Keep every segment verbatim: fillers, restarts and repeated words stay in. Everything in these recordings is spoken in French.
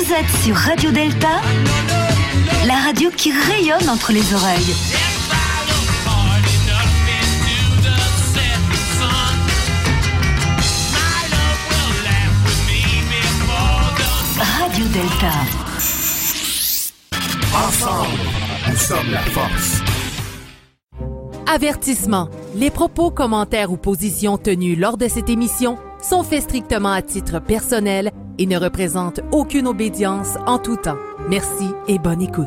Vous êtes sur Radio Delta, la radio qui rayonne entre les oreilles. Radio Delta. Ensemble, nous sommes la force. Avertissement. Les propos, commentaires ou positions tenus lors de cette émission sont faits strictement à titre personnel et ne représentent aucune obédience en tout temps. Merci et bonne écoute.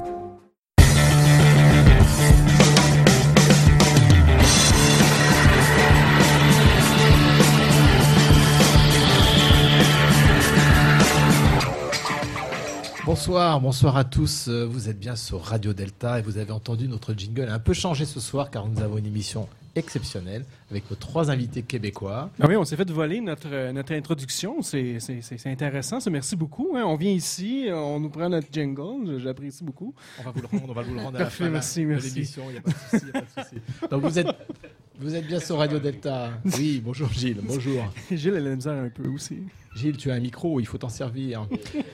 Bonsoir, bonsoir à tous. Vous êtes bien sur Radio Delta et vous avez entendu notre jingle a un peu changé ce soir car nous avons une émission exceptionnelle avec nos trois invités québécois. Ah oui, on s'est fait voler notre, notre introduction. C'est, c'est, c'est, c'est intéressant, ça. Merci beaucoup. Hein. On vient ici, on nous prend notre jingle. J'apprécie beaucoup. On va vous le rendre, on va vous le rendre à Parfait, la fin merci, de merci. l'émission. Il n'y a pas de souci, il n'y a pas de souci. Donc vous êtes, vous êtes bien sur Radio Delta. Oui, bonjour Gilles, bonjour. Gilles, elle a la misère un peu aussi. Gilles, tu as un micro, il faut t'en servir.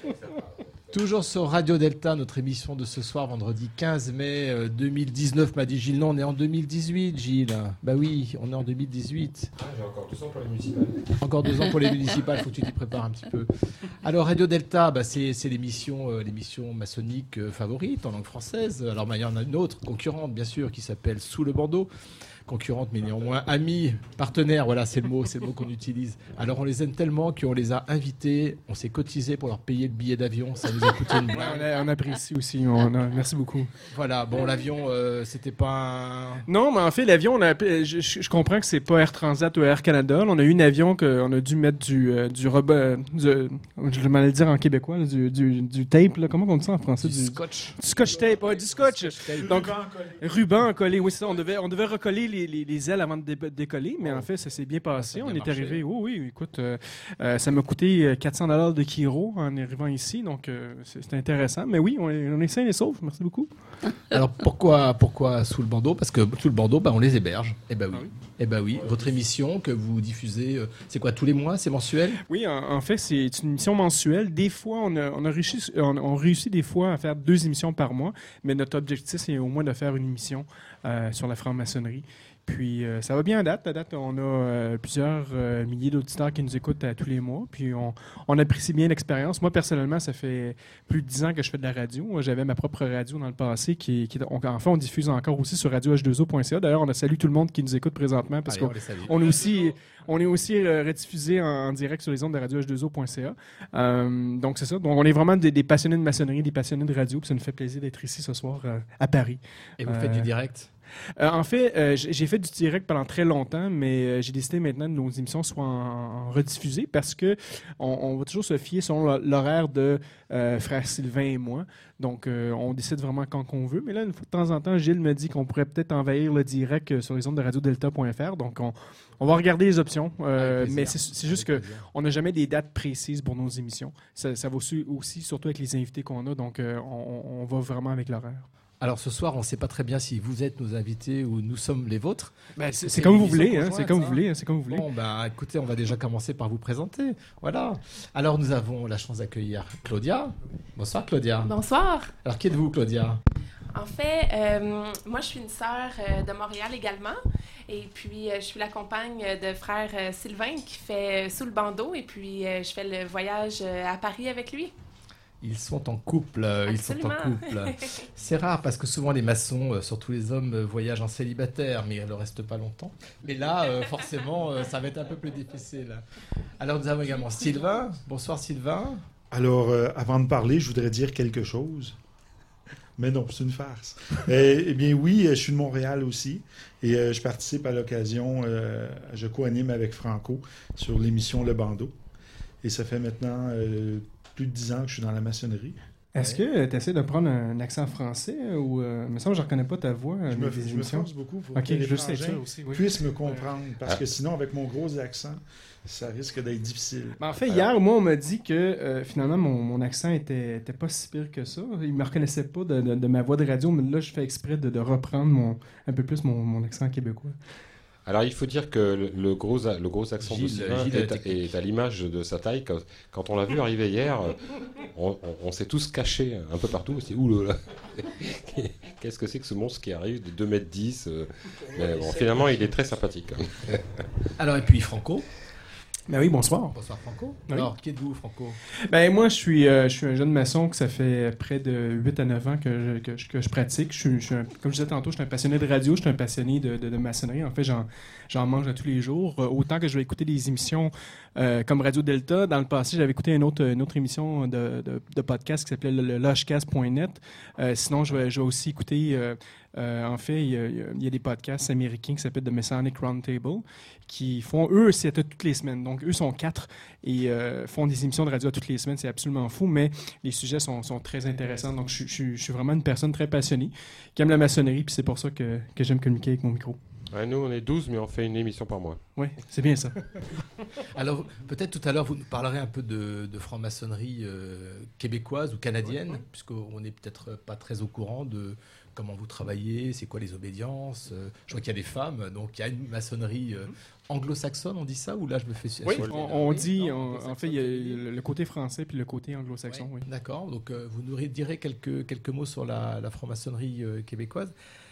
Toujours sur Radio Delta, notre émission de ce soir, vendredi quinze mai deux mille dix-neuf, m'a dit Gilles. Non, on est en deux mille dix-huit, Gilles. Bah oui, on est en deux mille dix-huit. Ah, j'ai encore deux ans pour les municipales. Encore deux ans pour les municipales, il faut que tu t'y prépares un petit peu. Alors, Radio Delta, bah, c'est, c'est l'émission, euh, l'émission maçonnique euh, favorite en langue française. Alors, bah, il y en a une autre, concurrente, bien sûr, qui s'appelle Sous le bandeau. Concurrente, mais néanmoins amie, partenaire, voilà, c'est le mot, c'est le mot qu'on utilise. Alors on les aime tellement qu'on les a invités, on s'est cotisé pour leur payer le billet d'avion, ça nous a coûté une Ouais, on, a, on apprécie aussi, on a, merci beaucoup. Voilà, bon, l'avion, euh, c'était pas un... Non, mais en fait, l'avion, on a, je, je, je comprends que c'est pas Air Transat ou Air Canada. On a eu un avion qu'on a dû mettre du, euh, du, robot, du je vais mal le dire en québécois, là, du, du, du tape, là, comment on dit ça en français? Du, du scotch. Du scotch tape, ouais, du scotch. Du scotch tape. Donc, ruban collé. Ruban collé, oui, c'est ça. On devait, on devait recoller les, les, les ailes avant de dé- décoller, mais en fait, ça s'est bien passé. Ça a On bien est marché. arrivé, oh, oui, écoute, euh, euh, ça m'a coûté quatre cents dollars de kiro en arrivant ici, donc euh, c'est, c'est intéressant. Mais oui, on est, on est sains et saufs, merci beaucoup. Alors pourquoi, pourquoi Sous le bandeau? Parce que Sous le bandeau, bah, on les héberge. Eh ben oui. Ah oui. Eh ben oui. Votre émission que vous diffusez, euh, c'est quoi, tous les mois? C'est mensuel? Oui, en, en fait, c'est une émission mensuelle. Des fois, on a, on a réussi, on, on réussit des fois à faire deux émissions par mois, mais notre objectif, c'est au moins de faire une émission euh, sur la franc-maçonnerie. Puis euh, ça va bien à date. À date, on a euh, plusieurs euh, milliers d'auditeurs qui nous écoutent à tous les mois. Puis on, on apprécie bien l'expérience. Moi, personnellement, ça fait plus de dix ans que je fais de la radio. Moi, j'avais ma propre radio dans le passé. Qui, qui, on, enfin, on diffuse encore aussi sur radio h deux o point c a. D'ailleurs, on a salué tout le monde qui nous écoute présentement parce Allez, on qu'on les salue. on est aussi, on est aussi euh, rediffusé en, en direct sur les ondes de radio h deux o point c a. Euh, donc, c'est ça. Donc, on est vraiment des, des passionnés de maçonnerie, des passionnés de radio. Puis ça nous fait plaisir d'être ici ce soir euh, à Paris. Et vous Euh, faites du direct? Euh, en fait, euh, j'ai j'ai fait du direct pendant très longtemps, mais euh, j'ai décidé maintenant que nos émissions soient en, en rediffusées parce que on, on va toujours se fier selon l'horaire de euh, frère Sylvain et moi. Donc, euh, on décide vraiment quand qu'on veut. Mais là, une fois de temps en temps, Gilles me dit qu'on pourrait peut-être envahir le direct euh, sur les ondes de radio delta point f r. Donc, on, on va regarder les options. Euh, Avec plaisir. mais c'est c'est juste Avec que plaisir. on n'a jamais des dates précises pour nos émissions. Ça, ça va aussi, aussi, surtout avec les invités qu'on a. Donc, euh, on, on va vraiment avec l'horaire. Alors ce soir, on ne sait pas très bien si vous êtes nos invités ou nous sommes les vôtres. Ben, c'est C'est c'est comme une vous émission voulez. Hein, conjointe, c'est comme vous ça. voulez. hein, C'est comme vous voulez. Bon, bah, écoutez, on va déjà commencer par vous présenter. Voilà. Alors, nous avons la chance d'accueillir Claudia. Bonsoir, Claudia. Bonsoir. Alors, qui êtes-vous, Claudia? En fait, euh, moi, je suis une sœur euh, de Montréal également. Et puis, euh, je suis la compagne de frère euh, Sylvain qui fait euh, Sous le bandeau. Et puis, euh, je fais le voyage euh, à Paris avec lui. Ils sont en couple. euh, Ils sont en Absolument. couple. C'est rare parce que souvent les maçons, euh, surtout les hommes, euh, voyagent en célibataire, mais ils ne restent pas longtemps. Mais là, euh, forcément, euh, ça va être un peu plus difficile. Alors, nous avons également Sylvain. Bonsoir, Sylvain. Alors, euh, avant de parler, je voudrais dire quelque chose. Mais non, c'est une farce. euh, eh bien, oui, je suis de Montréal aussi. Et euh, je participe à l'occasion, euh, je co-anime avec Franco sur l'émission Le Bandeau. Et ça fait maintenant euh, plus de dix ans que je suis dans la maçonnerie. Est-ce que tu essaies de prendre un accent français ou euh, il me semble que je reconnais pas ta voix euh, Je me, des je me émissions? force beaucoup pour Ok, que les je sais frangins ça aussi. Oui. puissent me comprendre. Parce que sinon, avec mon gros accent, ça risque d'être difficile. Mais en fait, hier, moi, on m'a dit que euh, finalement, mon, mon accent était, était pas si pire que ça. Il me reconnaissait pas de, de, de ma voix de radio, mais là, je fais exprès de, de reprendre mon, un peu plus mon, mon accent québécois. Alors, il faut dire que le, le, gros, le gros accent Gilles, de Sylvain Gilles est, est à l'image de sa taille. Quand, quand on l'a vu arriver hier, on, on, on s'est tous cachés un peu partout. On s'est dit, ouh là là, qu'est-ce que c'est que ce monstre qui arrive de deux mètres dix euh, mais bon, finalement, il est très sympathique. Alors, et puis Franco. Ben oui, bonsoir. Bonsoir Franco. Oui. Alors, qui êtes-vous, Franco? Ben moi, je suis, euh, je suis un jeune maçon que ça fait près de huit à neuf ans que je, que je, que je pratique. Je suis, je suis un, comme je disais tantôt, je suis un passionné de radio, je suis un passionné de, de, de maçonnerie. En fait, j'en, j'en mange à tous les jours. Euh, autant que je vais écouter des émissions euh, comme Radio Delta. Dans le passé, j'avais écouté une autre, une autre émission de, de, de podcast qui s'appelait le, le Lochcast point net. Euh, sinon, je vais, je vais aussi écouter... Euh, Euh, en fait, il y, a, il y a des podcasts américains qui s'appellent The Masonic Roundtable, qui font, eux, c'est à toutes les semaines. Donc, eux sont quatre et euh, font des émissions de radio à toutes les semaines. C'est absolument fou, mais les sujets sont, sont très intéressants. Donc, je, je, je suis vraiment une personne très passionnée qui aime la maçonnerie, puis c'est pour ça que, que j'aime communiquer avec mon micro. Ouais, nous, on est douze, mais on fait une émission par mois. Oui, c'est bien ça. Alors, peut-être tout à l'heure, vous nous parlerez un peu de, de franc-maçonnerie euh, québécoise ou canadienne, ouais. Puisqu'on n'est peut-être pas très au courant de comment vous travaillez, c'est quoi les obédiences. Euh, je vois qu'il y a des femmes, donc il y a une maçonnerie euh, anglo-saxonne, on dit ça, ou là je me fais... Oui, on, on dit, on, en fait, il y a le côté français puis le côté anglo-saxon, ouais, oui. D'accord, donc euh, vous nous direz quelques, quelques mots sur la, la franc-maçonnerie euh, québécoise.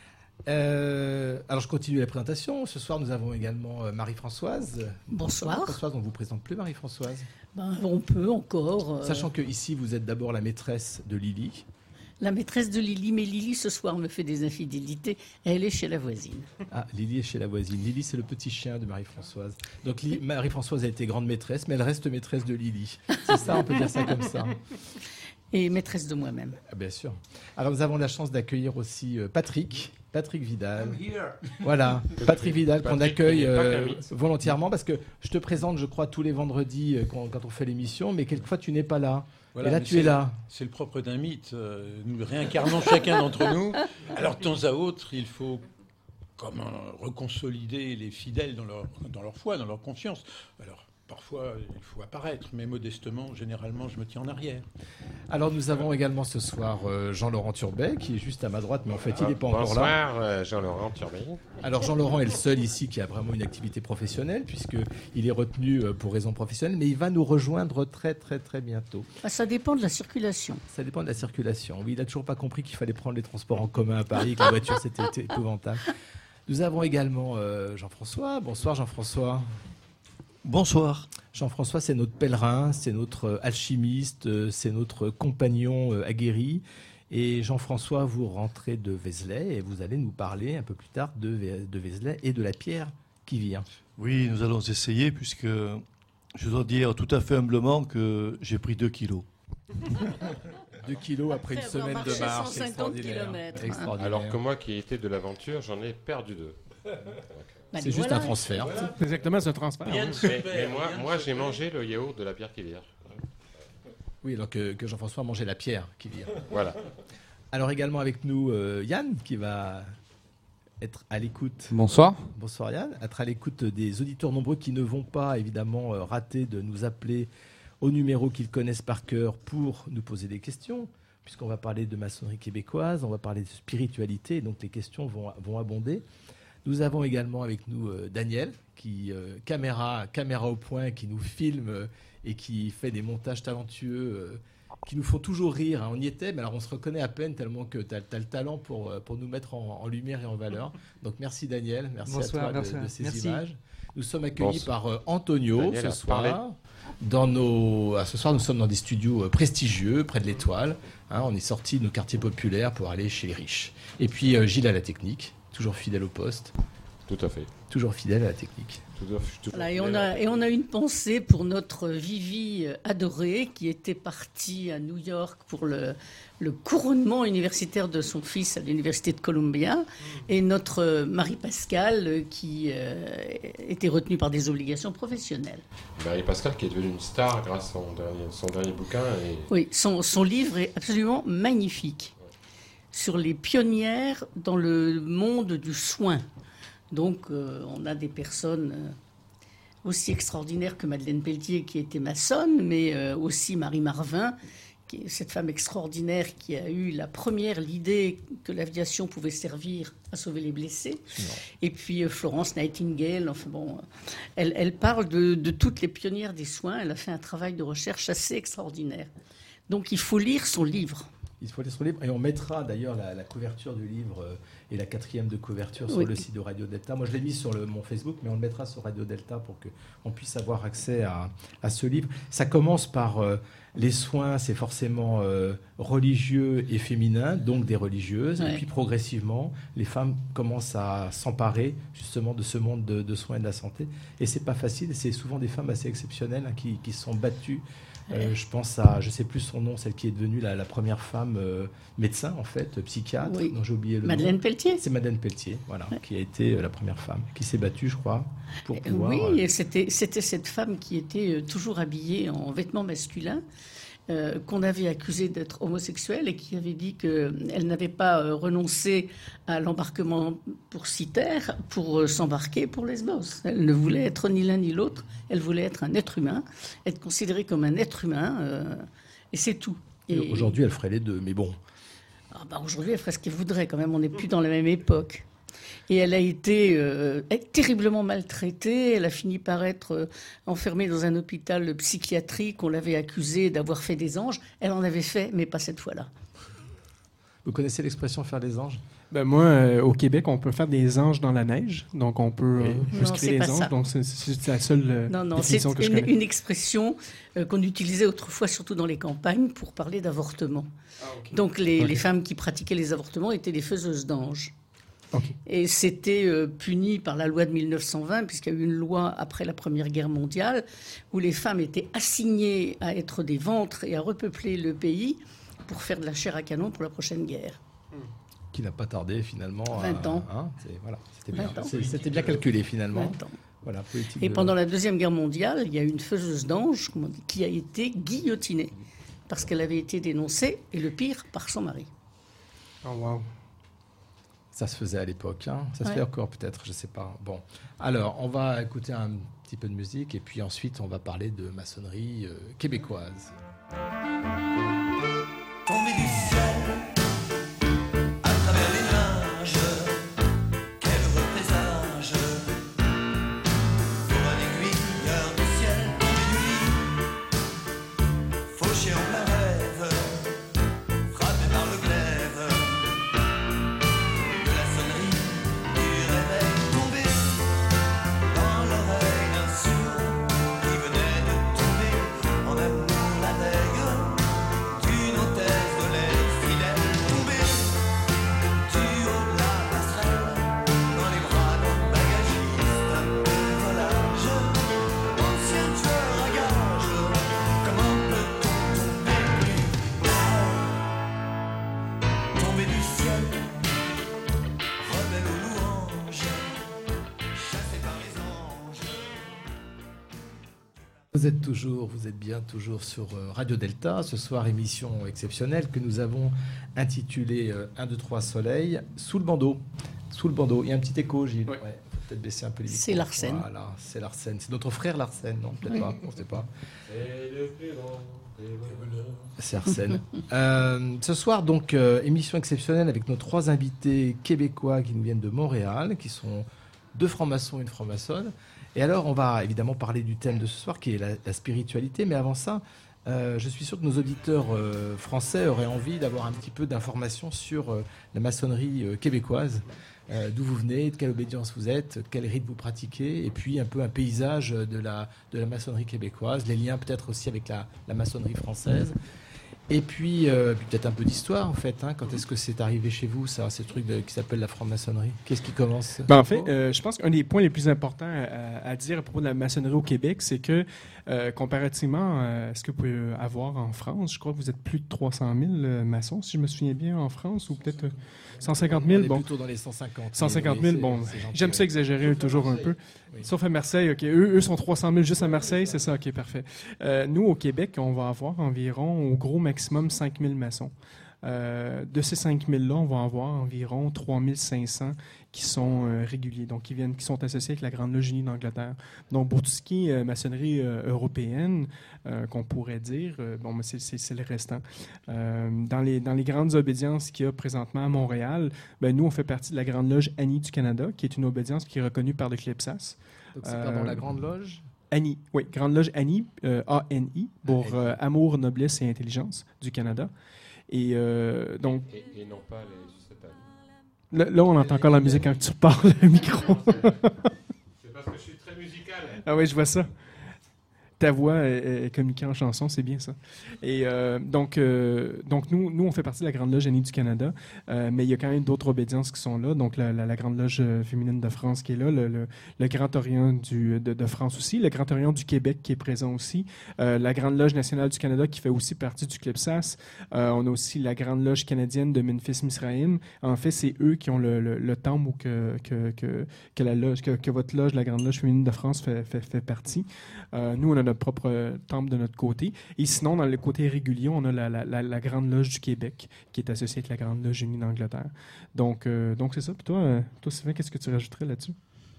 Euh, alors je continue la présentation. Ce soir nous avons également euh, Marie-Françoise. Bonsoir. Marie-Françoise, on ne vous présente plus Marie-Françoise. Ben, on peut encore. Euh... Sachant que ici vous êtes d'abord la maîtresse de Lily. La maîtresse de Lily, mais Lily ce soir me fait des infidélités. Elle est chez la voisine. Ah, Lily est chez la voisine. Lily, c'est le petit chien de Marie-Françoise. Donc Lily, Marie-Françoise a été grande maîtresse, mais elle reste maîtresse de Lily. C'est ça, on peut dire ça comme ça. Et maîtresse de moi-même. Ah, bien sûr. Alors nous avons la chance d'accueillir aussi euh, Patrick. Patrick Vidal. Voilà, Patrick Vidal qu'on accueille euh, volontairement parce que je te présente, je crois, tous les vendredis euh, quand, quand on fait l'émission, mais quelquefois tu n'es pas là. Voilà, et là, tu es là. C'est le propre d'un mythe. Euh, nous réincarnons chacun d'entre nous. Alors, de temps à autre, il faut comme, euh, reconsolider les fidèles dans leur, dans leur foi, dans leur confiance. Alors, parfois, il faut apparaître, mais modestement, généralement, je me tiens en arrière. Alors, nous avons également ce soir euh, Jean-Laurent Turbet, qui est juste à ma droite, mais en fait, il n'est pas Bonsoir, encore là. Bonsoir, euh, Jean-Laurent Turbet. Alors, Jean-Laurent est le seul ici qui a vraiment une activité professionnelle, puisqu'il est retenu euh, pour raison professionnelle, mais il va nous rejoindre très, très, très bientôt. Ah, ça dépend de la circulation. Ça dépend de la circulation. Oui, il n'a toujours pas compris qu'il fallait prendre les transports en commun à Paris, que la voiture, c'était épouvantable. Nous avons également euh, Jean-François. Bonsoir, Jean-François. Bonsoir. Jean-François, c'est notre pèlerin, c'est notre alchimiste, c'est notre compagnon aguerri. Et Jean-François, vous rentrez de Vézelay et vous allez nous parler un peu plus tard de, de Vézelay et de la pierre qui vient. Oui, nous allons essayer puisque je dois dire tout à fait humblement que j'ai pris deux kilos. deux kilos après, après une semaine de marche, cent cinquante kilomètres. Extraordinaire. Alors que moi qui ai été de l'aventure, j'en ai perdu deux. Bah, c'est juste voilà. un transfert. Voilà. Exactement, c'est un transfert. Bien oui. mais, mais moi, moi j'ai mangé le yaourt de la pierre qui vire. Oui, alors que, que Jean-François a mangé la pierre qui vire. Voilà. Alors également avec nous, euh, Yann, qui va être à l'écoute. Bonsoir. Bonsoir Yann. Être à l'écoute des auditeurs nombreux qui ne vont pas évidemment euh, rater de nous appeler au numéro qu'ils connaissent par cœur pour nous poser des questions, puisqu'on va parler de maçonnerie québécoise, on va parler de spiritualité, donc les questions vont, vont abonder. Nous avons également avec nous euh, Daniel, qui euh, caméra, caméra au point, qui nous filme euh, et qui fait des montages talentueux, euh, qui nous font toujours rire. Hein. On y était, mais alors on se reconnaît à peine tellement que tu as, as le talent pour, pour nous mettre en, en lumière et en valeur. Donc merci Daniel, merci Bonsoir, à toi merci, de, de ces merci. images. Nous sommes accueillis Bonsoir. par euh, Antonio Daniel ce soir. Dans nos, ah, ce soir, nous sommes dans des studios euh, prestigieux, près de l'Étoile. Hein, on est sortis de nos quartiers populaires pour aller chez les riches. Et puis euh, Gilles à la technique. Toujours fidèle au poste. Tout à fait. Toujours fidèle à la technique. Tout à fait, voilà, et, on a, et on a une pensée pour notre Vivi adorée qui était partie à New York pour le, le couronnement universitaire de son fils à l'université de Columbia. Mmh. Et notre Marie-Pascale qui euh, était retenue par des obligations professionnelles. Marie-Pascale qui est devenue une star grâce à son dernier, son dernier bouquin. Et... Oui, son, son livre est absolument magnifique. Sur les pionnières dans le monde du soin. Donc, euh, on a des personnes euh, aussi extraordinaires que Madeleine Pelletier, qui était maçonne, mais euh, aussi Marie Marvin, qui est cette femme extraordinaire qui a eu la première l'idée que l'aviation pouvait servir à sauver les blessés. Non. Et puis euh, Florence Nightingale, enfin bon, elle, elle parle de, de toutes les pionnières des soins. Elle a fait un travail de recherche assez extraordinaire. Donc il faut lire son livre. Il faut lire son livre et on mettra d'ailleurs la, la couverture du livre euh, et la quatrième de couverture sur oui. le site de Radio Delta. Moi je l'ai mis sur le, mon Facebook, mais on le mettra sur Radio Delta pour qu'on puisse avoir accès à, à ce livre. Ça commence par euh, les soins, c'est forcément euh, religieux et féminin, donc des religieuses. Ouais. Et puis progressivement, les femmes commencent à s'emparer justement de ce monde de, de soins et de la santé. Et c'est pas facile, c'est souvent des femmes assez exceptionnelles hein, qui, qui se sont battues. Euh, je pense à, je sais plus son nom, celle qui est devenue la, la première femme euh, médecin en fait, psychiatre, oui. dont j'ai oublié le Madeleine nom. Pelletier. C'est Madeleine Pelletier, voilà, ouais. qui a été euh, la première femme, qui s'est battue, je crois, pour pouvoir. Oui, euh... c'était c'était cette femme qui était toujours habillée en vêtements masculins. Euh, qu'on avait accusée d'être homosexuelle et qui avait dit qu'elle n'avait pas euh, renoncé à l'embarquement pour Citer pour euh, s'embarquer pour Lesbos. Elle ne voulait être ni l'un ni l'autre, elle voulait être un être humain, être considérée comme un être humain, euh, et c'est tout. Et et aujourd'hui, elle ferait les deux, mais bon. Ah bah aujourd'hui, elle ferait ce qu'elle voudrait quand même, on n'est plus dans la même époque. Et elle a été euh, terriblement maltraitée. Elle a fini par être euh, enfermée dans un hôpital psychiatrique. On l'avait accusée d'avoir fait des anges. Elle en avait fait, mais pas cette fois-là. Vous connaissez l'expression « faire des anges » ? Ben moi, euh, au Québec, on peut faire des anges dans la neige. Donc, on peut oui. euh, muscler les anges. Ça. Donc, c'est, c'est la seule euh, non, non, définition c'est que je une, connais. une expression euh, qu'on utilisait autrefois, surtout dans les campagnes, pour parler d'avortement. Ah, okay. Donc, les, okay. les femmes qui pratiquaient les avortements étaient des faiseuses d'anges. Okay. Et c'était euh, puni par la loi de mille neuf cent vingt, puisqu'il y a eu une loi après la Première Guerre mondiale, où les femmes étaient assignées à être des ventres et à repeupler le pays pour faire de la chair à canon pour la prochaine guerre. Qui n'a pas tardé finalement. vingt ans. Hein, c'est, voilà, c'était, bien, c'est, c'était bien calculé finalement. vingt ans. Voilà, et de... pendant la Deuxième Guerre mondiale, il y a une faiseuse d'anges qui a été guillotinée parce qu'elle avait été dénoncée, et le pire, par son mari. Oh wow. Ça se faisait à l'époque, hein. Ça ouais. se fait encore peut-être, je ne sais pas. Bon, alors on va écouter un petit peu de musique et puis ensuite on va parler de maçonnerie euh, québécoise. Tombé du ciel, à travers les nuages, quel heureux présage, pour un aiguilleur du ciel tombé du lit, fauché en plein rêve, frappé par le glaive. Vous êtes toujours, vous êtes bien toujours sur Radio Delta. Ce soir, émission exceptionnelle que nous avons intitulée un, deux, trois Soleil, sous le bandeau. Sous le bandeau. Il y a un petit écho, Gilles. Oui. Ouais, faut peut-être baisser un peu les micros. C'est Larsen. Voilà, c'est Larsen. C'est notre frère Larsen, non? Peut-être oui. pas, on ne sait pas. C'est le plus long. C'est Arsène. euh, ce soir, donc, euh, émission exceptionnelle avec nos trois invités québécois qui nous viennent de Montréal, qui sont deux francs-maçons et une franc-maçonne. Et alors, on va évidemment parler du thème de ce soir, qui est la, la spiritualité. Mais avant ça, euh, je suis sûr que nos auditeurs euh, français auraient envie d'avoir un petit peu d'informations sur euh, la maçonnerie euh, québécoise. Euh, d'où vous venez, de quelle obédience vous êtes, quel rite vous pratiquez, et puis un peu un paysage de la, de la maçonnerie québécoise, les liens peut-être aussi avec la, la maçonnerie française. Et puis, euh, puis peut-être un peu d'histoire, en fait. Hein. Quand est-ce que c'est arrivé chez vous, ça, ces trucs de, qui s'appellent la franc-maçonnerie? Qu'est-ce qui commence? Ben, en fait, euh, je pense qu'un des points les plus importants à, à dire à propos de la maçonnerie au Québec, c'est que, euh, comparativement à ce que vous pouvez avoir en France, je crois que vous êtes plus de trois cent mille maçons, si je me souviens bien, en France, ou peut-être cent cinquante mille. On est bon. plutôt dans les cent cinquante. cent cinquante mille, oui, bon. C'est, c'est gentil, j'aime ça exagérer toujours un peu. Oui. Sauf à Marseille, OK. Eux, eux sont trois cent mille juste à Marseille, c'est ça, OK, parfait. Euh, nous, au Québec, on va avoir environ, au gros maximum, cinq mille maçons. Euh, de ces cinq mille-là, on va en avoir environ trois mille cinq cents qui sont euh, réguliers, donc qui, viennent, qui sont associés avec la Grande Loge unie d'Angleterre. Donc, pour tout ce qui est euh, maçonnerie euh, européenne, euh, qu'on pourrait dire, euh, bon, c'est, c'est, c'est le restant. Euh, dans, les, dans les grandes obédiences qu'il y a présentement à Montréal, ben, nous, on fait partie de la Grande Loge Annie du Canada, qui est une obédience qui est reconnue par le CLIPSAS. Donc, c'est pardon, la Grande Loge Annie, oui, Grande Loge Annie, euh, A N I, pour euh, Amour, Noblesse et Intelligence du Canada. Et euh, donc. Et, et non pas les Sucettanes. Là, là, on entend encore la musique quand tu parles le micro. C'est parce que je suis très musical. Ah oui, je vois ça. Ta voix est, est communiquée en chanson, c'est bien ça. Et euh, donc, euh, donc nous, nous, on fait partie de la Grande Loge Annie du Canada, euh, mais il y a quand même d'autres obédiences qui sont là. Donc, la, la, la Grande Loge féminine de France qui est là, le, le, le Grand Orient du, de, de France aussi, le Grand Orient du Québec qui est présent aussi, euh, la Grande Loge nationale du Canada qui fait aussi partie du CLIPSAS. Euh, on a aussi la Grande Loge canadienne de Memphis-Misraïm. En fait, c'est eux qui ont le, le, le temple où que, que, que, que, la loge, que, que votre loge, la Grande Loge féminine de France, fait, fait, fait partie. Euh, nous, on a notre propre euh, temple de notre côté. Et sinon, dans le côté régulier, on a la, la, la, la Grande Loge du Québec, qui est associée avec la Grande Loge unie d'Angleterre. Donc, euh, donc c'est ça. Puis toi, euh, toi, Sylvain, qu'est-ce que tu rajouterais là-dessus?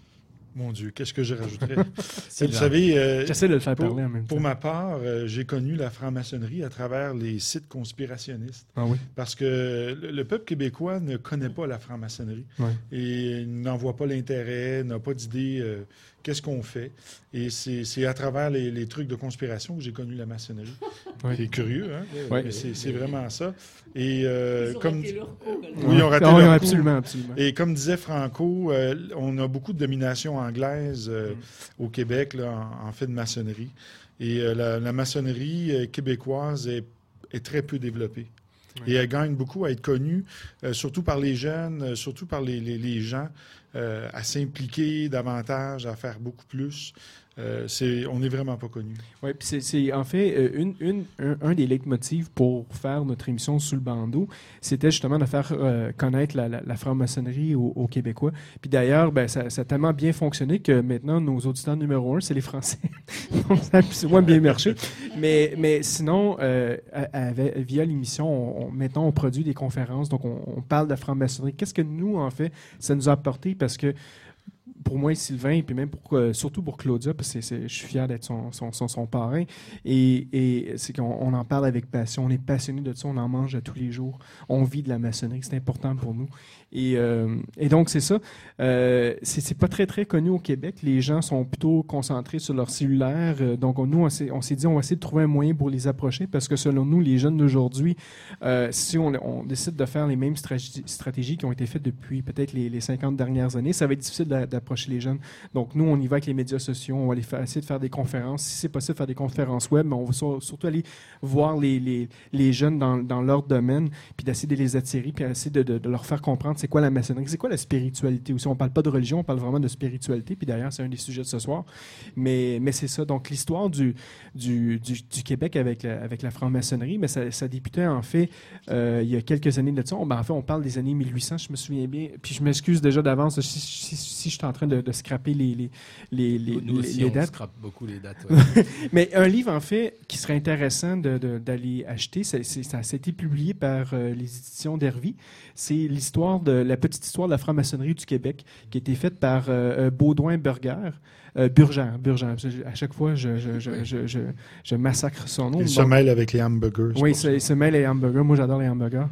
Mon Dieu, qu'est-ce que je rajouterais? Vous savez, euh, j'essaie de le faire pour, parler en même temps. Pour ma part, euh, j'ai connu la franc-maçonnerie à travers les sites conspirationnistes. Ah oui? Parce que le, le peuple québécois ne connaît pas la franc-maçonnerie. Ouais. Et n'en voit pas l'intérêt, n'a pas d'idée euh, qu'est-ce qu'on fait. Et c'est, c'est à travers les, les trucs de conspiration que j'ai connu la maçonnerie. Oui. C'est curieux, hein? Oui. Mais c'est, c'est vraiment ça. Et, euh, Ils ont comme... raté leur coup, Oui, ils ont raté oh, leur absolument, coup. absolument. Et comme disait Franco, euh, on a beaucoup de domination anglaise euh, mm. au Québec là, en, en fait de maçonnerie. Et euh, la, la maçonnerie euh, québécoise est, est très peu développée. Oui. Et elle gagne beaucoup à être connue, euh, surtout par les jeunes, euh, surtout par les, les, les gens, euh, à s'impliquer davantage, à faire beaucoup plus. Euh, c'est, on n'est vraiment pas connu. Oui, puis c'est, c'est en fait une, une, un, un des leitmotifs pour faire notre émission Sous le bandeau, c'était justement de faire euh, connaître la, la, la franc-maçonnerie aux, aux Québécois. Puis d'ailleurs, ben, ça, ça a tellement bien fonctionné que maintenant, nos auditeurs numéro un, c'est les Français. Donc, ça a plus ou moins bien marché. Mais, mais sinon, euh, avec, via l'émission, on, on, maintenant, on produit des conférences, donc on, on parle de la franc-maçonnerie. Qu'est-ce que nous, en fait, ça nous a apporté? Parce que pour moi et Sylvain, et puis même pour, euh, surtout pour Claudia, parce que c'est, c'est, je suis fier d'être son, son, son, son parrain, et, et c'est qu'on on en parle avec passion, on est passionné de ça, on en mange à tous les jours, on vit de la maçonnerie, c'est important pour nous. Et, euh, et donc, c'est ça. Euh, c'est, c'est pas très, très connu au Québec. Les gens sont plutôt concentrés sur leur cellulaire. Euh, donc, on, nous, on s'est, on s'est dit, on va essayer de trouver un moyen pour les approcher parce que, selon nous, les jeunes d'aujourd'hui, euh, si on, on décide de faire les mêmes stratégies, stratégies qui ont été faites depuis peut-être les, les cinquante dernières années, ça va être difficile d'a, d'approcher les jeunes. Donc, nous, on y va avec les médias sociaux. On va les faire, essayer de faire des conférences. Si c'est possible, faire des conférences web, mais on va sur, surtout aller voir les, les, les jeunes dans, dans leur domaine puis d'essayer de les attirer puis d'essayer de, de, de leur faire comprendre c'est quoi la maçonnerie, c'est quoi la spiritualité aussi. On ne parle pas de religion, on parle vraiment de spiritualité, puis d'ailleurs, c'est un des sujets de ce soir. Mais, mais c'est ça. Donc, l'histoire du, du, du, du Québec avec la, avec la franc-maçonnerie, mais ça, ça débutait en fait euh, il y a quelques années de ça. On, ben, en fait, on parle des années mille huit cents, je me souviens bien. Puis je m'excuse déjà d'avance si, si, si je suis en train de, de scraper les, les, les, les, Nous aussi, les on dates. scrape beaucoup les dates. Ouais. Mais un livre, en fait, qui serait intéressant de, de, d'aller acheter, c'est, c'est, ça a été publié par euh, les éditions d'Hervy. C'est l'histoire de la petite histoire de la franc-maçonnerie du Québec, qui a été faite par euh, Baudouin Burger. Euh, Burgère, Burgère. À chaque fois, je, je, je, je, je, je massacre son nom. Il se mêle avec les hamburgers. Oui, il se mêle les hamburgers. Moi, j'adore les hamburgers.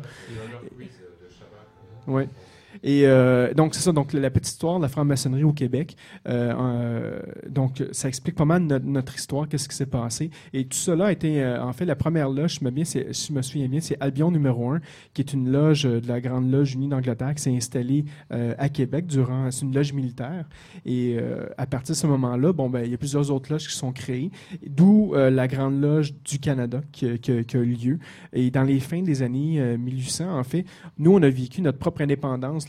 Oui. Et euh, donc, c'est ça, donc la petite histoire de la franc-maçonnerie au Québec. Euh, euh, donc, ça explique pas mal notre, notre histoire, qu'est-ce qui s'est passé. Et tout cela a été, euh, en fait, la première loge, je me, bien, c'est, je me souviens bien, c'est Albion numéro un, qui est une loge de la Grande Loge unie d'Angleterre qui s'est installée euh, à Québec durant, c'est une loge militaire. Et euh, à partir de ce moment-là, bon, ben, il y a plusieurs autres loges qui sont créées, d'où euh, la Grande Loge du Canada qui, qui, qui a eu lieu. Et dans les fins des années euh, mille huit cents, en fait, nous, on a vécu notre propre indépendance.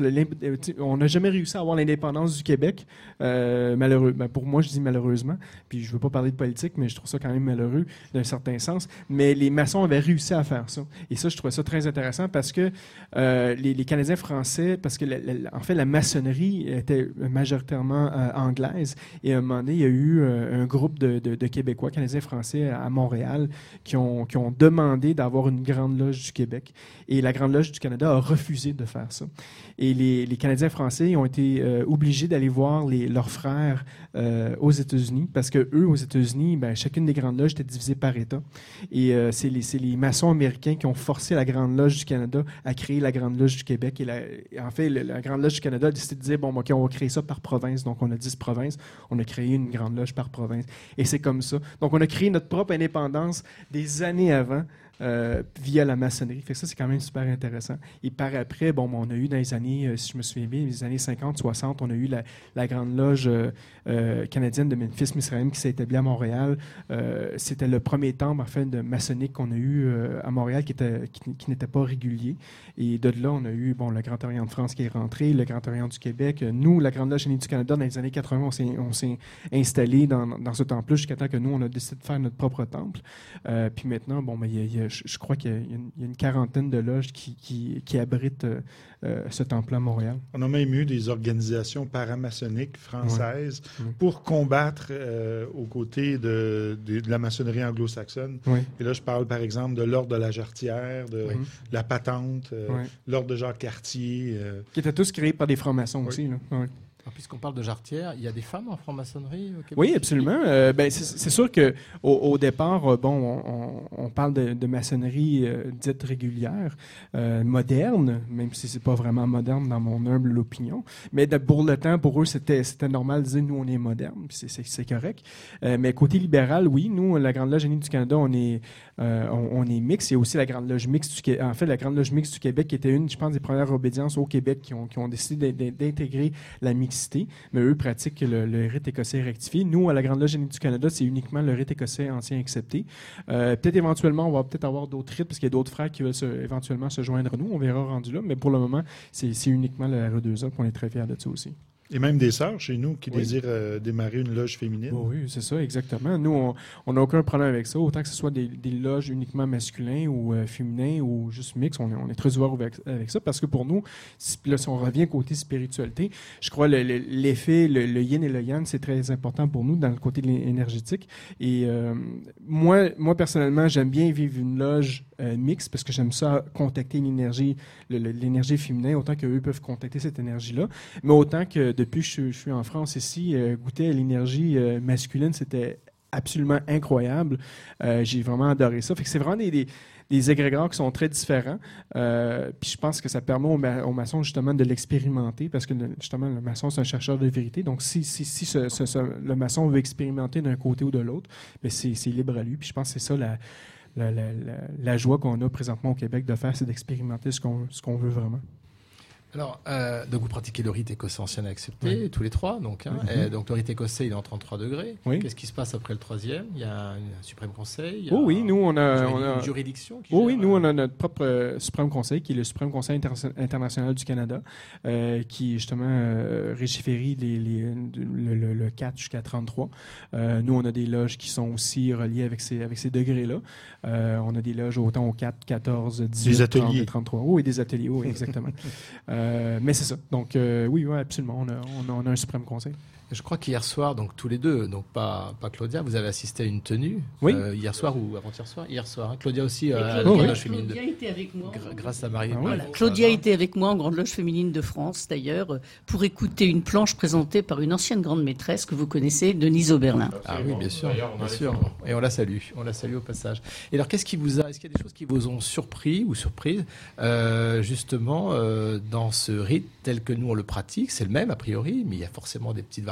on n'a jamais réussi à avoir l'indépendance du Québec, euh, malheureux. Ben, pour moi, je dis malheureusement, puis je ne veux pas parler de politique, mais je trouve ça quand même malheureux d'un certain sens. Mais les maçons avaient réussi à faire ça. Et ça, je trouvais ça très intéressant parce que euh, les, les Canadiens français, parce que la, la, en fait, la maçonnerie était majoritairement euh, anglaise. Et à un moment donné, il y a eu euh, un groupe de, de, de Québécois, Canadiens français à Montréal, qui ont, qui ont demandé d'avoir une Grande Loge du Québec. Et la Grande Loge du Canada a refusé de faire ça. Et les, les Canadiens français ont été euh, obligés d'aller voir les, leurs frères euh, aux États-Unis, parce que eux, aux États-Unis, ben, chacune des Grandes Loges était divisée par État. Et euh, c'est, les, c'est les maçons américains qui ont forcé la Grande Loge du Canada à créer la Grande Loge du Québec. Et la, en fait, la, la Grande Loge du Canada a décidé de dire, bon, OK, on va créer ça par province. Donc, on a dix provinces. On a créé une Grande Loge par province. Et c'est comme ça. Donc, on a créé notre propre indépendance des années avant. Euh, via la maçonnerie. Fait que ça, c'est quand même super intéressant. Et par après, bon, on a eu dans les années, euh, si je me souviens bien, les années cinquante, soixante, on a eu la, la Grande Loge euh, euh, canadienne de Memphis-Misraïm qui s'est établie à Montréal. Euh, c'était le premier temple, en fait, de maçonnique qu'on a eu euh, à Montréal qui, était, qui, qui n'était pas régulier. Et de là, on a eu, bon, le Grand Orient de France qui est rentré, le Grand Orient du Québec. Nous, la Grande Loge unie du Canada, dans les années quatre-vingts, on s'est, on s'est installé dans, dans ce temple-là jusqu'à temps que nous, on a décidé de faire notre propre temple. Euh, puis maintenant, bon, ben, il y a, il y a je crois qu'il y a une, il y a une quarantaine de loges qui, qui, qui abritent euh, euh, ce temple-là à Montréal. On a même eu des organisations paramaçonniques françaises ouais. pour combattre euh, aux côtés de, de, de la maçonnerie anglo-saxonne. Oui. Et là, je parle par exemple de l'Ordre de la Jarretière, de oui. la Patente, euh, oui. l'Ordre de Jacques-Cartier. Euh... Qui étaient tous créés par des francs-maçons oui. aussi. Là. Oui. Alors, puisqu'on parle de jarretière, il y a des femmes en franc-maçonnerie au Québec? Oui, absolument. Euh, ben, c'est, c'est sûr qu'au au départ, bon, on, on parle de, de maçonnerie euh, dite régulière, euh, moderne, même si c'est pas vraiment moderne dans mon humble opinion. Mais de, pour le temps, pour eux, c'était, c'était normal de dire nous, on est moderne, puis c'est, c'est, c'est correct. Euh, mais côté libéral, oui, nous, la Grande Loge unie du Canada, on est, euh, on, on est mixte. Il y a aussi la Grande Loge mixte du Québec. En fait, la Grande Loge mixte du Québec qui était une, je pense, des premières obédiences au Québec qui ont, qui ont décidé d'intégrer la mixité. Mais eux pratiquent le, le rite écossais rectifié. Nous, à la Grande Loge unie du Canada, c'est uniquement le rite écossais ancien accepté. Euh, peut-être éventuellement, on va peut-être avoir d'autres rites, parce qu'il y a d'autres frères qui veulent se, éventuellement se joindre à nous. On verra rendu là. Mais pour le moment, c'est, c'est uniquement le R E deux A, puis on est très fiers de ça aussi. Et même des sœurs chez nous qui oui. désirent euh, démarrer une loge féminine. Oh oui, c'est ça, exactement. Nous, on n'a aucun problème avec ça. Autant que ce soit des, des loges uniquement masculins ou euh, féminins ou juste mix, on est, on est très ouvert avec, avec ça parce que pour nous, si, là, si on revient côté spiritualité, je crois le, le, l'effet, le, le yin et le yang, c'est très important pour nous dans le côté de l'énergétique. Et euh, moi, moi, personnellement, j'aime bien vivre une loge euh, mixte parce que j'aime ça contacter l'énergie, le, le, l'énergie féminine, autant qu'eux peuvent contacter cette énergie-là, mais autant que depuis que je, je suis en France ici, euh, goûter à l'énergie euh, masculine, c'était absolument incroyable. Euh, j'ai vraiment adoré ça. Fait que c'est vraiment des, des, des égrégores qui sont très différents. Euh, puis je pense que ça permet aux, ma- aux maçons justement de l'expérimenter parce que le, justement le maçon c'est un chercheur de vérité. Donc si, si, si ce, ce, ce, le maçon veut expérimenter d'un côté ou de l'autre, bien, c'est, c'est libre à lui. Puis je pense que c'est ça la, la, la, la, la joie qu'on a présentement au Québec de faire, c'est d'expérimenter ce qu'on, ce qu'on veut vraiment. Alors, euh, donc vous pratiquez le rite écossais ancien accepté, oui. tous les trois. Donc, hein, oui. et donc le rite écossais, il est en trente-trois degrés. Oui. Qu'est-ce qui se passe après le troisième? Il y a un, un suprême conseil. Il y a oh oui, nous on a, une, on a une juridiction. Qui oh gère, oui, nous on a notre propre euh, suprême conseil, qui est le suprême conseil inter- international du Canada, euh, qui justement euh, régiférie les, les, le, le, le quatre jusqu'à trente-trois. Euh, nous on a des loges qui sont aussi reliées avec ces, avec ces degrés-là. Euh, on a des loges autant au quatre, quatorze, dix-huit, trente et trente-trois. Oh, oui, des ateliers, oui, exactement. euh, mais c'est ça. Donc, euh, oui, oui, absolument. On a, on, a, on a un suprême conseil. Je crois qu'hier soir, donc tous les deux, donc pas, pas Claudia, vous avez assisté à une tenue. Oui. Euh, hier soir ou avant-hier soir Hier soir. Hein. Claudia aussi, euh, à la Claudia, Grande Loge féminine. Claudia de... était avec moi. Gra- grâce à Marie. Ah, voilà. Claudia était avec moi en Grande Loge féminine de France, d'ailleurs, pour écouter une planche présentée par une ancienne grande maîtresse que vous connaissez, Denise Oberlin. Ah oui, bien sûr, bien sûr. Et on la salue, on la salue au passage. Et alors, qu'est-ce qui vous a, est-ce qu'il y a des choses qui vous ont surpris ou surprises, euh, justement, euh, dans ce rite tel que nous on le pratique? C'est le même a priori, mais il y a forcément des petites variations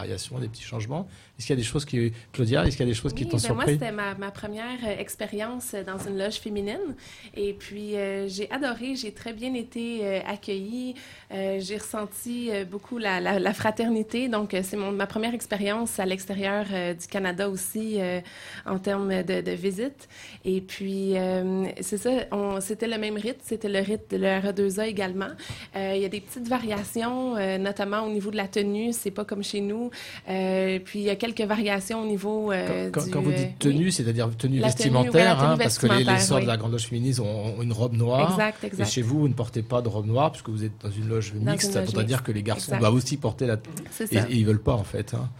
variations, des petits changements. Est-ce qu'il y a des choses qui, Claudia, est-ce qu'il y a des choses Oui, qui t'ont ben surpris? Moi, c'était ma, ma première euh, expérience dans une loge féminine. Et puis, euh, j'ai adoré, j'ai très bien été euh, accueillie. Euh, j'ai ressenti euh, beaucoup la, la, la fraternité. Donc, euh, c'est mon, ma première expérience à l'extérieur euh, du Canada aussi, euh, en termes de, de visite. Et puis, euh, c'est ça, on, c'était le même rite, c'était le rite de l'E R E deux A également. Euh, il y a des petites variations, euh, notamment au niveau de la tenue, c'est pas comme chez nous. Euh, puis, il y a quelques variations au niveau euh, quand, du... quand vous dites tenue, oui. c'est-à-dire tenue la vestimentaire, tenue, ouais, la tenue hein, parce que les, les sœurs oui. de la Grande Loge féminine ont, ont une robe noire. Exact, exact. Et chez vous, vous ne portez pas de robe noire, puisque vous êtes dans une loge Dans mixte. une Ça loge voudrait mixte. dire que les garçons Exact. doivent aussi porter la... C'est Et, ça. et ils veulent pas, en fait. Hein.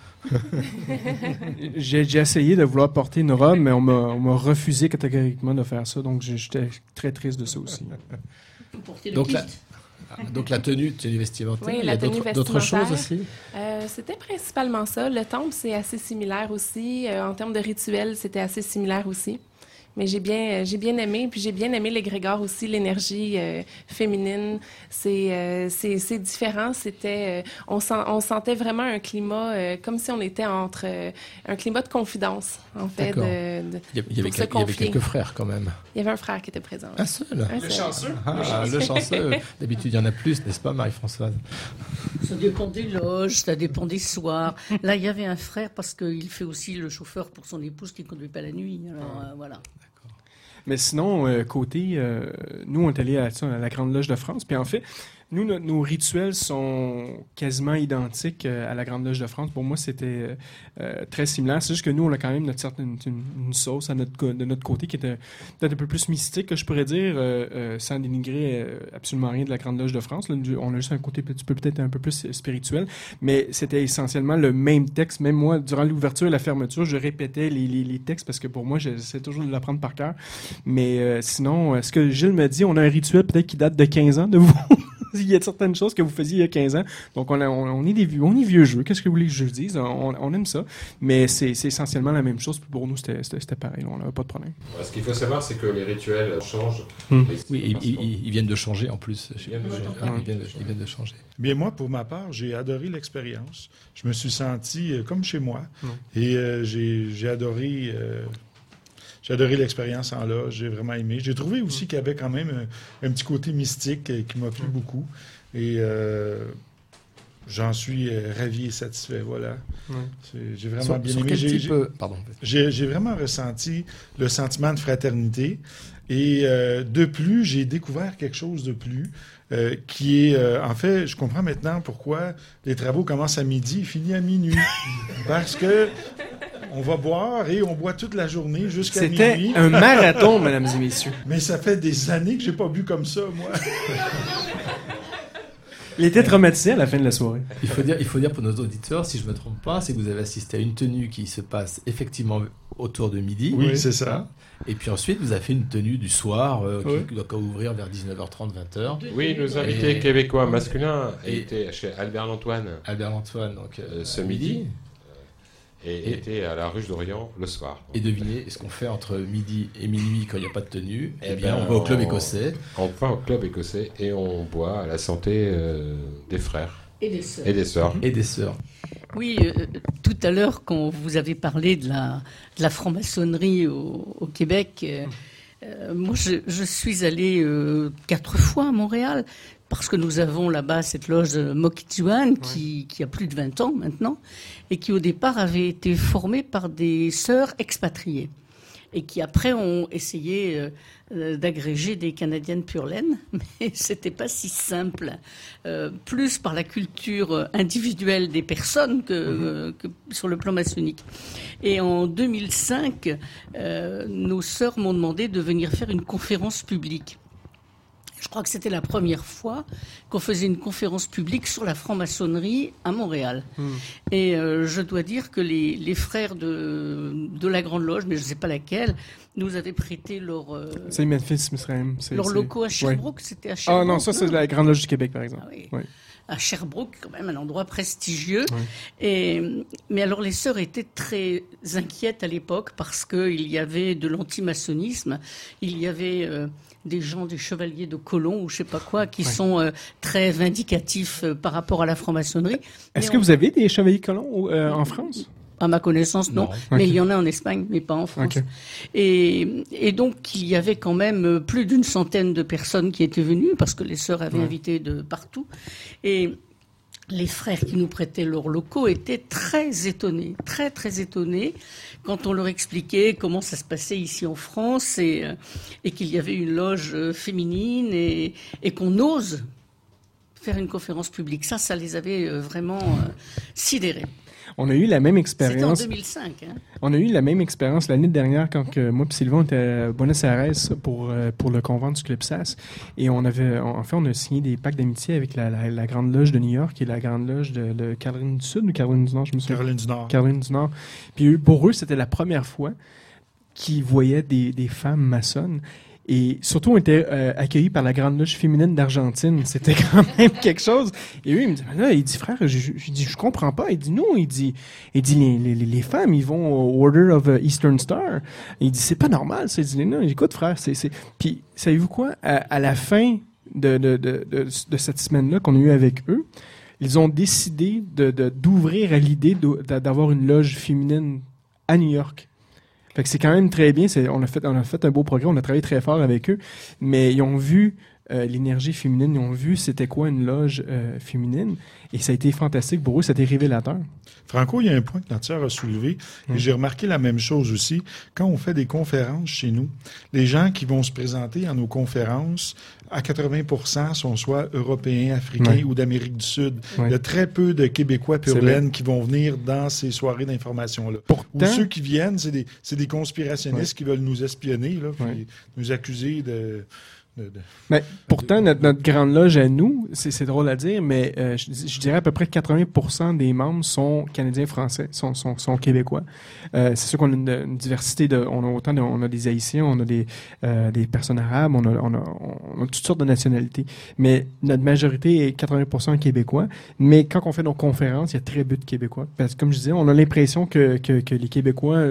j'ai, j'ai essayé de vouloir porter une robe, mais on m'a, on m'a refusé catégoriquement de faire ça, donc j'étais très triste de ça aussi. Donc la, donc la tenue, tenue vestimentaire, Oui, il y la a tenue d'autres, d'autres choses vestimentaire. aussi? Euh, c'était principalement ça. Le temple, c'est assez similaire aussi. Euh, en termes de rituel, c'était assez similaire aussi. Mais j'ai bien, j'ai bien aimé, puis j'ai bien aimé l'égrégore aussi, l'énergie euh, féminine. C'est, euh, c'est, c'est différent. C'était, euh, on, sent, on sentait vraiment un climat euh, comme si on était entre euh, un climat de confidence, en fait. D'accord. De, de, Il y, a- il y avait, pour se quel- il y avait confier. quelques frères quand même. Il y avait un frère qui était présent. Un seul. Un Le seul. chanceux. Ah, le chanceux. D'habitude, il y en a plus, n'est-ce pas, Marie-Françoise? Ça dépend des loges, ça dépend des soirs. Là, il y avait un frère parce qu'il fait aussi le chauffeur pour son épouse qui ne conduit pas la nuit. Alors, euh, voilà. Mais sinon, euh, côté, euh, nous, on est allés à, à la Grande Loge de France. Puis en fait, nous, no- nos rituels sont quasiment identiques euh, à la Grande Loge de France. Pour moi, c'était euh, euh, très similaire. C'est juste que nous, on a quand même notre certaine, une, une sauce à notre, co- de notre côté qui était peut-être un peu plus mystique, que je pourrais dire, euh, euh, sans dénigrer euh, absolument rien de la Grande Loge de France. Là, on a juste un côté petit peu peut-être un peu plus spirituel, mais c'était essentiellement le même texte. Même moi, durant l'ouverture et la fermeture, je répétais les, les, les textes parce que pour moi, j'essaie toujours de l'apprendre par cœur. Mais euh, sinon, ce que Gilles me dit, on a un rituel peut-être qui date de quinze ans de vous. Il y a certaines choses que vous faisiez il y a quinze ans. Donc, on, a, on, on est des vieux, on est vieux jeux. Qu'est-ce que vous voulez que je dise? On, on aime ça. Mais c'est, c'est essentiellement la même chose. Puis pour nous, c'était, c'était, c'était pareil. On n'avait pas de problème. Ce qu'il faut savoir, c'est que les rituels changent. Hmm. Oui, ils, ils- ils viennent de changer en plus. Ils viennent de changer. Ah, ils viennent de- ils viennent de changer. Bien, moi, pour ma part, j'ai adoré l'expérience. Je me suis senti euh, comme chez moi. Mm. Et euh, j'ai, j'ai adoré... euh, J'ai adoré l'expérience en loge, j'ai vraiment aimé. J'ai trouvé aussi qu'il y avait quand même un, un petit côté mystique euh, qui m'a plu beaucoup. Et euh, j'en suis euh, ravi et satisfait, voilà. Ouais. C'est- j'ai vraiment Sur- bien sur aimé. quel J'ai, type, j'ai- euh, pardon. j'ai, j'ai vraiment ressenti le sentiment de fraternité. Et euh, de plus, j'ai découvert quelque chose de plus euh, qui est... euh, en fait, je comprends maintenant pourquoi les travaux commencent à midi et finissent à minuit. Parce que on va boire et on boit toute la journée jusqu'à C'était minuit. un marathon, mesdames et messieurs. Mais ça fait des années que j'ai pas bu comme ça, moi. Il était traumatisé à la fin de la soirée. Il faut dire, il faut dire pour nos auditeurs, si je ne me trompe pas, c'est que vous avez assisté à une tenue qui se passe effectivement autour de midi. Oui, c'est ça. Hein. Et puis ensuite, vous avez fait une tenue du soir euh, qui Oui. doit ouvrir vers dix-neuf heures trente, vingt heures. Oui, nos invités Et- québécois masculins et- étaient chez Albert Antoine Albert Antoine, donc euh, euh, ce à midi et, Et- étaient à la Ruche d'Orient le soir. Et devinez ce qu'on fait entre midi et minuit quand il n'y a pas de tenue. Eh, Eh bien, ben, on va au club on- écossais. On va au club écossais et on boit à la santé euh, des frères Et des sœurs. et des sœurs. Et des sœurs. Oui, euh, tout à l'heure, quand vous avez parlé de la, de la franc-maçonnerie au, au Québec, euh, euh, moi, je, je suis allée euh, quatre fois à Montréal, parce que nous avons là-bas cette loge de Mokituan, qui, qui a plus de vingt ans maintenant, et qui au départ avait été formée par des sœurs expatriées, et qui après ont essayé euh, euh, d'agréger des Canadiennes pure laine, mais c'était pas si simple. Euh, plus par la culture individuelle des personnes que, euh, que sur le plan maçonnique. Et en deux mille cinq, euh, nos sœurs m'ont demandé de venir faire une conférence publique. Je crois que c'était la première fois qu'on faisait une conférence publique sur la franc-maçonnerie à Montréal. Hmm. Et euh, je dois dire que les, les frères de, de la Grande Loge, mais je ne sais pas laquelle, nous avaient prêté leur, euh, C'est Memphis, Misraim. C'est, leurs c'est- locaux à ouais. Sherbrooke. C'était à Sherbrooke. Ah non, ça, c'est la Grande Loge du Québec, par exemple. Ah oui. Oui. à Sherbrooke, quand même un endroit prestigieux. Oui. Et, mais alors les sœurs étaient très inquiètes à l'époque parce qu'il y avait de l'antimaçonnisme, il y avait euh, des gens, des chevaliers de colons ou je sais pas quoi, qui Oui. sont euh, très vindicatifs euh, par rapport à la franc-maçonnerie. Est-ce Mais que on- vous avez des chevaliers colons euh, en France? À ma connaissance, non. Non. Mais Ok. il y en a en Espagne, mais pas en France. Ok. Et, et donc, il y avait quand même plus d'une centaine de personnes qui étaient venues, parce que les sœurs avaient Ouais. invité de partout. Et les frères qui nous prêtaient leurs locaux étaient très étonnés, très, très étonnés, quand on leur expliquait comment ça se passait ici en France, et, euh, et qu'il y avait une loge euh, féminine, et, et qu'on ose faire une conférence publique. Ça, ça les avait euh, vraiment euh, sidérés. On a eu la même C'était en expérience. deux mille cinq. Hein. On a eu la même expérience l'année dernière quand que moi et Sylvain était à Buenos Aires pour, euh, pour le convent du Club S A S. Et on avait, en fait, on a signé des pactes d'amitié avec la, la, la Grande Loge de New York et la Grande Loge de, de Caroline du Sud ou Caroline du Nord, je me souviens. Caroline du Nord. Caroline du Nord. Puis eux, pour eux, c'était la première fois qu'ils voyaient des, des femmes maçonnes. Et surtout, on était euh, accueillis par la Grande Loge féminine d'Argentine. C'était quand même quelque chose. Et lui, il me dit, mais là, il dit, frère, je, je, je, dis, je comprends pas. Il dit, non, il dit, il dit les, les, les femmes, ils vont au Order of Eastern Star. Il dit, c'est pas normal. Ça. Il dit, non, écoute, frère, c'est... c'est... Puis, savez-vous quoi? À, à la fin de, de, de, de, de cette semaine-là qu'on a eue avec eux, ils ont décidé de, de, d'ouvrir à l'idée de, d'avoir une loge féminine à New York. Fait que c'est quand même très bien. C'est, on, a fait, on a fait un beau progrès. On a travaillé très fort avec eux. Mais ils ont vu euh, l'énergie féminine. Ils ont vu c'était quoi une loge euh, féminine. Et ça a été fantastique pour eux. C'était révélateur. Franco, il y a un point que notre sœur a soulevé. Hum. Et j'ai remarqué la même chose aussi. Quand on fait des conférences chez nous, les gens qui vont se présenter à nos conférences, à quatre-vingts pour cent sont soit européens, africains Ouais. ou d'Amérique du Sud. Ouais. Il y a très peu de Québécois pur C'est vrai. laine qui vont venir dans ces soirées d'information-là. Pourtant, Ou ceux qui viennent, c'est des, c'est des conspirationnistes Ouais. qui veulent nous espionner, là, puis Ouais. nous accuser de... de- de- mais pourtant, notre, notre grande loge à nous, c'est, c'est drôle à dire, mais euh, je, je dirais à peu près quatre-vingts pour cent des membres sont canadiens-français, sont, sont, sont québécois. Euh, c'est sûr qu'on a une, une diversité de, on a autant de, on a des Haïtiens, on a des, euh, des personnes arabes, on a, on, a, on a toutes sortes de nationalités. Mais notre majorité est quatre-vingts pour cent québécois. Mais quand on fait nos conférences, il y a très peu de Québécois. Parce que comme je disais, on a l'impression que, que, que les Québécois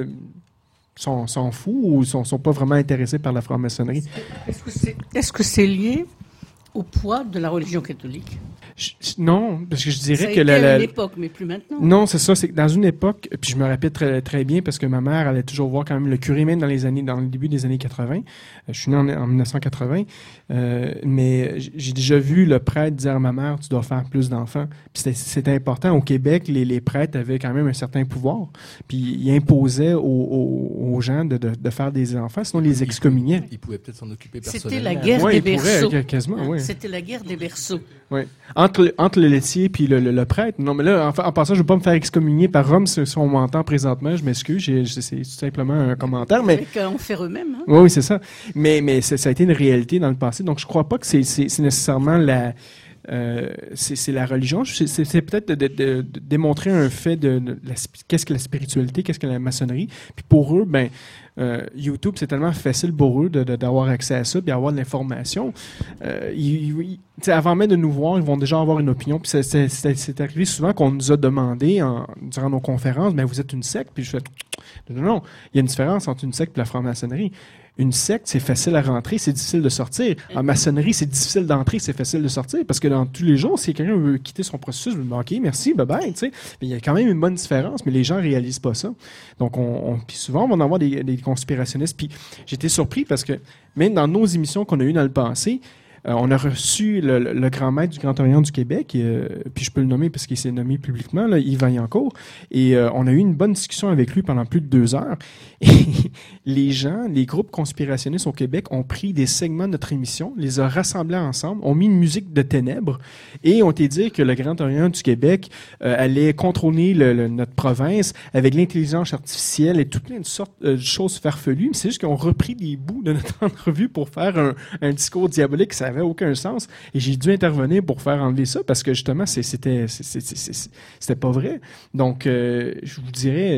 s'en, s'en foutent ou sont, sont pas vraiment intéressés par la franc-maçonnerie. Est-ce que c'est, est-ce que c'est lié au poids de la religion catholique? Je- je- non, parce que je Ça a dirais que été la, à la- une époque, mais plus maintenant. non, c'est ça, c'est que dans une époque, puis je me rappelle très, très bien parce que ma mère allait toujours voir quand même le curé, même dans les années, dans le début des années quatre-vingts. Euh, je suis né en, en dix-neuf cent quatre-vingts, euh, mais j- j'ai déjà vu le prêtre dire à ma mère, tu dois faire plus d'enfants. Puis c'était, c'était important. Au Québec, les, les prêtres avaient quand même un certain pouvoir. Puis ils imposaient aux, aux, aux gens de, de, de faire des enfants, sinon ils les excommuniaient. Il pouvait peut-être s'en occuper C'était personnellement. la guerre Ouais, des il pourrait, berceaux. qu- quasiment, Hein, oui. C'était la guerre des berceaux. Ouais. Entre, le- entre le laitier et le, le, le prêtre. Non, mais là, en, fa- en passant, je ne veux pas me faire excommunier par Rome si, si on m'entend présentement. Je m'excuse. J'ai, j'ai- c'est tout simplement un commentaire. Mais Avec à en faire eux-mêmes. Hein. oui, oui, c'est ça. Mais, mais c'est- ça a été une réalité dans le passé. Donc, je crois pas que c'est, c'est, c'est nécessairement la, euh, c'est, c'est la religion. C'est, c'est, c'est peut-être de, de- de- de démontrer un fait de, de la spi- qu'est-ce que la spiritualité, qu'est-ce que la maçonnerie. Puis pour eux, ben, euh, YouTube, c'est tellement facile pour eux de, de- d'avoir accès à ça, puis avoir de l'information. Euh, ils- ils- tu sais, avant même de nous voir, ils vont déjà avoir une opinion. Puis c'est, c'est, c'est, c'est arrivé souvent qu'on nous a demandé en, durant nos conférences, ben vous êtes une secte. Puis je fais, non, non, non. Il y a une différence entre une secte et la franc-maçonnerie. Une secte, c'est facile à rentrer, c'est difficile de sortir. En maçonnerie, c'est difficile d'entrer, c'est facile de sortir. Parce que dans tous les jours, si quelqu'un veut quitter son processus, je me dis, OK, merci, bye bye, tu sais. Mais il y a quand même une bonne différence, mais les gens réalisent pas ça. Donc, on, on- puis souvent, on va en avoir des, des conspirationnistes. Puis j'étais surpris parce que même dans nos émissions qu'on a eues dans le passé, euh, on a reçu le, le- le grand maître du Grand Orient du Québec, euh, puis je peux le nommer parce qu'il s'est nommé publiquement, là, Yves Vaillancourt, et euh, on a eu une bonne discussion avec lui pendant plus de deux heures. Et les gens, les groupes conspirationnistes au Québec ont pris des segments de notre émission, les ont rassemblés ensemble, ont mis une musique de ténèbres et ont été dire que le Grand Orient du Québec euh, allait contrôler le- le- notre province avec l'intelligence artificielle et toutes plein de sortes euh, de choses farfelues. Mais c'est juste qu'ils ont repris des bouts de notre entrevue pour faire un, un discours diabolique. Ça n'avait aucun sens. Et j'ai dû intervenir pour faire enlever ça parce que justement, c'est- c'était, c'est- c'est- c'est- c'est- c'était pas vrai. Donc, euh, je vous dirais...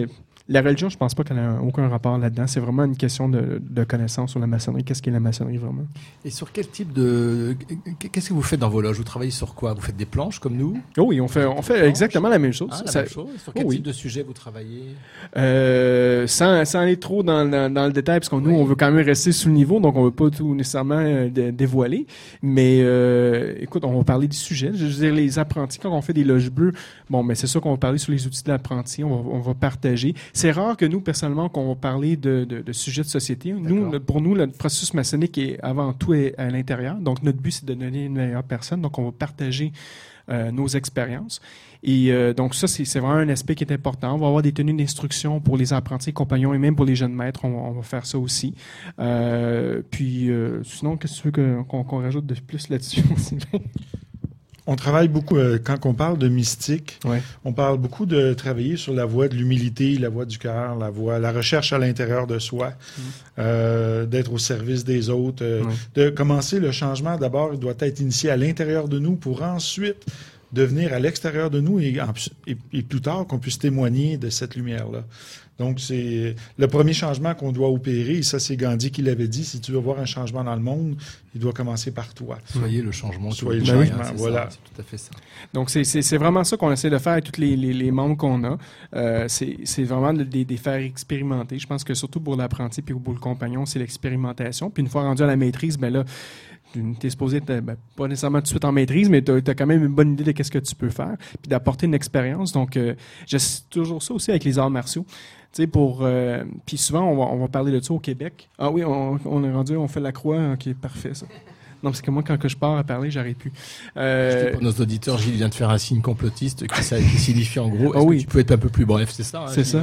La religion, je pense pas qu'elle a aucun rapport là-dedans. C'est vraiment une question de, de connaissance sur la maçonnerie. Qu'est-ce qu'est la maçonnerie vraiment? Et sur quel type de... Qu'est-ce que vous faites dans vos loges? Vous travaillez sur quoi? Vous faites des planches comme nous? Oh oui, on fait, on fait exactement la même chose. Ah, la Ça... même chose. Sur quel oh, type oui. de sujet vous travaillez? euh, sans, sans aller trop dans, dans, dans le détail, parce que nous, oui. on veut quand même rester sous le niveau, donc on ne veut pas tout nécessairement euh, dé- dévoiler. Mais euh, écoute, on va parler du sujet. Je veux dire, les apprentis, quand on fait des loges bleues, bon, mais c'est sûr qu'on va parler sur les outils d'apprenti, on va, on va partager. C'est rare que nous, personnellement, qu'on va parler de, de, de sujets de société. Nous, le, pour nous, le processus maçonnique est avant tout à l'intérieur. Donc, notre but, c'est de donner une meilleure personne. Donc, on va partager euh, nos expériences. Et euh, donc, ça, c'est, c'est vraiment un aspect qui est important. On va avoir des tenues d'instruction pour les apprentis, compagnons et même pour les jeunes maîtres. On, on va faire ça aussi. Euh, puis, euh, sinon, qu'est-ce que tu veux que, qu'on, qu'on rajoute de plus là-dessus? On travaille beaucoup, euh, quand on parle de mystique, ouais. on parle beaucoup de travailler sur la voie de l'humilité, la voie du cœur, la voie, la recherche à l'intérieur de soi, mmh. euh, d'être au service des autres, euh, ouais. de commencer le changement. D'abord, il doit être initié à l'intérieur de nous pour ensuite devenir à l'extérieur de nous et, et, et plus tard qu'on puisse témoigner de cette lumière-là. Donc, c'est le premier changement qu'on doit opérer. Et ça, c'est Gandhi qui l'avait dit. Si tu veux voir un changement dans le monde, il doit commencer par toi. Soyez le changement. Soyez le ben changement, oui, c'est voilà. Ça, c'est tout à fait ça. Donc, c'est, c'est, c'est vraiment ça qu'on essaie de faire avec tous les, les, les membres qu'on a. Euh, c'est, c'est vraiment de les faire expérimenter. Je pense que surtout pour l'apprenti puis pour le compagnon, c'est l'expérimentation. Puis une fois rendu à la maîtrise, ben là, tu es supposé être, ben, pas nécessairement tout de suite en maîtrise, mais tu as quand même une bonne idée de ce que tu peux faire, puis d'apporter une expérience. Donc, euh, j'essaie toujours ça aussi avec les arts martiaux. Tu sais, pour... Euh, puis souvent, on va, on va parler de ça au Québec. Ah oui, on, on est rendu, on fait la croix. OK, parfait, ça. Non, parce que moi, quand que je pars à parler, j'arrive plus. Euh... Pour nos auditeurs, Gilles vient de faire un signe complotiste qui, ça, qui signifie en gros, est-ce oh oui. que tu peux être un peu plus bref, c'est ça? Hein, c'est Gilles,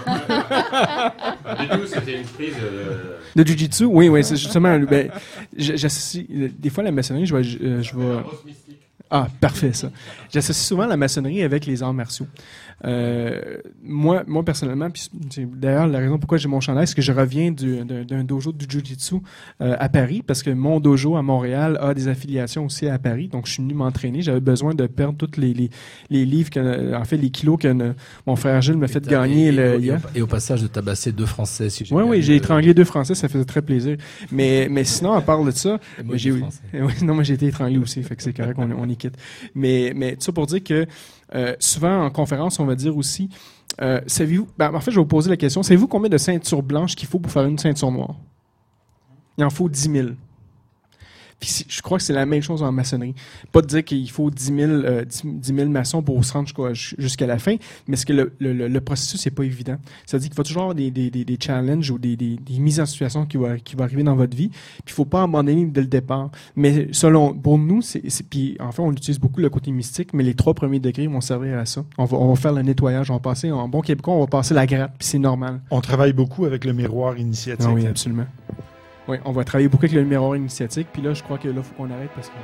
ça. Du tout, c'était une prise de... De Jiu-Jitsu? Oui, oui, c'est justement... Ben, j'associe... Des fois, la maçonnerie, je vais... Je, je vais... Ah, parfait, ça. J'associe souvent la maçonnerie avec les arts martiaux. Euh, moi, moi, personnellement, puis d'ailleurs, la raison pourquoi j'ai mon chandail, c'est que je reviens du, d'un, d'un dojo de Jiu-Jitsu euh, à Paris, parce que mon dojo à Montréal a des affiliations aussi à Paris. Donc, je suis venu m'entraîner. J'avais besoin de perdre tous les, les, les livres, que, en fait, les kilos que ne, mon frère Gilles m'a fait gagner. Et, le, et, et, au, et au passage de tabasser deux Français, si j'ai Oui, oui, vu, j'ai euh... étranglé deux Français, ça faisait très plaisir. Mais, mais sinon, à part de ça, moi, j'ai, oui, non, moi, j'ai été étranglé aussi, fait que c'est correct, on, on y quitte. Mais, mais tout ça pour dire que euh, souvent, en conférence, on va dire aussi, euh, savez-vous, ben, en fait, je vais vous poser la question, savez-vous combien de ceintures blanches qu'il faut pour faire une ceinture noire? Il en faut dix mille. Puis je crois que c'est la même chose en maçonnerie. Pas de dire qu'il faut dix mille, euh, dix mille maçons pour se rendre jusqu'à, jusqu'à la fin, mais c'est que le, le, le processus n'est pas évident. Ça veut dire qu'il faut toujours avoir des, des, des, des challenges ou des, des, des mises en situation qui vont qui va arriver dans votre vie. Puis il ne faut pas abandonner dès le départ. Mais selon, pour nous, c'est, c'est, puis en fait, on utilise beaucoup le côté mystique, mais les trois premiers degrés vont servir à ça. On va, on va faire le nettoyage, on va passer, en bon québécois, on va passer la gratte, puis c'est normal. On travaille beaucoup avec le miroir initiatique. Ah oui, absolument. Oui, on va travailler beaucoup avec le miroir initiatique, puis là, je crois que là, il faut qu'on arrête parce que...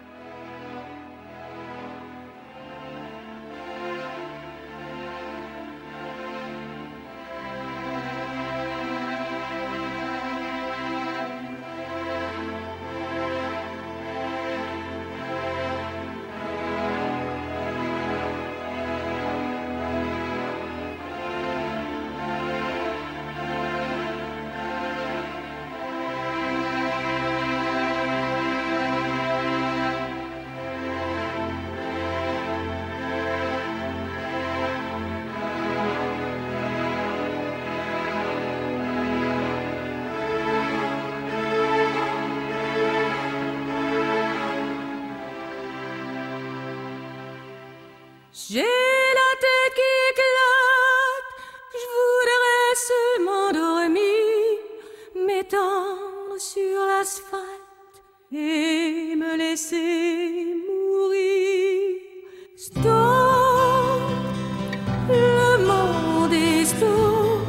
J'ai la tête qui éclate, je voudrais seulement dormir, m'étendre sur l'asphalte et me laisser mourir. Stop, le monde est stop,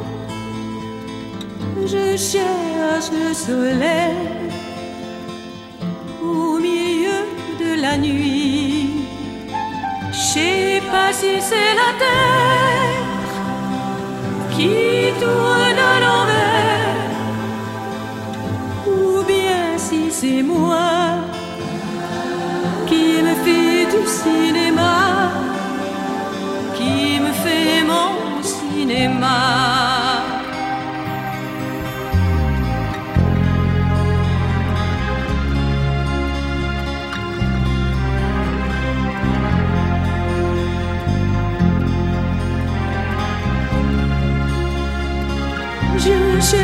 je cherche le soleil au milieu de la nuit. Je sais pas si c'est la terre qui tourne à l'envers ou bien si c'est moi qui me fais du cinéma, qui me fait mon cinéma.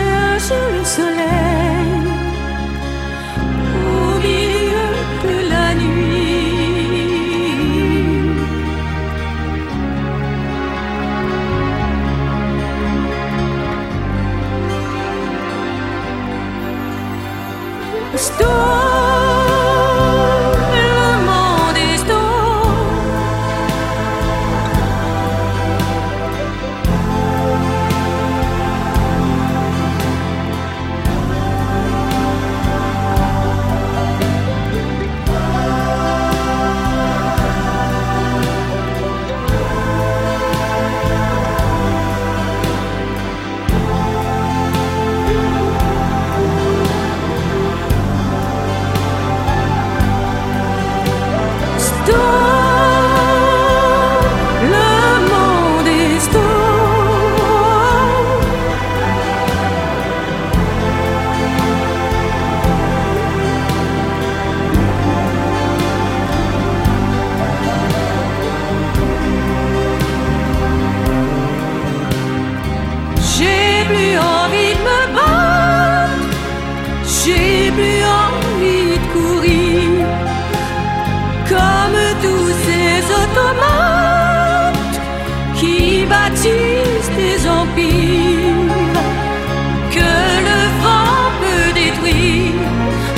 cherche le soleil au milieu de la nuit. Storm, le monde est storm. J'ai plus envie de me battre, j'ai plus envie de courir, comme tous ces automates qui bâtissent des empires que le vent peut détruire,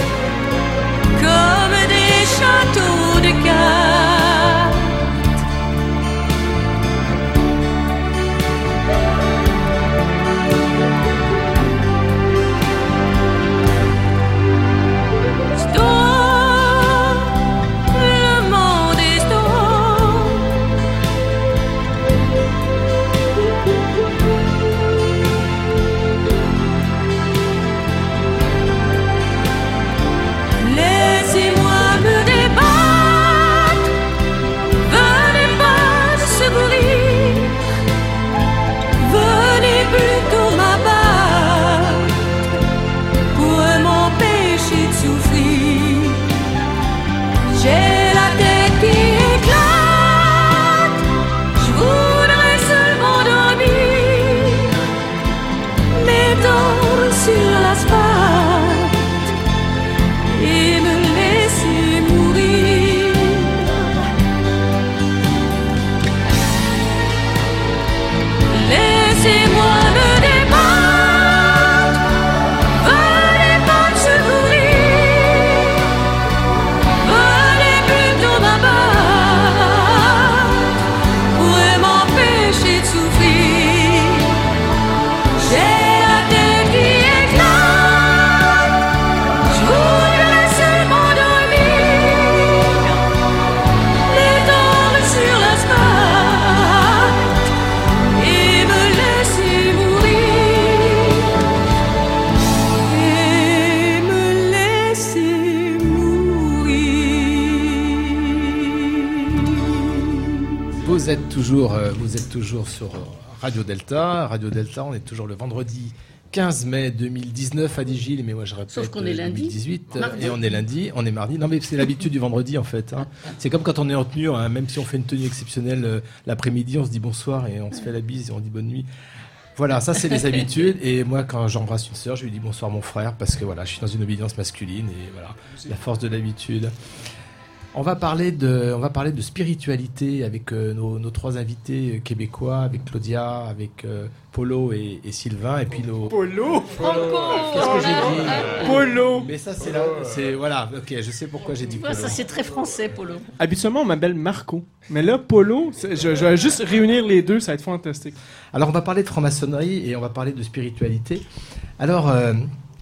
comme des châteaux de cartes. Vous êtes toujours, euh, vous êtes toujours sur euh, Radio Delta. Radio Delta, on est toujours le vendredi quinze mai deux mille dix-neuf à Digil, mais moi je répète Sauf qu'on est euh, lundi. deux mille dix-huit, euh, Mardi. et on est lundi, on est mardi. Non mais c'est l'habitude du vendredi en fait. Hein. C'est comme quand on est en tenue, hein, même si on fait une tenue exceptionnelle euh, l'après-midi, on se dit bonsoir et on se fait la bise et on dit bonne nuit. Voilà, ça c'est les habitudes. Et moi, quand j'embrasse une sœur, je lui dis bonsoir mon frère, parce que voilà, je suis dans une obédience masculine et voilà, la force de l'habitude. On va parler de, on va parler de spiritualité avec euh, nos, nos trois invités euh, québécois, avec Claudia, avec euh, Polo et, et Sylvain, et puis nos. Polo. Qu'est-ce que j'ai dit? Polo. Mais ça c'est là, c'est voilà, ok, je sais pourquoi j'ai dit Tu vois, Polo. ça c'est très français, Polo. Habituellement, on m'appelle Marco. Mais là, Polo, c'est- je, je vais juste réunir les deux, ça va être fantastique. Alors on va parler de franc-maçonnerie et on va parler de spiritualité. Alors. Euh,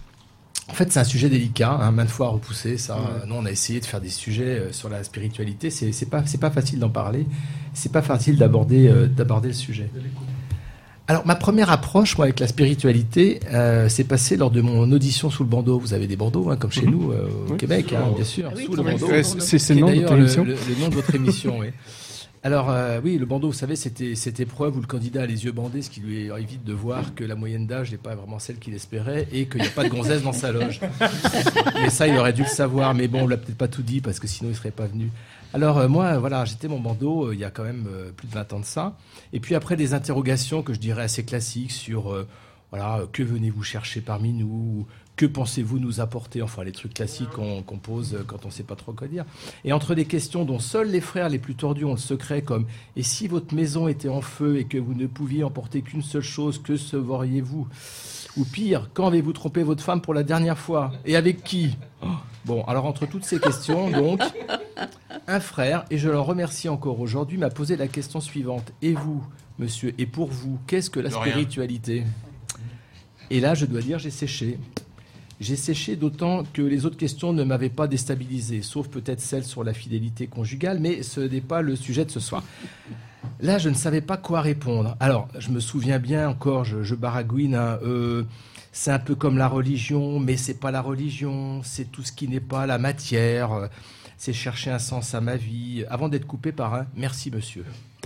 En fait, c'est un sujet délicat, hein, maintes fois repoussé. Ça, Ouais. nous, on a essayé de faire des sujets euh, sur la spiritualité. C'est, c'est pas, c'est pas facile d'en parler. C'est pas facile d'aborder, euh, d'aborder le sujet. Alors, ma première approche, moi, avec la spiritualité, euh, s'est passée lors de mon audition sous le bandeau. Vous avez des bandeaux, hein, comme chez Mhm. nous euh, au Oui. Québec, hein, bien sûr, Ah oui, sous le quand même. bandeau. Euh, c'est c'est Qui le est nom de d'ailleurs votre le, émission. le- le nom de votre émission, oui. Alors, euh, oui, le bandeau, vous savez, c'était cette épreuve où le candidat a les yeux bandés, ce qui lui évite de voir que la moyenne d'âge n'est pas vraiment celle qu'il espérait et qu'il n'y a pas de gonzesse dans sa loge. Mais ça, il aurait dû le savoir. Mais bon, on ne l'a peut-être pas tout dit parce que sinon, il ne serait pas venu. Alors, euh, moi, voilà, j'étais mon bandeau euh, il y a quand même euh, plus de vingt ans de ça. Et puis après, des interrogations que je dirais assez classiques sur... euh, voilà, que venez-vous chercher parmi nous ? Que pensez-vous nous apporter ? Enfin, les trucs classiques qu'on, qu'on pose quand on ne sait pas trop quoi dire. Et entre des questions dont seuls les frères les plus tordus ont le secret, comme « Et si votre maison était en feu et que vous ne pouviez emporter qu'une seule chose, que sauveriez-vous » Ou pire, « Quand avez-vous trompé votre femme pour la dernière fois ? Et avec qui ?» oh. Bon, alors entre toutes ces questions, donc, un frère, et je l'en remercie encore aujourd'hui, m'a posé la question suivante. « Et vous, monsieur, et pour vous, qu'est-ce que la spiritualité ?» Et là, je dois dire, j'ai séché. J'ai séché d'autant que les autres questions ne m'avaient pas déstabilisé, sauf peut-être celle sur la fidélité conjugale, mais ce n'est pas le sujet de ce soir. Là, je ne savais pas quoi répondre. Alors, je me souviens bien encore, je, je baragouine, hein, euh, c'est un peu comme la religion, mais c'est pas la religion, c'est tout ce qui n'est pas la matière, c'est chercher un sens à ma vie, avant d'être coupé par un « merci monsieur ».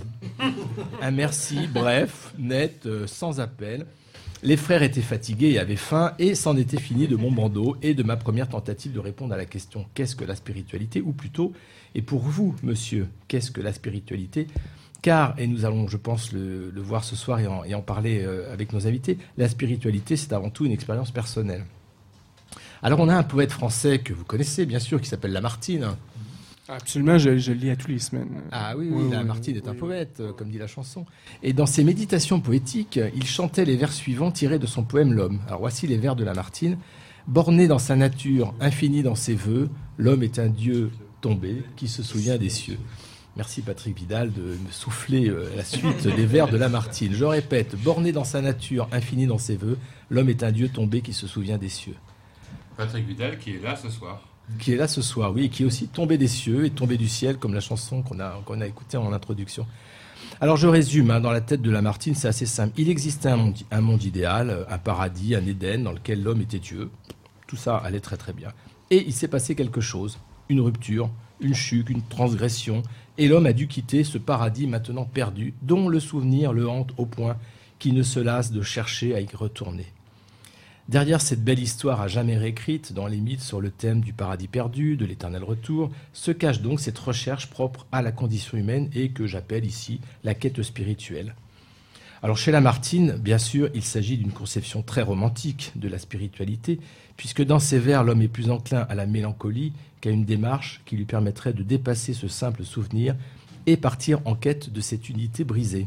Un merci, bref, net, euh, sans appel. Les frères étaient fatigués et avaient faim, et c'en était fini de mon bandeau et de ma première tentative de répondre à la question « Qu'est-ce que la spiritualité ?» ou plutôt « Et pour vous, monsieur, qu'est-ce que la spiritualité ?» Car, et nous allons, je pense, le, le voir ce soir et en, et en parler euh, avec nos invités, la spiritualité, c'est avant tout une expérience personnelle. Alors, on a un poète français que vous connaissez, bien sûr, qui s'appelle Lamartine. Absolument, je, je le lis à toutes les semaines. Ah oui, oui, oui Lamartine oui, est un oui, poète, oui. comme dit la chanson. Et dans ses méditations poétiques, il chantait les vers suivants tirés de son poème « L'homme ». Alors voici les vers de Lamartine. « Borné dans sa nature, infini dans ses voeux, l'homme est un dieu tombé qui se souvient des cieux. » Merci Patrick Vidal de me souffler euh, la suite des vers de Lamartine. Je répète, borné dans sa nature, infini dans ses voeux, l'homme est un dieu tombé qui se souvient des cieux. Patrick Vidal qui est là ce soir. Qui est là ce soir, oui, et qui est aussi tombé des cieux et tombé du ciel, comme la chanson qu'on a, qu'on a écoutée en introduction. Alors je résume, hein, dans la tête de Lamartine, c'est assez simple. Il existait un monde, un monde idéal, un paradis, un Éden, dans lequel l'homme était Dieu. Tout ça allait très très bien. Et il s'est passé quelque chose, une rupture, une chute, une transgression, et l'homme a dû quitter ce paradis maintenant perdu, dont le souvenir le hante au point qu'il ne se lasse de chercher à y retourner. Derrière cette belle histoire à jamais réécrite dans les mythes sur le thème du paradis perdu, de l'éternel retour, se cache donc cette recherche propre à la condition humaine et que j'appelle ici la quête spirituelle. Alors chez Lamartine, bien sûr, il s'agit d'une conception très romantique de la spiritualité, puisque dans ses vers, l'homme est plus enclin à la mélancolie qu'à une démarche qui lui permettrait de dépasser ce simple souvenir et partir en quête de cette unité brisée.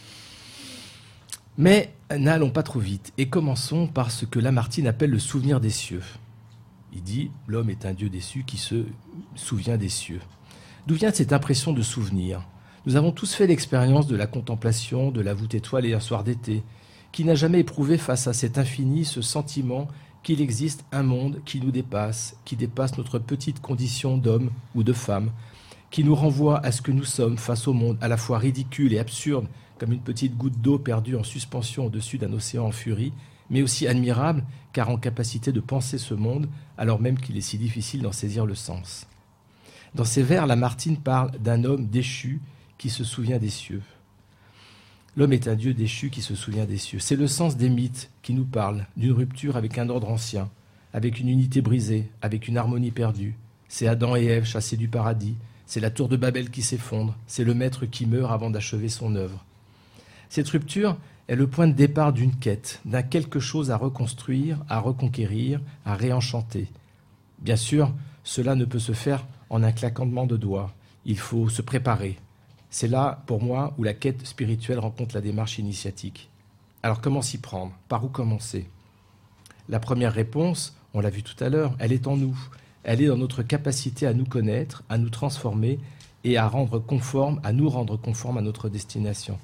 Mais n'allons pas trop vite et commençons par ce que Lamartine appelle le souvenir des cieux. Il dit « L'homme est un dieu déçu qui se souvient des cieux ». D'où vient cette impression de souvenir ? Nous avons tous fait l'expérience de la contemplation de la voûte étoilée un soir d'été. Qui n'a jamais éprouvé face à cet infini ce sentiment qu'il existe un monde qui nous dépasse, qui dépasse notre petite condition d'homme ou de femme, qui nous renvoie à ce que nous sommes face au monde, à la fois ridicule et absurde, comme une petite goutte d'eau perdue en suspension au-dessus d'un océan en furie, mais aussi admirable, car en capacité de penser ce monde, alors même qu'il est si difficile d'en saisir le sens. Dans ces vers, Lamartine parle d'un homme déchu qui se souvient des cieux. L'homme est un dieu déchu qui se souvient des cieux. C'est le sens des mythes qui nous parlent d'une rupture avec un ordre ancien, avec une unité brisée, avec une harmonie perdue. C'est Adam et Ève chassés du paradis, c'est la tour de Babel qui s'effondre, c'est le maître qui meurt avant d'achever son œuvre. Cette rupture est le point de départ d'une quête, d'un quelque chose à reconstruire, à reconquérir, à réenchanter. Bien sûr, cela ne peut se faire en un claquement de doigts. Il faut se préparer. C'est là, pour moi, où la quête spirituelle rencontre la démarche initiatique. Alors comment s'y prendre ? Par où commencer ? La première réponse, on l'a vu tout à l'heure, elle est en nous. Elle est dans notre capacité à nous connaître, à nous transformer et à rendre conforme, à nous rendre conformes à notre destination.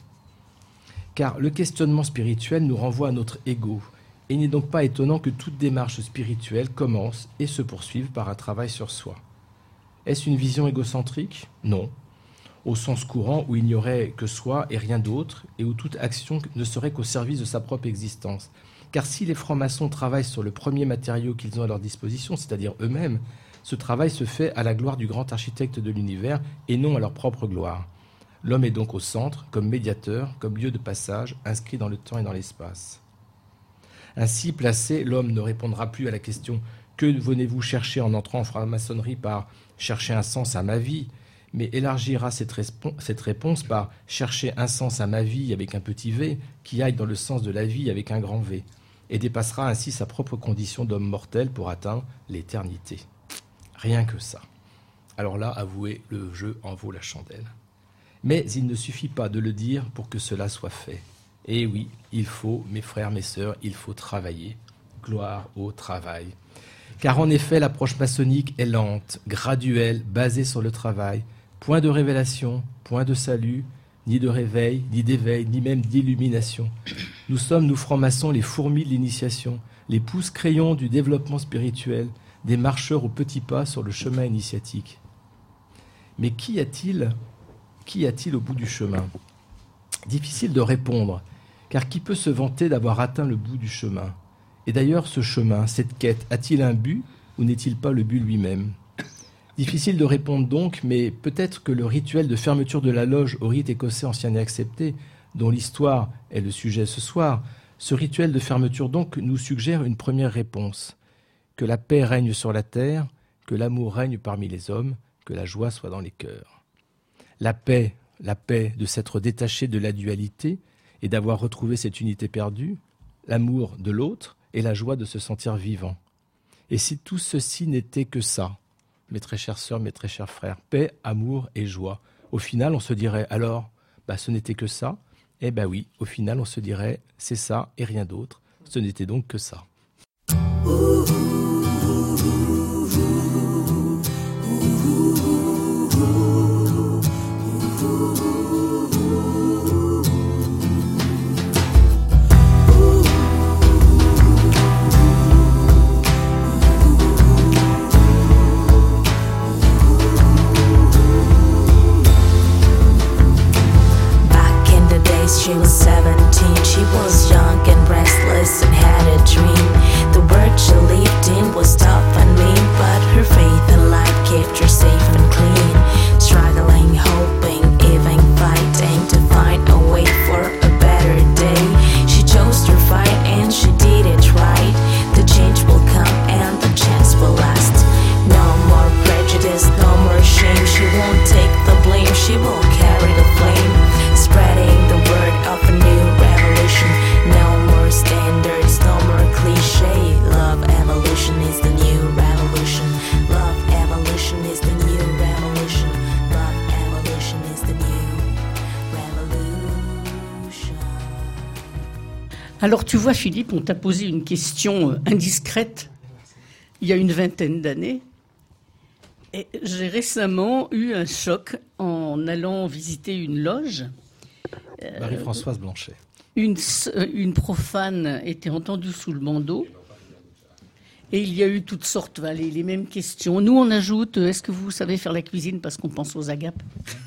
Car le questionnement spirituel nous renvoie à notre ego. Et il n'est donc pas étonnant que toute démarche spirituelle commence et se poursuive par un travail sur soi. Est-ce une vision égocentrique ? Non. Au sens courant où il n'y aurait que soi et rien d'autre, et où toute action ne serait qu'au service de sa propre existence. Car si les francs-maçons travaillent sur le premier matériau qu'ils ont à leur disposition, c'est-à-dire eux-mêmes, ce travail se fait à la gloire du grand architecte de l'univers et non à leur propre gloire. L'homme est donc au centre, comme médiateur, comme lieu de passage, inscrit dans le temps et dans l'espace. Ainsi placé, l'homme ne répondra plus à la question « Que venez-vous chercher en entrant en franc-maçonnerie » par « chercher un sens à ma vie », mais élargira cette, respo- cette réponse par « chercher un sens à ma vie » avec un petit V, qui aille dans le sens de la vie avec un grand V. et dépassera ainsi sa propre condition d'homme mortel pour atteindre l'éternité. Rien que ça. Alors là, avouez, le jeu en vaut la chandelle. Mais il ne suffit pas de le dire pour que cela soit fait. Et oui, il faut, mes frères, mes sœurs, il faut travailler. Gloire au travail. Car en effet, l'approche maçonnique est lente, graduelle, basée sur le travail. Point de révélation, point de salut, ni de réveil, ni d'éveil, ni même d'illumination. Nous sommes, nous francs-maçons, les fourmis de l'initiation, les pouces crayons du développement spirituel, des marcheurs aux petits pas sur le chemin initiatique. Mais qu'y a-t-il, qu'y a-t-il au bout du chemin ? Difficile de répondre, car qui peut se vanter d'avoir atteint le bout du chemin ? Et d'ailleurs, ce chemin, cette quête, a-t-il un but ou n'est-il pas le but lui-même ? Difficile de répondre donc, mais peut-être que le rituel de fermeture de la loge au rite écossais ancien et accepté, dont l'histoire est le sujet ce soir, ce rituel de fermeture donc nous suggère une première réponse. Que la paix règne sur la terre, que l'amour règne parmi les hommes, que la joie soit dans les cœurs. La paix, la paix de s'être détaché de la dualité et d'avoir retrouvé cette unité perdue, l'amour de l'autre et la joie de se sentir vivant. Et si tout ceci n'était que ça, mes très chères sœurs, mes très chers frères, paix, amour et joie. Au final, on se dirait, alors, bah, ce n'était que ça. Eh bien oui, au final, on se dirait, c'est ça et rien d'autre. Ce n'était donc que ça. She was seventeen, she was young and restless and had a dream. The world she lived in was tough and mean, but her faith in life kept her safe and clean. Struggling, hoping, even fighting to find a way for a better day. She chose to fight and she did it right. The change will come and the chance will last. No more prejudice, no more shame. She won't take the blame, she will carry the flame. Spreading the word of a new revolution. No more standards, no more cliche. Love evolution is the new revolution. Love evolution is the new revolution. Love evolution is the new revolution. Alors tu vois Philippe, on t'a posé une question indiscrète il y a une vingtaine d'années. Et j'ai récemment eu un choc en allant visiter une loge. Marie-Françoise Blanchet. Une, une profane était entendue sous le bandeau. Et il y a eu toutes sortes, les, les mêmes questions. Nous, on ajoute, est-ce que vous savez faire la cuisine parce qu'on pense aux agapes ?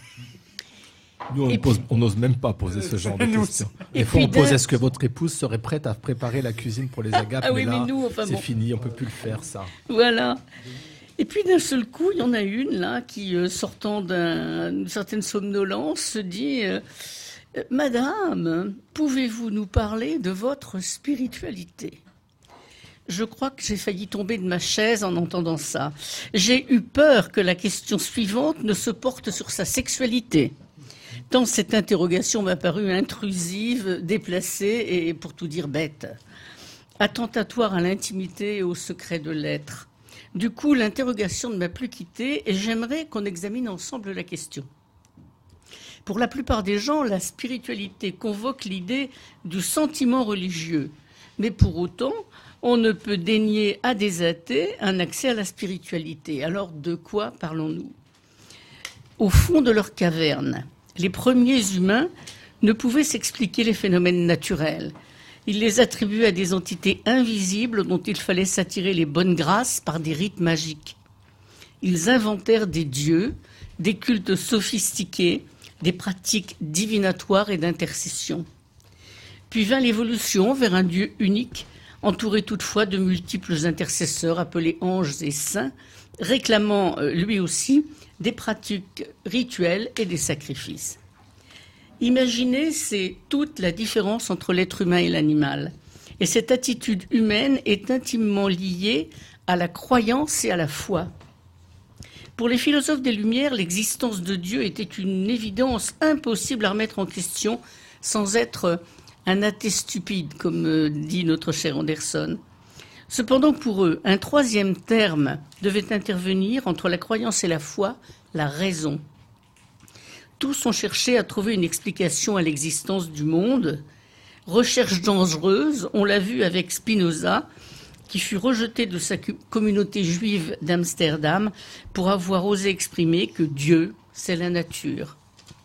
Nous, on n'ose même pas poser ce genre de questions. Des fois, on pose, est-ce que votre épouse serait prête à préparer la cuisine pour les agapes ? Ah oui, mais là, mais nous, enfin, c'est bon. fini, on ne peut plus le faire, ça. Voilà. Et puis d'un seul coup, il y en a une là qui, euh, sortant d'un, d'une certaine somnolence, se dit euh, « Madame, pouvez-vous nous parler de votre spiritualité ?» Je crois que j'ai failli tomber de ma chaise en entendant ça. J'ai eu peur que la question suivante ne se porte sur sa sexualité. Tant cette interrogation m'a paru intrusive, déplacée et, pour tout dire, bête. Attentatoire à l'intimité et au secret de l'être. Du coup, l'interrogation ne m'a plus quittée et j'aimerais qu'on examine ensemble la question. Pour la plupart des gens, la spiritualité convoque l'idée du sentiment religieux. Mais pour autant, on ne peut dénier à des athées un accès à la spiritualité. Alors, de quoi parlons-nous ? Au fond de leur caverne, les premiers humains ne pouvaient s'expliquer les phénomènes naturels. Ils les attribuaient à des entités invisibles dont il fallait s'attirer les bonnes grâces par des rites magiques. Ils inventèrent des dieux, des cultes sophistiqués, des pratiques divinatoires et d'intercession. Puis vint l'évolution vers un Dieu unique, entouré toutefois de multiples intercesseurs appelés anges et saints, réclamant lui aussi des pratiques rituelles et des sacrifices. Imaginer, c'est toute la différence entre l'être humain et l'animal. Et cette attitude humaine est intimement liée à la croyance et à la foi. Pour les philosophes des Lumières, l'existence de Dieu était une évidence impossible à remettre en question sans être un athée stupide, comme euh, dit notre cher Anderson. Cependant, pour eux, un troisième terme devait intervenir entre la croyance et la foi, la raison. Tous ont cherché à trouver une explication à l'existence du monde. Recherche dangereuse, on l'a vu avec Spinoza, qui fut rejeté de sa communauté juive d'Amsterdam pour avoir osé exprimer que Dieu, c'est la nature.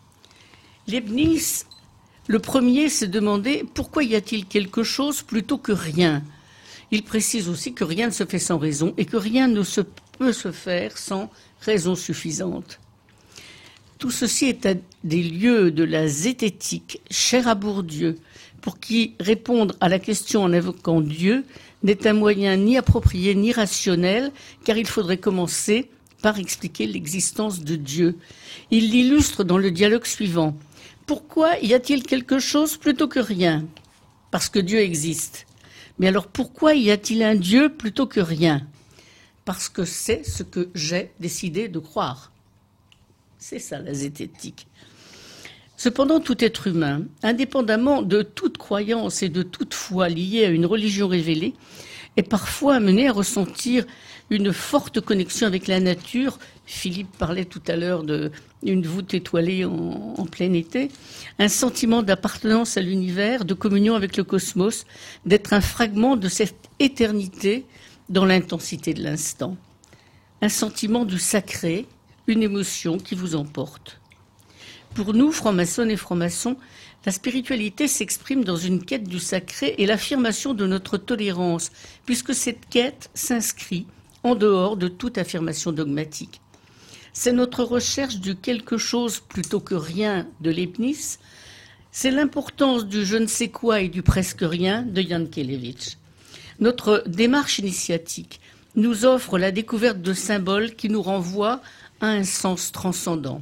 Leibniz, le premier, s'est demandé pourquoi y a-t-il quelque chose plutôt que rien. Il précise aussi que rien ne se fait sans raison et que rien ne se peut se faire sans raison suffisante. Tout ceci est à des lieux de la zététique, chère à Bourdieu, pour qui répondre à la question en invoquant Dieu n'est un moyen ni approprié ni rationnel, car il faudrait commencer par expliquer l'existence de Dieu. Il l'illustre dans le dialogue suivant. Pourquoi y a-t-il quelque chose plutôt que rien ? Parce que Dieu existe. Mais alors pourquoi y a-t-il un Dieu plutôt que rien ? Parce que c'est ce que j'ai décidé de croire. C'est ça la zététique. Cependant, tout être humain, indépendamment de toute croyance et de toute foi liée à une religion révélée, est parfois amené à ressentir une forte connexion avec la nature. Philippe parlait tout à l'heure d'une voûte étoilée en, en plein été, un sentiment d'appartenance à l'univers, de communion avec le cosmos, d'être un fragment de cette éternité dans l'intensité de l'instant. Un sentiment du sacré, une émotion qui vous emporte. Pour nous, francs-maçons et francs-maçons, la spiritualité s'exprime dans une quête du sacré et l'affirmation de notre tolérance, puisque cette quête s'inscrit en dehors de toute affirmation dogmatique. C'est notre recherche du quelque chose plutôt que rien de Leibniz, c'est l'importance du je ne sais quoi et du presque rien de Yankelevitch. Notre démarche initiatique nous offre la découverte de symboles qui nous renvoient à un sens transcendant.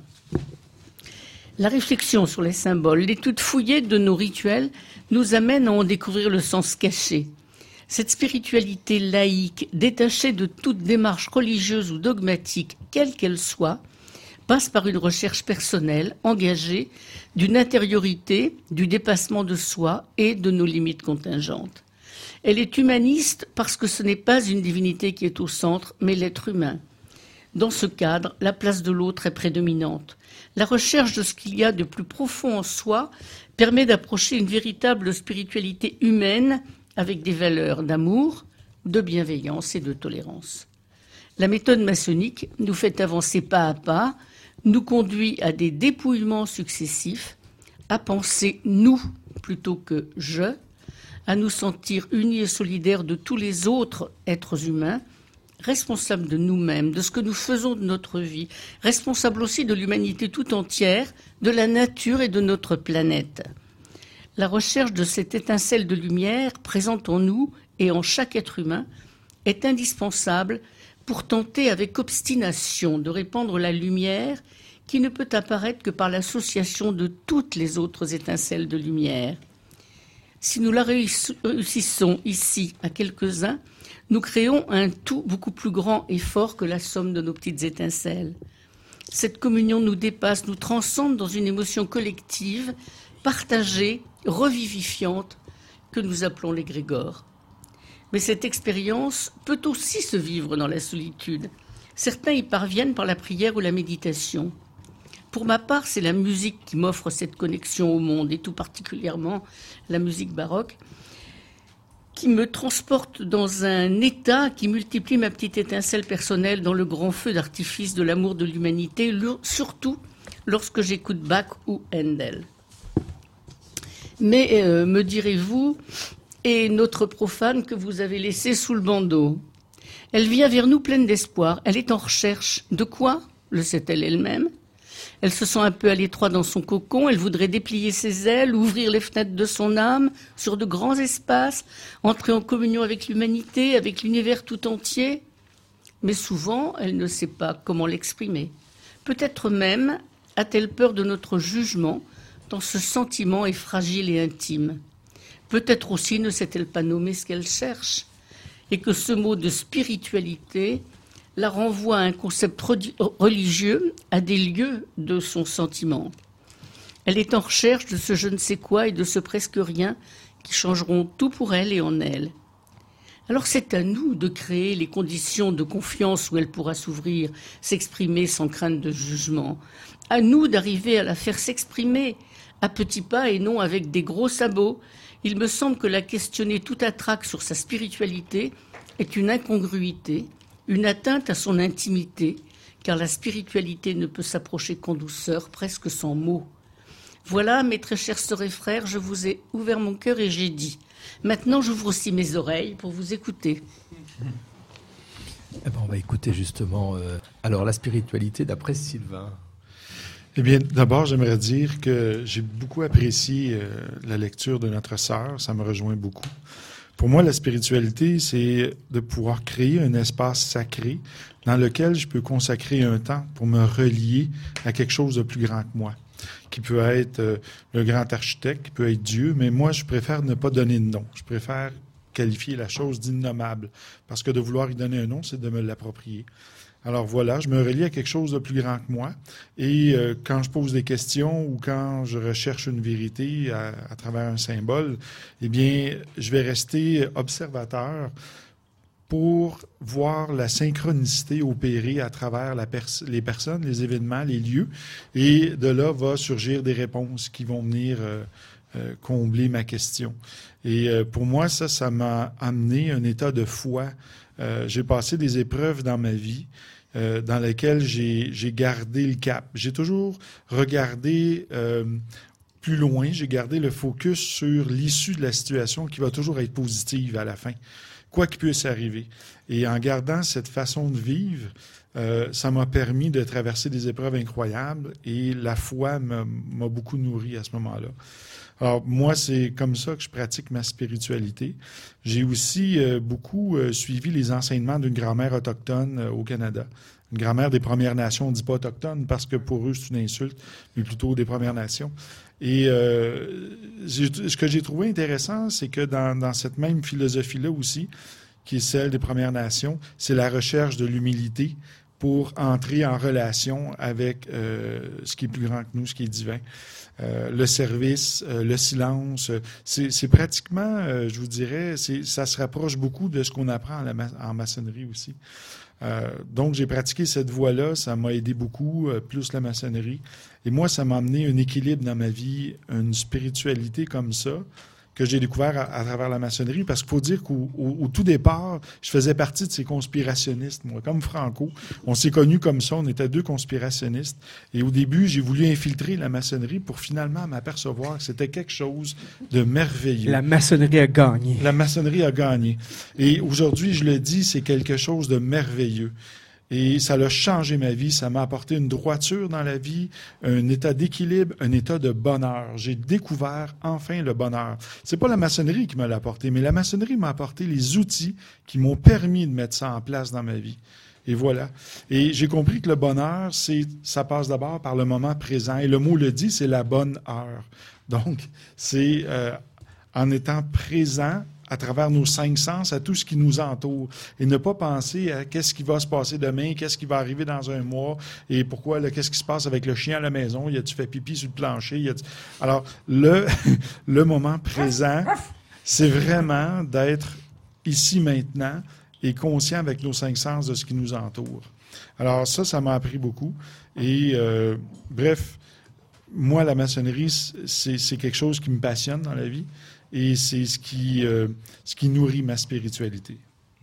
La réflexion sur les symboles, l'étude fouillée de nos rituels nous amène à en découvrir le sens caché. Cette spiritualité laïque, détachée de toute démarche religieuse ou dogmatique, quelle qu'elle soit, passe par une recherche personnelle, engagée, d'une intériorité, du dépassement de soi et de nos limites contingentes. Elle est humaniste parce que ce n'est pas une divinité qui est au centre, mais l'être humain. Dans ce cadre, la place de l'autre est prédominante. La recherche de ce qu'il y a de plus profond en soi permet d'approcher une véritable spiritualité humaine avec des valeurs d'amour, de bienveillance et de tolérance. La méthode maçonnique nous fait avancer pas à pas, nous conduit à des dépouillements successifs, à penser nous plutôt que je, à nous sentir unis et solidaires de tous les autres êtres humains, responsables de nous-mêmes, de ce que nous faisons de notre vie, responsables aussi de l'humanité tout entière, de la nature et de notre planète. La recherche de cette étincelle de lumière présente en nous et en chaque être humain est indispensable pour tenter avec obstination de répandre la lumière qui ne peut apparaître que par l'association de toutes les autres étincelles de lumière. Si nous la réussissons ici à quelques-uns, nous créons un tout beaucoup plus grand et fort que la somme de nos petites étincelles. Cette communion nous dépasse, nous transcende dans une émotion collective, partagée, revivifiante, que nous appelons l'égrégore. Mais cette expérience peut aussi se vivre dans la solitude. Certains y parviennent par la prière ou la méditation. Pour ma part, c'est la musique qui m'offre cette connexion au monde, et tout particulièrement la musique baroque, qui me transporte dans un état qui multiplie ma petite étincelle personnelle dans le grand feu d'artifice de l'amour de l'humanité, surtout lorsque j'écoute Bach ou Handel. Mais, euh, me direz-vous, et notre profane que vous avez laissé sous le bandeau. Elle vient vers nous pleine d'espoir. Elle est en recherche. De quoi ? Le sait-elle elle-même ? Elle se sent un peu à l'étroit dans son cocon. Elle voudrait déplier ses ailes, ouvrir les fenêtres de son âme sur de grands espaces, entrer en communion avec l'humanité, avec l'univers tout entier. Mais souvent, elle ne sait pas comment l'exprimer. Peut-être même a-t-elle peur de notre jugement, tant ce sentiment est fragile et intime. Peut-être aussi ne sait-elle pas nommer ce qu'elle cherche, et que ce mot de spiritualité la renvoie à un concept religieux, à des lieux de son sentiment. Elle est en recherche de ce je ne sais quoi et de ce presque rien qui changeront tout pour elle et en elle. Alors c'est à nous de créer les conditions de confiance où elle pourra s'ouvrir, s'exprimer sans crainte de jugement. À nous d'arriver à la faire s'exprimer, à petits pas et non avec des gros sabots. Il me semble que la questionner tout à trac sur sa spiritualité est une incongruité, une atteinte à son intimité, car la spiritualité ne peut s'approcher qu'en douceur, presque sans mots. Voilà, mes très chères sœurs et frères, je vous ai ouvert mon cœur et j'ai dit. Maintenant, j'ouvre aussi mes oreilles pour vous écouter. Eh ben, on va écouter justement euh, alors la spiritualité d'après Sylvain. Eh bien, d'abord, j'aimerais dire que j'ai beaucoup apprécié euh, la lecture de notre sœur. Ça me rejoint beaucoup. Pour moi, la spiritualité, c'est de pouvoir créer un espace sacré dans lequel je peux consacrer un temps pour me relier à quelque chose de plus grand que moi, qui peut être euh, le grand architecte, qui peut être Dieu, mais moi, je préfère ne pas donner de nom. Je préfère qualifier la chose d'innommable, parce que de vouloir y donner un nom, c'est de me l'approprier. Alors voilà, je me relie à quelque chose de plus grand que moi. Et euh, quand je pose des questions ou quand je recherche une vérité à, à travers un symbole, eh bien, je vais rester observateur pour voir la synchronicité opérer à travers la pers- les personnes, les événements, les lieux. Et de là va surgir des réponses qui vont venir euh, euh, combler ma question. Et euh, pour moi, ça, ça m'a amené un état de foi. Euh, j'ai passé des épreuves dans ma vie euh, dans lesquelles j'ai, j'ai gardé le cap. J'ai toujours regardé euh, plus loin, j'ai gardé le focus sur l'issue de la situation qui va toujours être positive à la fin, quoi qu'il puisse arriver. Et en gardant cette façon de vivre, euh, ça m'a permis de traverser des épreuves incroyables et la foi m'a, m'a beaucoup nourri à ce moment-là. Alors, moi, c'est comme ça que je pratique ma spiritualité. J'ai aussi euh, beaucoup euh, suivi les enseignements d'une grand-mère autochtone euh, au Canada. Une grand-mère des Premières Nations, on ne dit pas autochtone parce que pour eux, c'est une insulte, mais plutôt des Premières Nations. Et euh, ce que j'ai trouvé intéressant, c'est que dans, dans cette même philosophie-là aussi, qui est celle des Premières Nations, c'est la recherche de l'humilité pour entrer en relation avec euh, ce qui est plus grand que nous, ce qui est divin. Euh, le service, euh, le silence, euh, c'est, c'est pratiquement, euh, je vous dirais, c'est, ça se rapproche beaucoup de ce qu'on apprend en, la ma- en maçonnerie aussi. Euh, donc, j'ai pratiqué cette voie-là, ça m'a aidé beaucoup, euh, plus la maçonnerie. Et moi, ça m'a amené un équilibre dans ma vie, une spiritualité comme ça, que j'ai découvert à, à travers la maçonnerie, parce qu'il faut dire qu'au au, au tout départ, je faisais partie de ces conspirationnistes, moi, comme Franco. On s'est connus comme ça, on était deux conspirationnistes. Et au début, j'ai voulu infiltrer la maçonnerie pour finalement m'apercevoir que c'était quelque chose de merveilleux. La maçonnerie a gagné. La maçonnerie a gagné. Et aujourd'hui, je le dis, c'est quelque chose de merveilleux. Et ça a changé ma vie, ça m'a apporté une droiture dans la vie, un état d'équilibre, un état de bonheur. J'ai découvert enfin le bonheur. C'est pas la maçonnerie qui me l'a apporté, mais la maçonnerie m'a apporté les outils qui m'ont permis de mettre ça en place dans ma vie. Et voilà. Et j'ai compris que le bonheur, c'est, ça passe d'abord par le moment présent. Et le mot le dit, c'est la bonne heure. Donc, c'est euh, en étant présent à travers nos cinq sens, à tout ce qui nous entoure. Et ne pas penser à qu'est-ce qui va se passer demain, qu'est-ce qui va arriver dans un mois, et pourquoi, là, qu'est-ce qui se passe avec le chien à la maison, y a-tu fait pipi sur le plancher? Y a-tu... Alors, le, le moment présent, c'est vraiment d'être ici maintenant et conscient avec nos cinq sens de ce qui nous entoure. Alors ça, ça m'a appris beaucoup. Et euh, bref, moi, la maçonnerie, c'est, c'est quelque chose qui me passionne dans la vie. Et c'est ce qui, euh, ce qui nourrit ma spiritualité.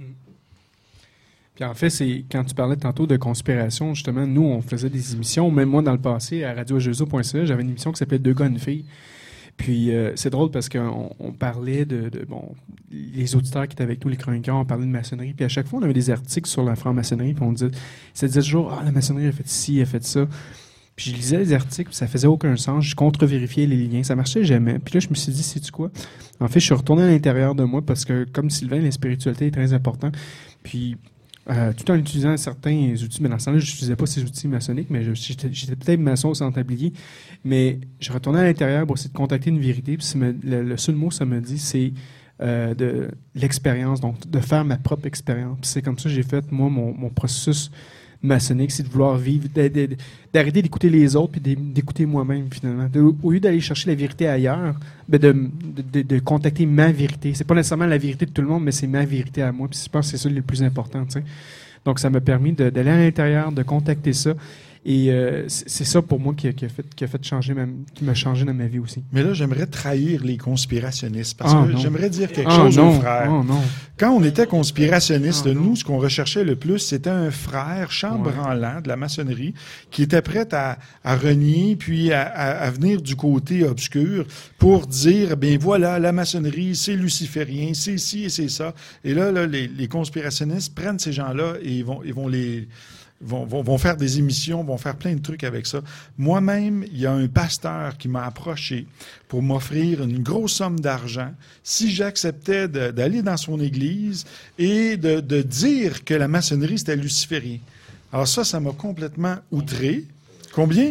Puis en fait, c'est quand tu parlais tantôt de conspiration, justement, nous, on faisait des émissions. Même moi, dans le passé, à radio jezo point c a, j'avais une émission qui s'appelait Deux gars, une fille. Puis euh, c'est drôle parce qu'on on parlait de, de... Bon, les auditeurs qui étaient avec nous, les chroniqueurs, on parlait de maçonnerie. Puis à chaque fois, on avait des articles sur la franc-maçonnerie. Puis on disait, ça disait toujours, ah, la maçonnerie a fait ci, a fait ça. Puis je lisais les articles, puis ça faisait aucun sens. Je contre-vérifiais les liens. Ça marchait jamais. Puis là, je me suis dit, sais-tu quoi? En fait, je suis retourné à l'intérieur de moi parce que, comme Sylvain, la spiritualité est très importante. Puis, euh, tout en utilisant certains outils, mais dans ce temps-là, je n'utilisais pas ces outils maçonniques, mais je, j'étais, j'étais peut-être maçon sans tablier. Mais je retournais à l'intérieur pour essayer de contacter une vérité. Puis me, le, le seul mot, ça me dit, c'est euh, de l'expérience. Donc, de faire ma propre expérience. Puis c'est comme ça que j'ai fait, moi, mon, mon processus maçonnique, c'est de vouloir vivre, d'arrêter d'écouter les autres puis d'écouter moi-même, finalement. De, au lieu d'aller chercher la vérité ailleurs, ben de, de, de contacter ma vérité. C'est pas nécessairement la vérité de tout le monde, mais c'est ma vérité à moi. Puis je pense que c'est ça le plus important, tu sais. Donc, ça m'a permis de, d'aller à l'intérieur, de contacter ça. Et euh, c'est ça pour moi qui a, qui a fait, qui a fait changer, ma, qui m'a changé dans ma vie aussi. Mais là, j'aimerais trahir les conspirationnistes parce oh, que non. j'aimerais dire quelque oh, chose non. aux frères. Oh, non. Quand on était conspirationnistes, oh, nous, ce qu'on recherchait le plus, c'était un frère chambranlant de la maçonnerie qui était prêt à, à renier puis à, à, à venir du côté obscur pour dire, ben voilà, la maçonnerie, c'est luciférien, c'est ci et c'est ça. Et là, là les, les conspirationnistes prennent ces gens-là et ils vont, ils vont les... Vont, vont, vont faire des émissions, vont faire plein de trucs avec ça. Moi-même, il y a un pasteur qui m'a approché pour m'offrir une grosse somme d'argent si j'acceptais de, d'aller dans son église et de, de dire que la maçonnerie, c'était luciférien. Alors ça, ça m'a complètement outré. Combien?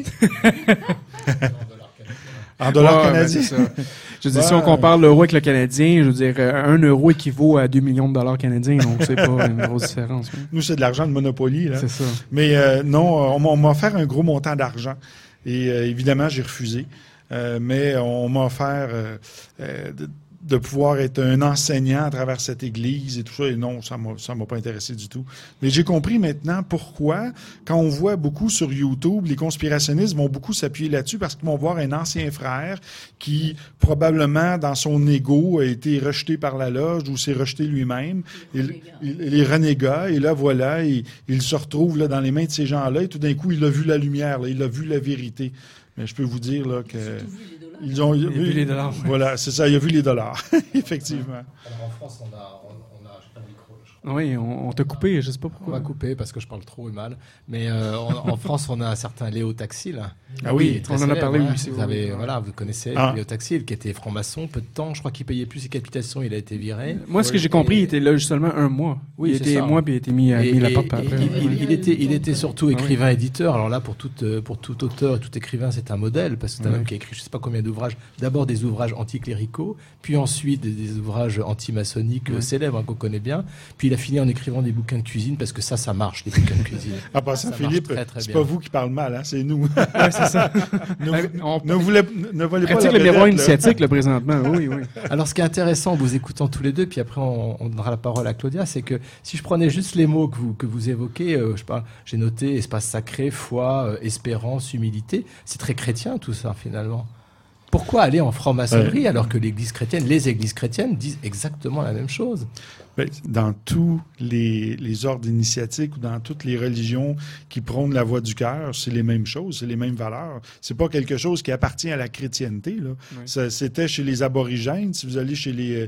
En dollars ouais, canadiens. Ben, c'est ça. Je veux dire, ouais. Si on compare l'euro avec le canadien, je veux dire, un euro équivaut à deux millions de dollars canadiens, donc c'est pas une grosse différence. Oui. Nous, c'est de l'argent de Monopoly, là. C'est ça. Mais euh, non, on, on m'a offert un gros montant d'argent. Et euh, évidemment, j'ai refusé. Euh, mais on m'a offert euh, euh, de, de pouvoir être un enseignant à travers cette église et tout ça. Et non, ça m'a, ça m'a pas intéressé du tout. Mais j'ai compris maintenant pourquoi, quand on voit beaucoup sur YouTube, les conspirationnistes vont beaucoup s'appuyer là-dessus parce qu'ils vont voir un ancien frère qui, probablement, dans son ego, a été rejeté par la loge ou s'est rejeté lui-même. Il, il, les renégats. Et là, voilà, il, il se retrouve là, dans les mains de ces gens-là et tout d'un coup, il a vu la lumière, là, il a vu la vérité. Mais je peux vous dire là, que... Ils ont il a vu les dollars. Voilà, c'est ça, il a vu les dollars, effectivement. Alors en France, on a, on, on a j'ai pas le micro. Oui, on, on t'a coupé, je sais pas pourquoi. On m'a coupé parce que je parle trop et mal. Mais euh, on, en France, on a un certain Léo Taxil. Ah oui, très on célèbre, en a parlé ouais. aussi. Vous avez, oui. Voilà, vous connaissez ah. Léo Taxil, qui était franc-maçon, peu de temps. Je crois qu'il payait plus ses capitations, il a été viré. Moi, ce que j'ai compris, il était là seulement un mois. Oui, il c'est était ça. un mois, puis il a été mis, et, mis la et, porte et, après. Il, il, il, était, il était surtout écrivain, ah, oui. éditeur. Alors là, pour tout, pour tout auteur et tout écrivain, c'est un modèle, parce que c'est un oui. homme qui a écrit je ne sais pas combien d'ouvrages. D'abord des ouvrages anticléricaux, puis ensuite des, des ouvrages anti-maçonniques oui. célèbres hein, qu'on connaît bien. Puis il a fini en écrivant des bouquins de cuisine, parce que ça, ça marche, les bouquins de cuisine. Ah, bah ça, ça Philippe, très, très c'est bien. Pas vous qui parlez mal, hein, c'est nous. Oui, c'est ça. ne, on, ne, voulez, ne volez pas la le miroir initiatique, là, présentement. Oui, oui. Alors, ce qui est intéressant en vous écoutant tous les deux, puis après, on, on donnera la parole à Claudia, c'est que si je prenais juste les mots que vous, que vous évoquez, euh, je parle, j'ai noté espace sacré, foi, euh, espérance, humilité. C'est très chrétien, tout ça, finalement. Pourquoi aller en franc-maçonnerie euh, alors que l'Église chrétienne, les églises chrétiennes disent exactement la même chose? Dans tous les, les ordres initiatiques ou dans toutes les religions qui prônent la voie du cœur, c'est les mêmes choses, c'est les mêmes valeurs. C'est pas quelque chose qui appartient à la chrétienté. Là. Oui. Ça, c'était chez les aborigènes. Si vous allez chez les,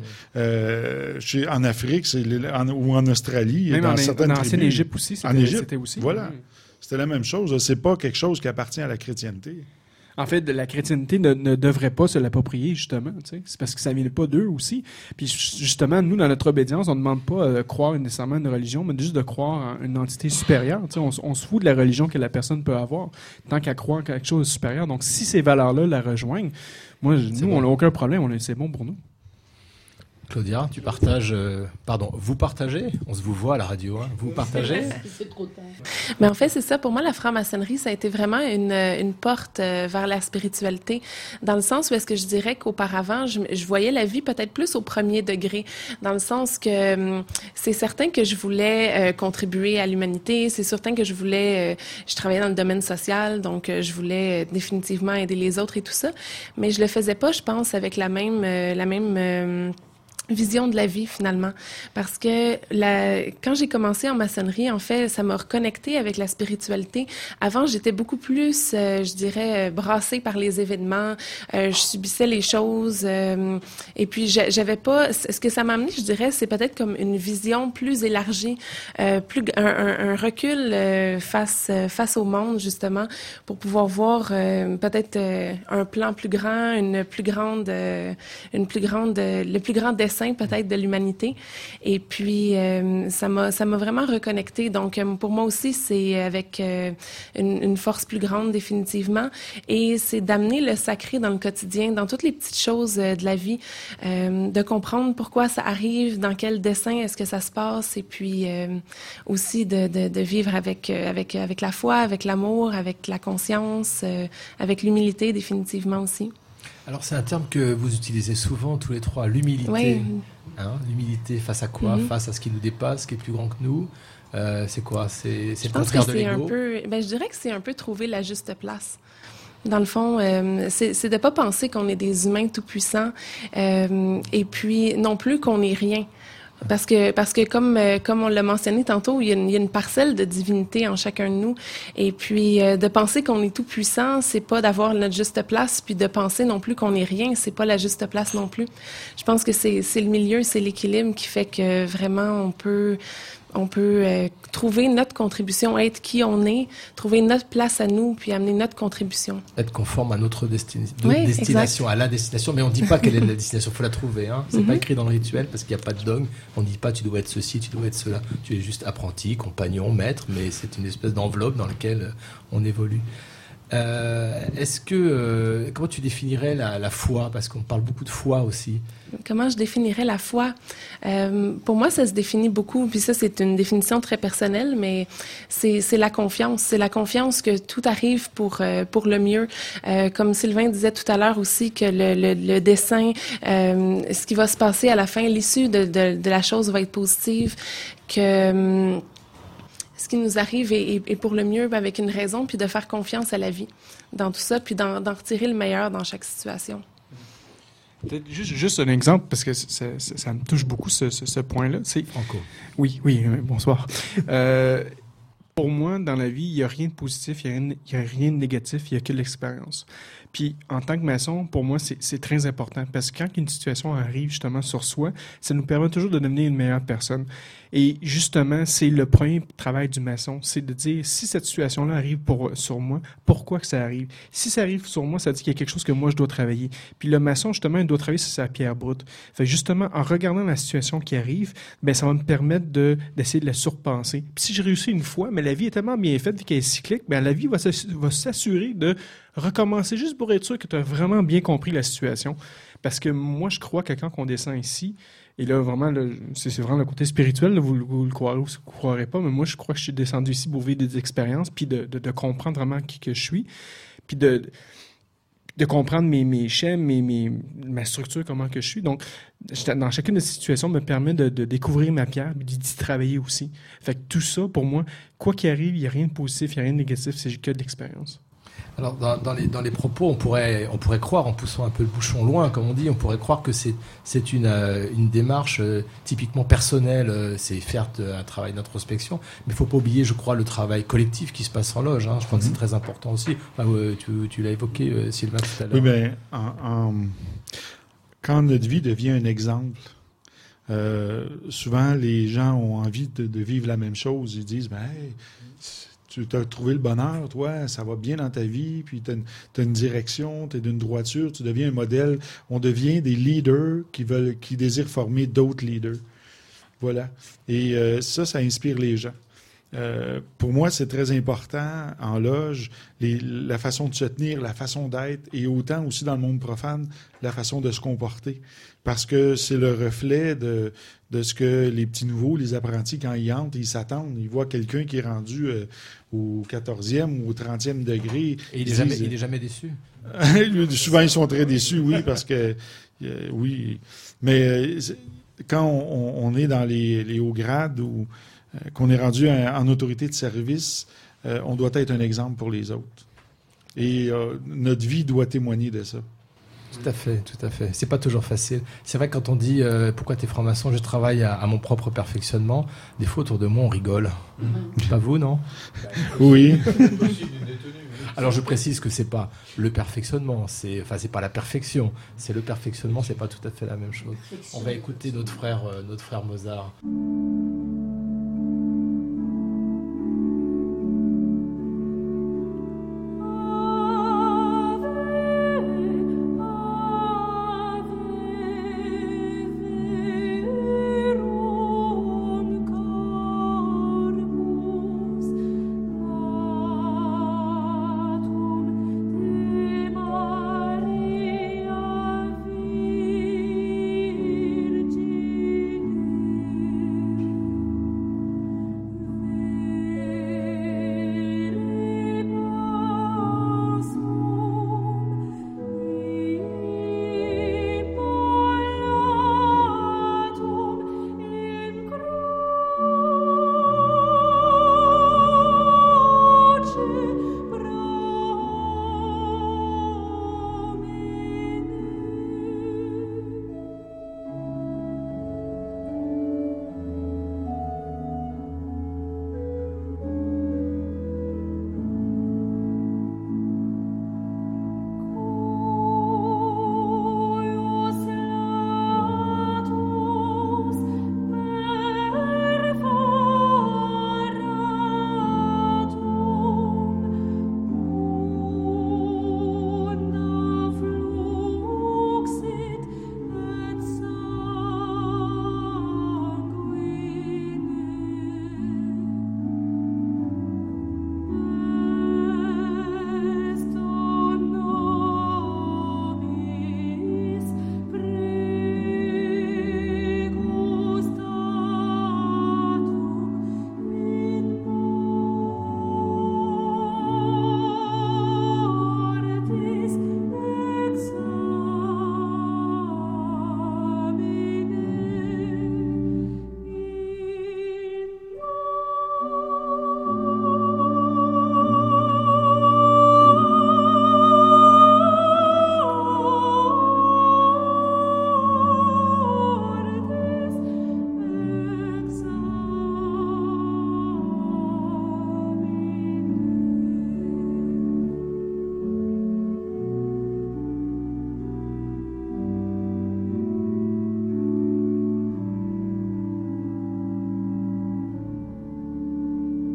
euh, chez, en Afrique c'est les, en, ou en Australie, même dans en, certaines en ancienne Égypte aussi, c'était, en Égypte, c'était aussi. Voilà, oui. C'était la même chose. C'est pas quelque chose qui appartient à la chrétienté. En fait, la chrétienté ne, ne devrait pas se l'approprier, justement. T'sais. C'est parce que ça ne vient pas d'eux aussi. Puis justement, nous, dans notre obédience, on ne demande pas de croire nécessairement une religion, mais juste de croire en une entité supérieure. On, on se fout de la religion que la personne peut avoir, tant qu'à croire quelque chose de supérieur. Donc, si ces valeurs-là la rejoignent, moi, c'est nous, bon. On n'a aucun problème. On a, c'est bon pour nous. Claudia, tu partages... Euh, pardon, vous partagez? On se vous voit à la radio, hein? Vous partagez? C'est trop tard. Mais en fait, c'est ça. Pour moi, la franc-maçonnerie, ça a été vraiment une, une porte euh, vers la spiritualité, dans le sens où est-ce que je dirais qu'auparavant, je, je voyais la vie peut-être plus au premier degré, dans le sens que euh, c'est certain que je voulais euh, contribuer à l'humanité, c'est certain que je voulais... Euh, je travaillais dans le domaine social, donc euh, je voulais euh, définitivement aider les autres et tout ça, mais je le faisais pas, je pense, avec la même... Euh, la même euh, vision de la vie, finalement. Parce que la... quand j'ai commencé en maçonnerie, en fait, ça m'a reconnecté avec la spiritualité. Avant, j'étais beaucoup plus, euh, je dirais, brassée par les événements. Euh, je subissais les choses. Euh, et puis, j'avais pas... Ce que ça m'a amené, je dirais, c'est peut-être comme une vision plus élargie, euh, plus un, un, un recul euh, face, face au monde, justement, pour pouvoir voir euh, peut-être euh, un plan plus grand, une plus grande... Euh, une plus grande... Euh, le plus grand destin dessein peut-être de l'humanité. Et puis, euh, ça m'a, ça m'a vraiment reconnecté. Donc, euh, pour moi aussi, c'est avec euh, une, une force plus grande définitivement. Et c'est d'amener le sacré dans le quotidien, dans toutes les petites choses euh, de la vie, euh, de comprendre pourquoi ça arrive, dans quel dessin est-ce que ça se passe, et puis euh, aussi de, de, de vivre avec, euh, avec, avec la foi, avec l'amour, avec la conscience, euh, avec l'humilité définitivement aussi. Alors c'est un terme que vous utilisez souvent tous les trois, l'humilité. Oui. Hein, l'humilité face à quoi? Mm-hmm. Face à ce qui nous dépasse, qui est plus grand que nous. Euh, c'est quoi? C'est, c'est le contraire de l'ego? Un peu, ben, je dirais que c'est un peu trouver la juste place. Dans le fond, euh, c'est, c'est de pas penser qu'on est des humains tout-puissants euh, et puis non plus qu'on n'est rien. Parce que, parce que comme, euh, comme on l'a mentionné tantôt, il y, a une, il y a une parcelle de divinité en chacun de nous. Et puis, euh, de penser qu'on est tout puissant, c'est pas d'avoir notre juste place, puis de penser non plus qu'on n'est rien, c'est pas la juste place non plus. Je pense que c'est, c'est le milieu, c'est l'équilibre qui fait que vraiment on peut... On peut euh, trouver notre contribution, être qui on est, trouver notre place à nous, puis amener notre contribution. Être conforme à notre destine, oui, destination, exact. à la destination. Mais on ne dit pas quelle est la destination, il faut la trouver. Hein. C'est mm-hmm. pas écrit dans le rituel parce qu'il n'y a pas de dogme. On ne dit pas tu dois être ceci, tu dois être cela. Tu es juste apprenti, compagnon, maître, mais c'est une espèce d'enveloppe dans laquelle on évolue. Euh, est-ce que euh, comment tu définirais la, la foi? Parce qu'on parle beaucoup de foi aussi. Comment je définirais la foi? Euh, pour moi, ça se définit beaucoup, puis ça, c'est une définition très personnelle, mais c'est, c'est la confiance. C'est la confiance que tout arrive pour, euh, pour le mieux. Euh, comme Sylvain disait tout à l'heure aussi, que le, le, le dessin, euh, ce qui va se passer à la fin, l'issue de, de, de la chose va être positive, que... Euh, ce qui nous arrive est, est, est pour le mieux, avec une raison, puis de faire confiance à la vie dans tout ça, puis d'en, d'en retirer le meilleur dans chaque situation. Peut-être juste, juste un exemple, parce que ça, ça, ça me touche beaucoup, ce, ce, ce point-là. C'est... Franco. Oui, oui, bonsoir. euh, pour moi, dans la vie, il n'y a rien de positif, il n'y a, a rien de négatif, il n'y a que l'expérience. Puis, en tant que maçon, pour moi, c'est, c'est très important, parce que quand une situation arrive justement sur soi, ça nous permet toujours de devenir une meilleure personne. Et justement, c'est le premier travail du maçon, c'est de dire, si cette situation-là arrive pour, sur moi, pourquoi que ça arrive? Si ça arrive sur moi, ça dit qu'il y a quelque chose que moi, je dois travailler. Puis le maçon, justement, il doit travailler sur sa pierre brute. Fait justement, en regardant la situation qui arrive, bien, ça va me permettre de, d'essayer de la surpenser. Puis si je réussis une fois, mais la vie est tellement bien faite, vu qu'elle est cyclique, bien, la vie va, va s'assurer de recommencer juste pour être sûr que tu as vraiment bien compris la situation. Parce que moi, je crois que quand on descend ici, et là, vraiment, là, c'est, c'est vraiment le côté spirituel, là, vous, vous le croirez ou vous ne croirez pas, mais moi, je crois que je suis descendu ici pour vivre des expériences, puis de, de, de comprendre vraiment qui que je suis, puis de, de comprendre mes, mes schèmes, mes, mes, ma structure, comment que je suis. Donc, dans chacune de ces situations, me permet de, de découvrir ma pierre, mais d'y travailler aussi. Fait que tout ça, pour moi, quoi qu'il arrive, il n'y a rien de positif, il n'y a rien de négatif, c'est que de l'expérience. Alors, dans, dans, les, dans les propos, on pourrait, on pourrait croire, en poussant un peu le bouchon loin, comme on dit, on pourrait croire que c'est, c'est une, euh, une démarche euh, typiquement personnelle, euh, c'est faire un travail d'introspection, mais il ne faut pas oublier, je crois, le travail collectif qui se passe en loge. Hein. Je crois mm-hmm. que c'est très important aussi. Enfin, euh, tu, tu l'as évoqué, euh, Sylvain, tout à l'heure. Oui, mais en, en, quand notre vie devient un exemple, euh, souvent les gens ont envie de, de vivre la même chose. Ils disent, ben, hey, tu as trouvé le bonheur, toi, ça va bien dans ta vie, puis tu as une, t'as une direction, tu es d'une droiture, tu deviens un modèle. On devient des leaders qui veulent, qui désirent former d'autres leaders. Voilà. Et euh, ça, ça inspire les gens. Euh, pour moi, c'est très important en loge, les, la façon de se tenir, la façon d'être, et autant aussi dans le monde profane, la façon de se comporter. Parce que c'est le reflet de, de ce que les petits nouveaux, les apprentis, quand ils entrent, ils s'attendent. Ils voient quelqu'un qui est rendu euh, au quatorzième ou au trentième degré. Et il n'est jamais, il est jamais déçu. Souvent, ils sont très déçus, oui, parce que... Euh, oui. Mais euh, quand on, on est dans les, les hauts grades ou euh, qu'on est rendu en, en autorité de service, euh, on doit être un exemple pour les autres. Et euh, notre vie doit témoigner de ça. Tout à fait, tout à fait. C'est pas toujours facile. C'est vrai que quand on dit euh, pourquoi t'es franc-maçon, je travaille à, à mon propre perfectionnement. Des fois autour de moi on rigole. Mm-hmm. Pas vous, non? Oui. Alors je précise que c'est pas le perfectionnement, c'est enfin c'est pas la perfection, c'est le perfectionnement, c'est pas tout à fait la même chose. On va écouter notre frère, euh, notre frère Mozart.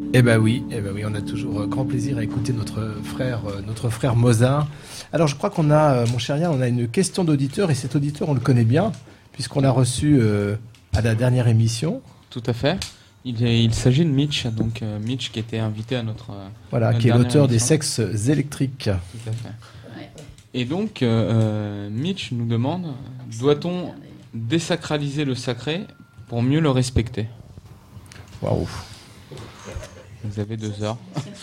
Eh ben oui, eh ben oui, on a toujours euh, grand plaisir à écouter notre frère, euh, notre frère Mozart. Alors je crois qu'on a, euh, mon cher Yann, on a une question d'auditeur et cet auditeur on le connaît bien puisqu'on l'a reçu euh, à la dernière émission. Tout à fait. Il, est- il s'agit de Mitch, donc euh, Mitch qui était invité à notre. euh, Voilà, notre qui est dernière l'auteur des émission. sexes électriques. Tout à fait. Et donc, euh, euh, Mitch nous demande doit-on désacraliser le sacré pour mieux le respecter? Waouh. Vous avez deux heures.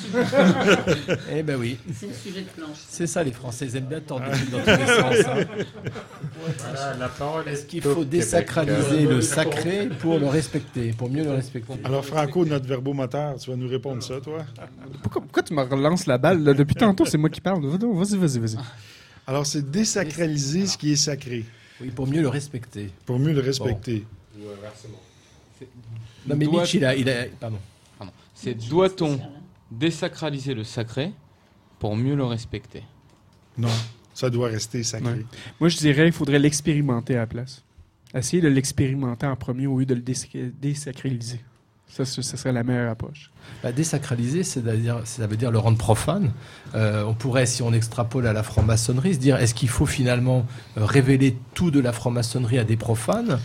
Eh ben oui. C'est le sujet de planche. C'est ça, les Français, ils aiment bien tordre des trucs dans tous les sens. hein. Voilà, la parole Est-ce qu'il au faut Québec. désacraliser le sacré pour le respecter, pour mieux le respecter? Alors, Franco, notre verbomoteur, tu vas nous répondre ça, toi? Pourquoi, pourquoi tu me relances la balle? Là, depuis tantôt, c'est moi qui parle. Vas-y, vas-y, vas-y. Alors, c'est désacraliser ce qui est sacré. Oui, pour mieux le respecter. Pour mieux le respecter. Ou inversement. Non, mais Doit- Mitch, il a, il a... Pardon. Pardon. C'est doit-on désacraliser le sacré pour mieux le respecter? Non, ça doit rester sacré. Ouais. Moi, je dirais qu'il faudrait l'expérimenter à la place. Essayer de l'expérimenter en premier au lieu de le désac- désacraliser. Ça, ce ça serait la meilleure approche. Bah, désacraliser, c'est-à-dire, ça veut dire le rendre profane. Euh, on pourrait, si on extrapole à la franc-maçonnerie, se dire est-ce qu'il faut finalement euh, révéler tout de la franc-maçonnerie à des profanes?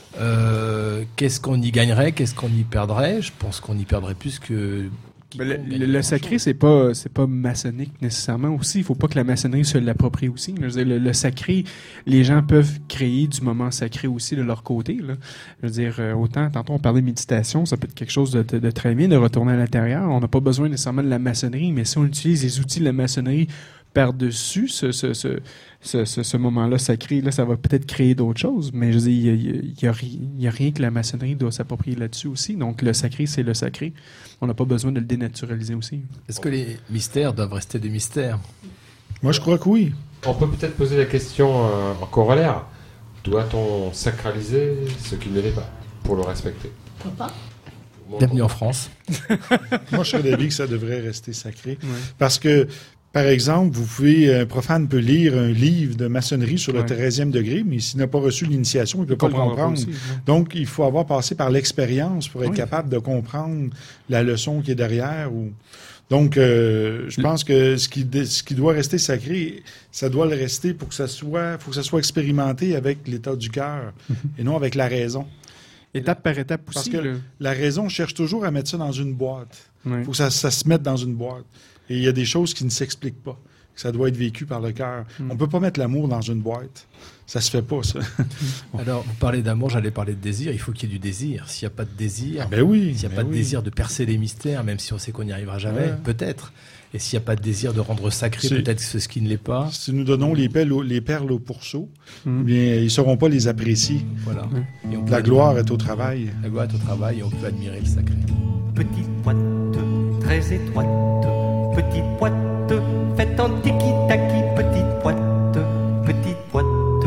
Euh, qu'est-ce qu'on y gagnerait? Qu'est-ce qu'on y perdrait? Je pense qu'on y perdrait plus que... Ben, le, le- le sacré, c'est pas, c'est pas maçonnique nécessairement aussi. Il faut pas que la maçonnerie se l'approprie aussi. Je veux dire, le, le sacré, les gens peuvent créer du moment sacré aussi de leur côté. Là. Je veux dire, euh, autant, tantôt on parlait de méditation, ça peut être quelque chose de, de- de très bien, de retourner à l'intérieur. On n'a pas besoin nécessairement de la maçonnerie, mais si on utilise les outils de la maçonnerie par-dessus ce, ce, ce, ce, ce- ce moment-là sacré, là, ça va peut-être créer d'autres choses, mais je veux dire, il n'y a, ri- a rien que la maçonnerie doit s'approprier là-dessus aussi. Donc, le sacré, c'est le sacré. On n'a pas besoin de le dénaturaliser aussi. Est-ce que les mystères doivent rester des mystères? Moi, je crois que oui. On peut peut-être poser la question euh, en corollaire. Doit-on sacraliser ce qui ne l'est pas pour le respecter? Papa? Bienvenue en France. Moi, je serais d'avis que ça devrait rester sacré. Parce que, par exemple, vous pouvez, un profane peut lire un livre de maçonnerie sur le Ouais. treizième degré, mais s'il n'a pas reçu l'initiation, il ne peut pas pas le le comprendre. comprendre aussi, non. Donc, il faut avoir passé par l'expérience pour être Oui. capable de comprendre la leçon qui est derrière. Ou... Donc, euh, je pense que ce qui, dé- ce qui doit rester sacré, ça doit le rester pour que ça soit, faut que ça soit expérimenté avec l'état du cœur et non avec la raison. Étape par étape Parce aussi. que là. la raison cherche toujours à mettre ça dans une boîte. Il Ouais. faut que ça, ça se mette dans une boîte. Et il y a des choses qui ne s'expliquent pas. Que ça doit être vécu par le cœur. Mm. On ne peut pas mettre l'amour dans une boîte. Ça se fait pas, ça. Alors, vous parlez d'amour, j'allais parler de désir. Il faut qu'il y ait du désir. S'il n'y a pas de désir, Ah ben oui, s'il n'y a ben pas de oui. désir de percer les mystères, même si on sait qu'on n'y arrivera jamais, Ouais. peut-être. Et s'il n'y a pas de désir de rendre sacré, C'est- peut-être ce qui ne l'est pas. Si nous donnons les perles, au- les perles au pourceau, Mm. eh bien, ils ne sauront pas les apprécier. Voilà. Et on peut La admirer- gloire est au travail. La gloire est au travail et on peut admirer le sacré. Petite boîte très étroite, petite boîte faite en tiki-taki, petite boîte, petite boîte,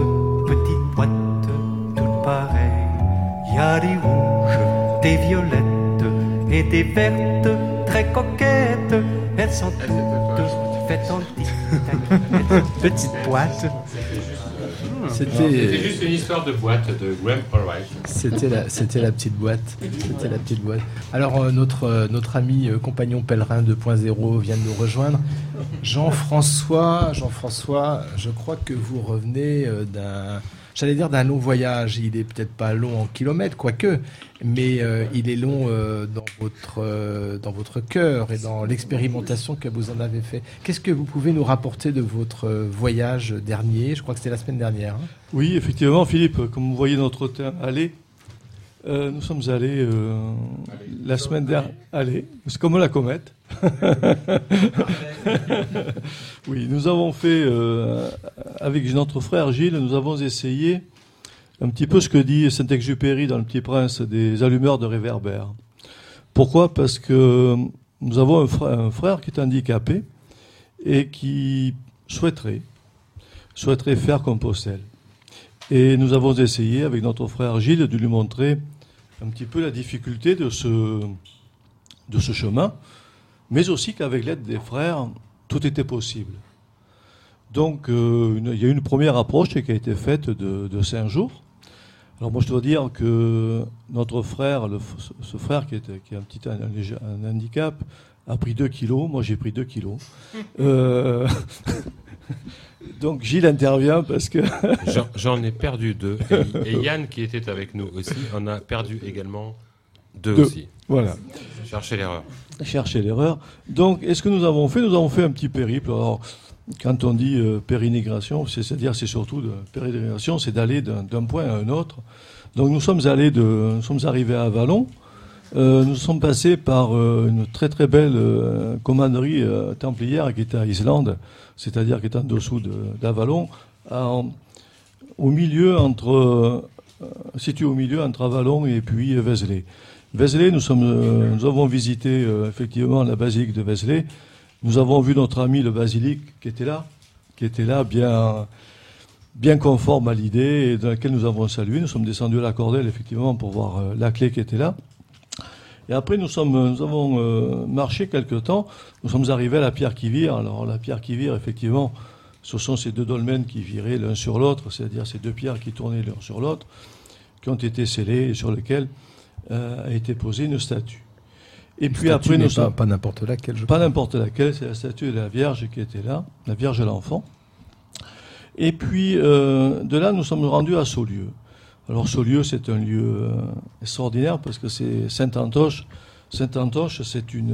petite boîte, toute pareille. Il y a des rouges, des violettes et des vertes très coquettes. Elles sont toutes faites en tiki-taki, petite boîte. C'était juste une histoire de boîte de Graham Allwright. C'était la, c'était la petite boîte. C'était la petite boîte. Alors euh, notre euh, notre ami euh, compagnon pèlerin deux point zéro vient de nous rejoindre. Jean-François, Jean-François, je crois que vous revenez euh, d'un, j'allais dire d'un long voyage. Il est peut-être pas long en kilomètres, quoique, mais euh, il est long euh, dans votre euh, dans votre cœur et dans l'expérimentation que vous en avez fait. Qu'est-ce que vous pouvez nous rapporter de votre euh, voyage dernier? Je crois que c'était la semaine dernière. hein. Oui, effectivement, Philippe, comme vous voyez notre terrain aller, euh, nous sommes allés euh, la semaine dernière. Allez, c'est comme la comète. Oui, nous avons fait, euh, avec notre frère Gilles, nous avons essayé un petit peu ce que dit Saint-Exupéry dans Le Petit Prince, des allumeurs de réverbères. Pourquoi? Parce que nous avons un frère, un frère qui est handicapé et qui souhaiterait, souhaiterait faire Compostelle. Et nous avons essayé, avec notre frère Gilles, de lui montrer un petit peu la difficulté de ce, de ce chemin, mais aussi qu'avec l'aide des frères, tout était possible. Donc, euh, une- il y a eu une première approche qui a été faite de, de cinq jours, Alors moi je dois dire que notre frère, le, ce frère qui, est, qui a un petit un, un handicap, a pris deux kilos. Moi j'ai pris deux kilos. euh, donc Gilles intervient parce que... J'en, j'en ai perdu deux. Et, et Yann qui était avec nous aussi en a perdu également deux, deux. aussi. Voilà. Cherchez l'erreur. Chercher l'erreur. Donc, est-ce que nous avons fait Nous avons fait un petit périple. Alors, quand on dit euh, pérénégration, c'est, c'est-à-dire c'est surtout de pérénégration, c'est d'aller d'un, d'un point à un autre. Donc, nous sommes allés de, nous sommes arrivés à Avallon. Euh, nous sommes passés par euh, une très très belle euh, commanderie euh, templière qui était à Islande, c'est-à-dire qui est en dessous de, d'Avallon, en, au milieu entre, euh, situé au milieu entre Avallon et puis euh, Vézelay. Vézelay, nous, sommes, euh, nous avons visité euh, effectivement la basilique de Vézelay. Nous avons vu notre ami le basilic qui était là, qui était là bien, bien conforme à l'idée et dans laquelle nous avons salué. Nous sommes descendus à la Cordelle effectivement pour voir euh, la clé qui était là. Et après nous, sommes, nous avons euh, marché quelque temps. Nous sommes arrivés à la pierre qui vire. Alors la pierre qui vire, effectivement, ce sont ces deux dolmens qui viraient l'un sur l'autre, c'est-à-dire ces deux pierres qui tournaient l'un sur l'autre, qui ont été scellées et sur lesquelles Euh, a été posée une statue. Et une puis statue, après, nous pas, sommes... pas n'importe laquelle. Je pas crois. n'importe laquelle, c'est la statue de la Vierge qui était là, la Vierge et l'Enfant. Et puis euh, de là, nous sommes rendus à Saulieu. Alors Saulieu, c'est un lieu euh, extraordinaire parce que c'est Saint-Antoche. Saint-Antoche, c'est une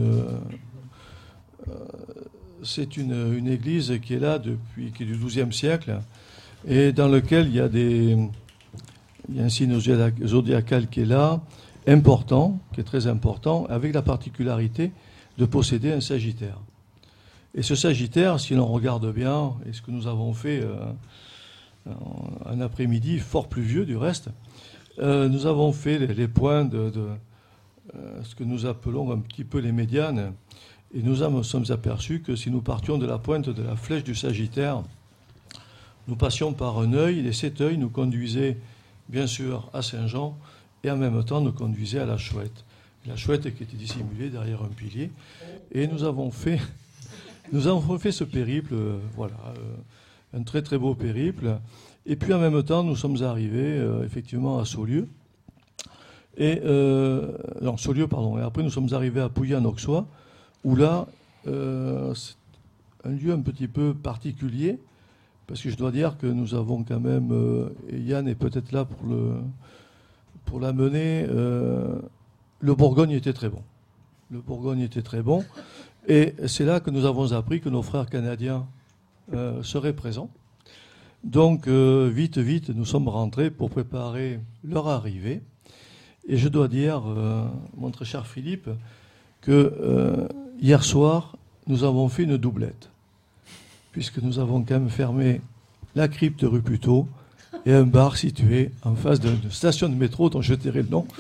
euh, c'est une, une église qui est là depuis qui est du douzième siècle et dans lequel il y a des il y a un signe zodiacal qui est là, important, qui est très important, avec la particularité de posséder un Sagittaire. Et ce Sagittaire, si l'on regarde bien, et ce que nous avons fait euh, un après-midi fort pluvieux du reste, euh, nous avons fait les, les points de, de euh, ce que nous appelons un petit peu les médianes, et nous nous sommes aperçus que si nous partions de la pointe de la flèche du Sagittaire, nous passions par un œil, et cet œil nous conduisait bien sûr à Saint-Jean, et en même temps nous conduisait à la Chouette. La Chouette qui était dissimulée derrière un pilier. Et nous avons fait, nous avons fait ce périple, euh, voilà, euh, un très très beau périple. Et puis en même temps, nous sommes arrivés euh, effectivement à Saulieu. Et, euh, non, Saulieu, pardon. Et après, nous sommes arrivés à Pouilly-en-Auxois, où là, euh, c'est un lieu un petit peu particulier. Parce que je dois dire que nous avons quand même, euh, et Yann est peut-être là pour, le, pour la mener, euh, le Bourgogne était très bon. Le Bourgogne était très bon. Et c'est là que nous avons appris que nos frères canadiens euh, seraient présents. Donc, euh, vite, vite, nous sommes rentrés pour préparer leur arrivée. Et je dois dire, euh, mon très cher Philippe, que euh, hier soir, nous avons fait une doublette. Puisque nous avons quand même fermé la crypte rue Puteaux et un bar situé en face d'une station de métro dont je tairai le nom.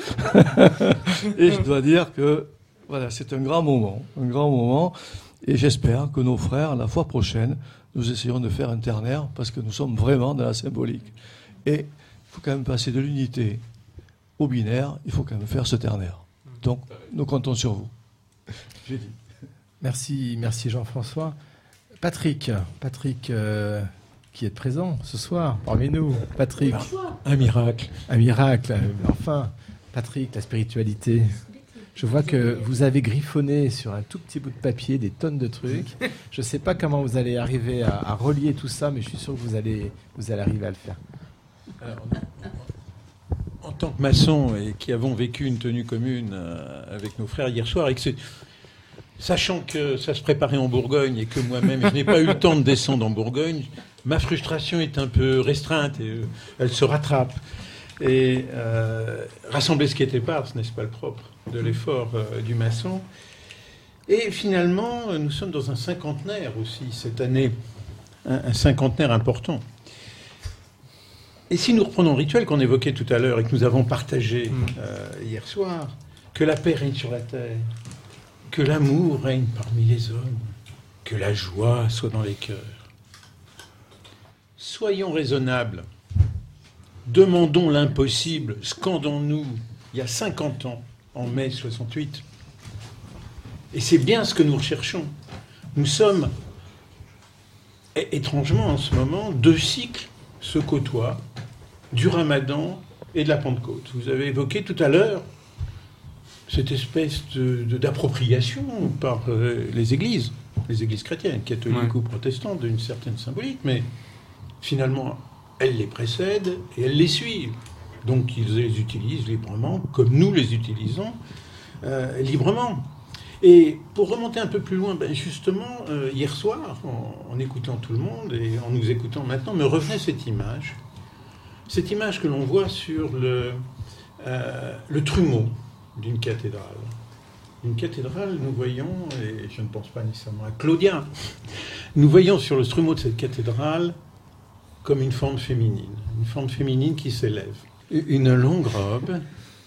Et je dois dire que voilà, c'est un grand moment, un grand moment. Et j'espère que nos frères, la fois prochaine, nous essayerons de faire un ternaire parce que nous sommes vraiment dans la symbolique. Et il faut quand même passer de l'unité au binaire, il faut quand même faire ce ternaire. Donc, nous comptons sur vous. J'ai dit. Merci, merci Jean-François. Patrick, Patrick euh, qui est présent ce soir parmi nous. Patrick. Un miracle. Un miracle. Enfin, Patrick, la spiritualité. Je vois que vous avez griffonné sur un tout petit bout de papier des tonnes de trucs. Je ne sais pas comment vous allez arriver à, à relier tout ça, mais je suis sûr que vous allez, vous allez arriver à le faire. Alors, en tant que maçon et qui avons vécu une tenue commune euh, avec nos frères hier soir, et que c'est... Sachant que ça se préparait en Bourgogne et que moi-même, je n'ai pas eu le temps de descendre en Bourgogne, ma frustration est un peu restreinte et euh, elle se rattrape. Et euh, rassembler ce qui était part, ce n'est pas le propre de l'effort euh, du maçon. Et finalement, nous sommes dans un cinquantenaire aussi cette année, un, un cinquantenaire important. Et si nous reprenons le rituel qu'on évoquait tout à l'heure et que nous avons partagé euh, hier soir, que la paix règne sur la terre, que l'amour règne parmi les hommes, que la joie soit dans les cœurs. Soyons raisonnables, demandons l'impossible, scandons-nous il y a cinquante ans, en mai soixante-huit. Et c'est bien ce que nous recherchons. Nous sommes, étrangement en ce moment, deux cycles se côtoient, du Ramadan et de la Pentecôte. Vous avez évoqué tout à l'heure cette espèce de, de, d'appropriation par euh, les églises, les églises chrétiennes, catholiques ouais. ou protestantes, d'une certaine symbolique, mais finalement, elles les précèdent et elles les suivent. Donc ils les utilisent librement, comme nous les utilisons euh, librement. Et pour remonter un peu plus loin, ben justement, euh, hier soir, en, en écoutant tout le monde et en nous écoutant maintenant, me revenait cette image, cette image que l'on voit sur le, euh, le trumeau d'une cathédrale. Une cathédrale, nous voyons, et je ne pense pas nécessairement à Claudia, nous voyons sur le trumeau de cette cathédrale comme une forme féminine, une forme féminine qui s'élève. Une longue robe,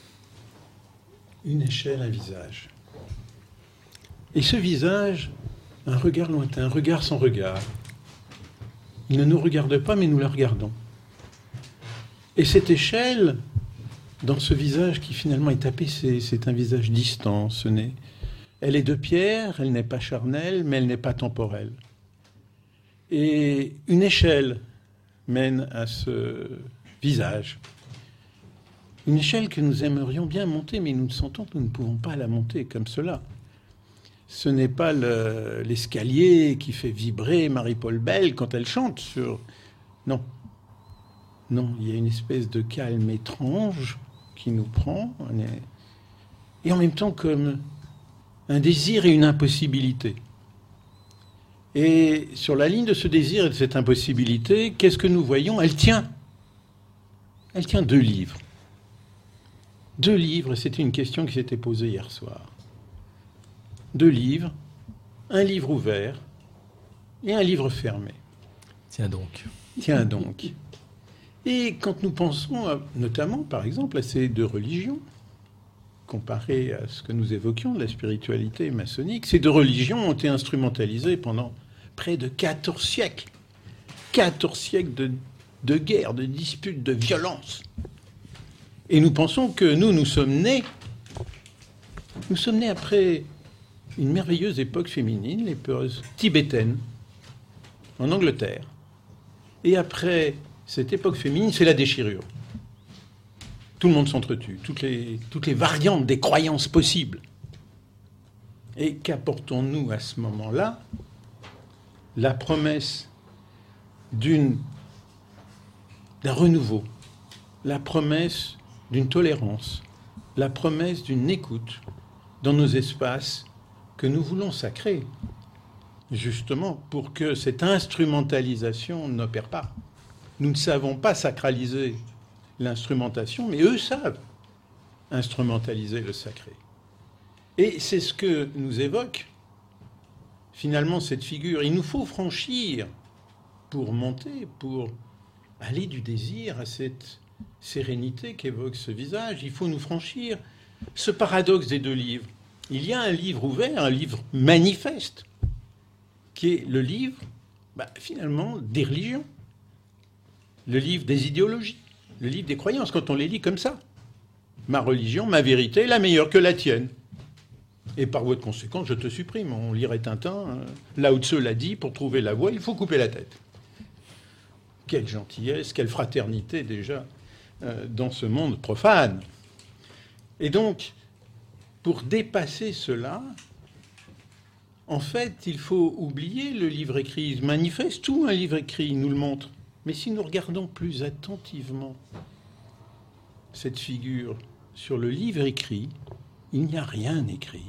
une échelle, un visage. Et ce visage, un regard lointain, un regard sans regard. Il ne nous regarde pas, mais nous la regardons. Et cette échelle, dans ce visage qui finalement est apaisé, c'est un visage distant, ce n'est. Elle est de pierre, elle n'est pas charnelle, mais elle n'est pas temporelle. Et une échelle mène à ce visage. Une échelle que nous aimerions bien monter, mais nous sentons que nous ne pouvons pas la monter comme cela. Ce n'est pas le, l'escalier qui fait vibrer Marie-Paul Bell quand elle chante sur... Non. Non, il y a une espèce de calme étrange qui nous prend, et en même temps comme un désir et une impossibilité. Et sur la ligne de ce désir et de cette impossibilité, qu'est-ce que nous voyons ? Elle tient. Elle tient deux livres. Deux livres, c'était une question qui s'était posée hier soir. Deux livres, un livre ouvert et un livre fermé. Tiens donc. Tiens donc. Et quand nous pensons, à, notamment, par exemple, à ces deux religions, comparées à ce que nous évoquions de la spiritualité maçonnique, ces deux religions ont été instrumentalisées pendant près de quatorze siècles. quatorze siècles de, de guerre, de disputes, de violence. Et nous pensons que nous, nous sommes nés, nous sommes nés après une merveilleuse époque féminine, l'époque tibétaine, en Angleterre. Et après cette époque féminine, c'est la déchirure. Tout le monde s'entretue, toutes les, toutes les variantes des croyances possibles. Et qu'apportons-nous à ce moment-là ? La promesse d'une, d'un renouveau, la promesse d'une tolérance, la promesse d'une écoute dans nos espaces que nous voulons sacrés, justement pour que cette instrumentalisation n'opère pas. Nous ne savons pas sacraliser l'instrumentation, mais eux savent instrumentaliser le sacré. Et c'est ce que nous évoque finalement cette figure. Il nous faut franchir pour monter, pour aller du désir à cette sérénité qu'évoque ce visage. Il faut nous franchir ce paradoxe des deux livres. Il y a un livre ouvert, un livre manifeste, qui est le livre, bah, finalement, des religions, le livre des idéologies, le livre des croyances, quand on les lit comme ça. Ma religion, ma vérité, la meilleure que la tienne. Et par voie de conséquence, je te supprime. On lirait Tintin, euh, Lao Tse l'a dit, pour trouver la voie, il faut couper la tête. Quelle gentillesse, quelle fraternité déjà euh, dans ce monde profane. Et donc, pour dépasser cela, en fait, il faut oublier le livre écrit. Manifeste, tout un livre écrit nous le montre. Mais si nous regardons plus attentivement cette figure sur le livre écrit, il n'y a rien écrit.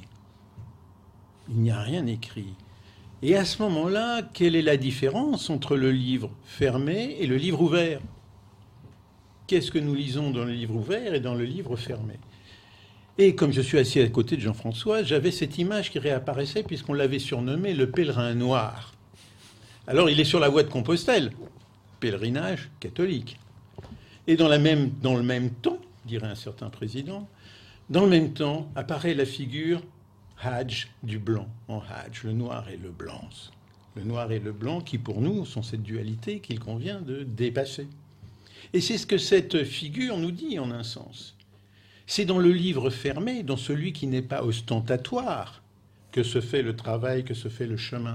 Il n'y a rien écrit. Et à ce moment-là, quelle est la différence entre le livre fermé et le livre ouvert ? Qu'est-ce que nous lisons dans le livre ouvert et dans le livre fermé ? Et comme je suis assis à côté de Jean-François, j'avais cette image qui réapparaissait puisqu'on l'avait surnommé le pèlerin noir. Alors il est sur la voie de Compostelle, pèlerinage catholique. Et dans, la même, dans le même temps, dirait un certain président, dans le même temps apparaît la figure Hadj du blanc, en Hadj, le noir et le blanc. Le noir et le blanc qui pour nous sont cette dualité qu'il convient de dépasser. Et c'est ce que cette figure nous dit en un sens. C'est dans le livre fermé, dans celui qui n'est pas ostentatoire, que se fait le travail, que se fait le chemin.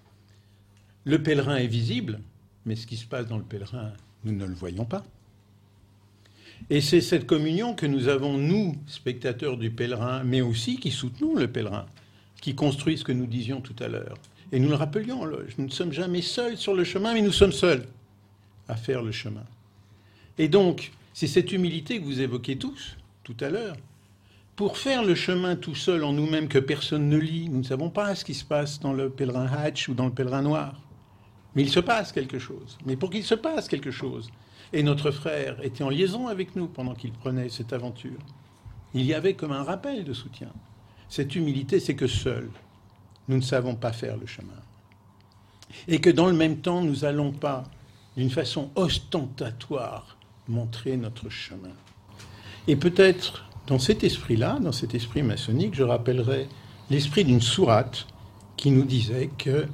Le pèlerin est visible, mais ce qui se passe dans le pèlerin, nous ne le voyons pas. Et c'est cette communion que nous avons, nous, spectateurs du pèlerin, mais aussi qui soutenons le pèlerin, qui construit ce que nous disions tout à l'heure. Et nous le rappelions, nous ne sommes jamais seuls sur le chemin, mais nous sommes seuls à faire le chemin. Et donc, c'est cette humilité que vous évoquez tous, tout à l'heure. Pour faire le chemin tout seul en nous-mêmes que personne ne lit, nous ne savons pas ce qui se passe dans le pèlerin Hatch ou dans le pèlerin noir. Mais il se passe quelque chose. Mais pour qu'il se passe quelque chose, et notre frère était en liaison avec nous pendant qu'il prenait cette aventure, il y avait comme un rappel de soutien. Cette humilité, c'est que seuls, nous ne savons pas faire le chemin. Et que dans le même temps, nous n'allons pas, d'une façon ostentatoire, montrer notre chemin. Et peut-être, dans cet esprit-là, dans cet esprit maçonnique, je rappellerai l'esprit d'une sourate qui nous disait que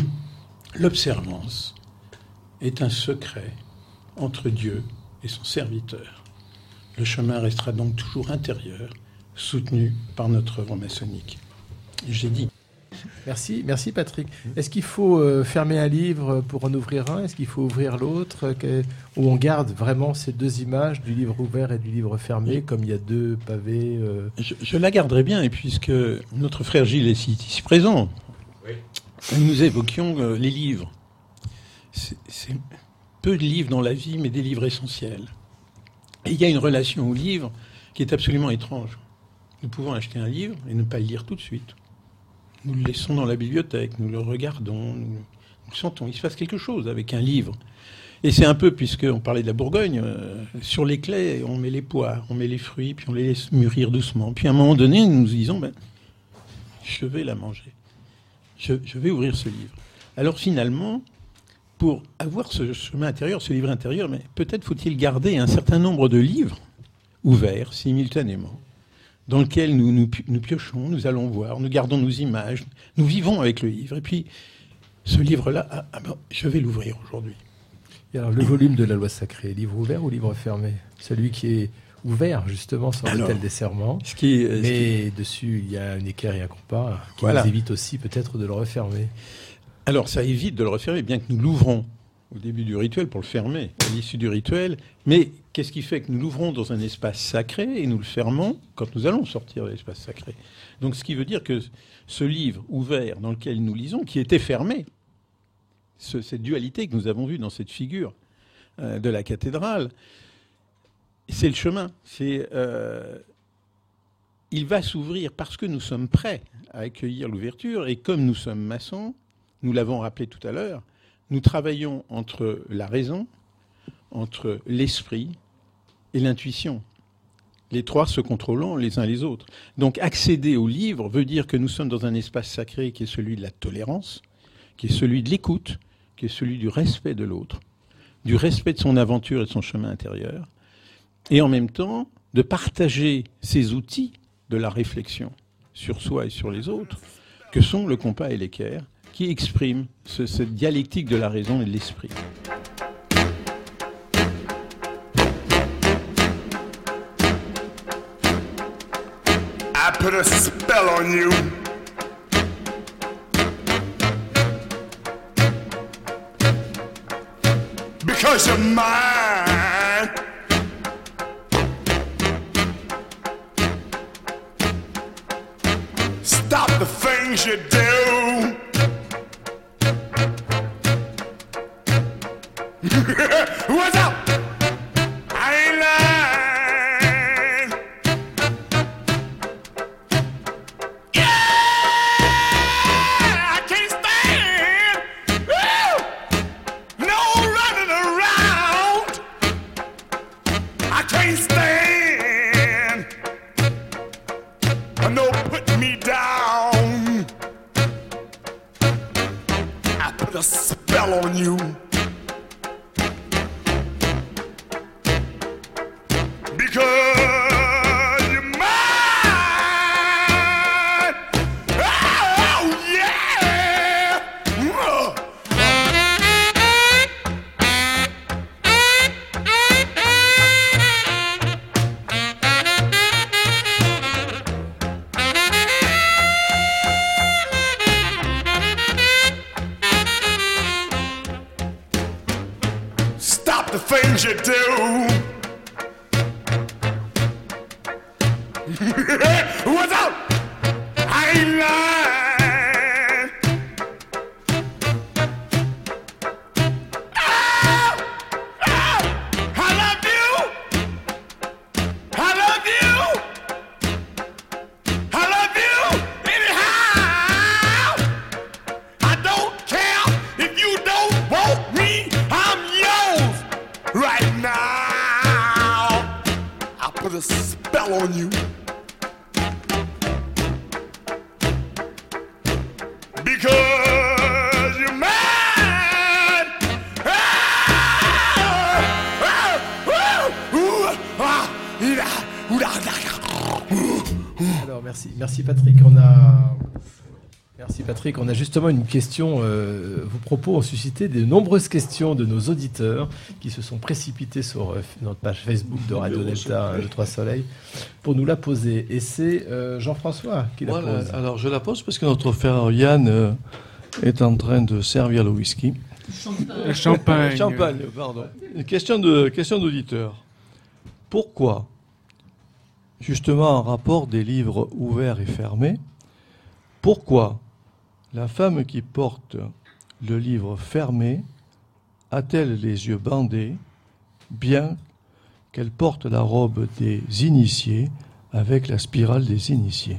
l'observance est un secret entre Dieu et son serviteur. Le chemin restera donc toujours intérieur, soutenu par notre œuvre maçonnique. J'ai dit. Merci, merci Patrick. Est-ce qu'il faut euh, fermer un livre pour en ouvrir un? Est-ce qu'il faut ouvrir l'autre? que, Où on garde vraiment ces deux images du livre ouvert et du livre fermé, comme il y a deux pavés euh... je, je la garderai bien, et puisque notre frère Gilles est ici présent, oui. Nous évoquions euh, les livres. C'est, c'est peu de livres dans la vie, mais des livres essentiels. Et il y a une relation au livre qui est absolument étrange. Nous pouvons acheter un livre et ne pas le lire tout de suite. Nous le laissons dans la bibliothèque, nous le regardons, nous, nous le sentons. Il se passe quelque chose avec un livre. Et c'est un peu, puisqu'on parlait de la Bourgogne, euh, sur les claies, on met les poires, on met les fruits, puis on les laisse mûrir doucement. Puis à un moment donné, nous nous disons, ben, je vais la manger. Je, je vais ouvrir ce livre. Alors finalement, pour avoir ce chemin intérieur, ce livre intérieur, mais peut-être faut-il garder un certain nombre de livres ouverts simultanément, dans lequel nous, nous, nous piochons, nous allons voir, nous gardons nos images, nous vivons avec le livre. Et puis, ce livre-là, ah, ah ben, je vais l'ouvrir aujourd'hui. Et alors, le volume de la loi sacrée, livre ouvert ou livre fermé? Celui qui est ouvert, justement, sur l'autel des serments. Ce qui, euh, mais ce qui... dessus, il y a une équerre et un compas qui voilà. nous évite aussi peut-être de le refermer. Alors, ça évite de le refermer, bien que nous l'ouvrons au début du rituel pour le fermer, à l'issue du rituel. Mais qu'est-ce qui fait que nous l'ouvrons dans un espace sacré et nous le fermons quand nous allons sortir de l'espace sacré? Donc, ce qui veut dire que ce livre ouvert dans lequel nous lisons, qui était fermé, ce, cette dualité que nous avons vue dans cette figure euh, de la cathédrale, c'est le chemin. C'est, euh, il va s'ouvrir parce que nous sommes prêts à accueillir l'ouverture. Et comme nous sommes maçons, nous l'avons rappelé tout à l'heure, nous travaillons entre la raison, entre l'esprit et l'intuition. Les trois se contrôlant les uns les autres. Donc accéder au livre veut dire que nous sommes dans un espace sacré qui est celui de la tolérance, qui est celui de l'écoute, qui est celui du respect de l'autre, du respect de son aventure et de son chemin intérieur, et en même temps de partager ces outils de la réflexion sur soi et sur les autres, que sont le compas et l'équerre, qui expriment ce, cette dialectique de la raison et de l'esprit. I put a spell on you. Because you're mine. Stop the things you do. What's up? I ain't lying. Yeah, I can't stand. Woo! No running around. I can't stand. No putting me down. I put a spell on you. Because you're mine. Oh, yeah. Whoa. Stop the things you do. merci, merci Patrick. On a, merci Patrick. On a justement une question. Euh, vos propos ont suscité de nombreuses questions de nos auditeurs qui se sont précipités sur euh, notre page Facebook de Radio Delta un, deux, trois Soleil pour nous la poser. Et c'est euh, Jean-François qui la Voilà, pose. alors je la pose parce que notre frère Yann euh, est en train de servir le whisky. Champagne. Champagne. Champagne, pardon. Une question de question d'auditeur. Pourquoi, justement en rapport des livres ouverts et fermés, pourquoi la femme qui porte le livre fermé a-t-elle les yeux bandés, bien qu'elle porte la robe des initiés avec la spirale des initiés?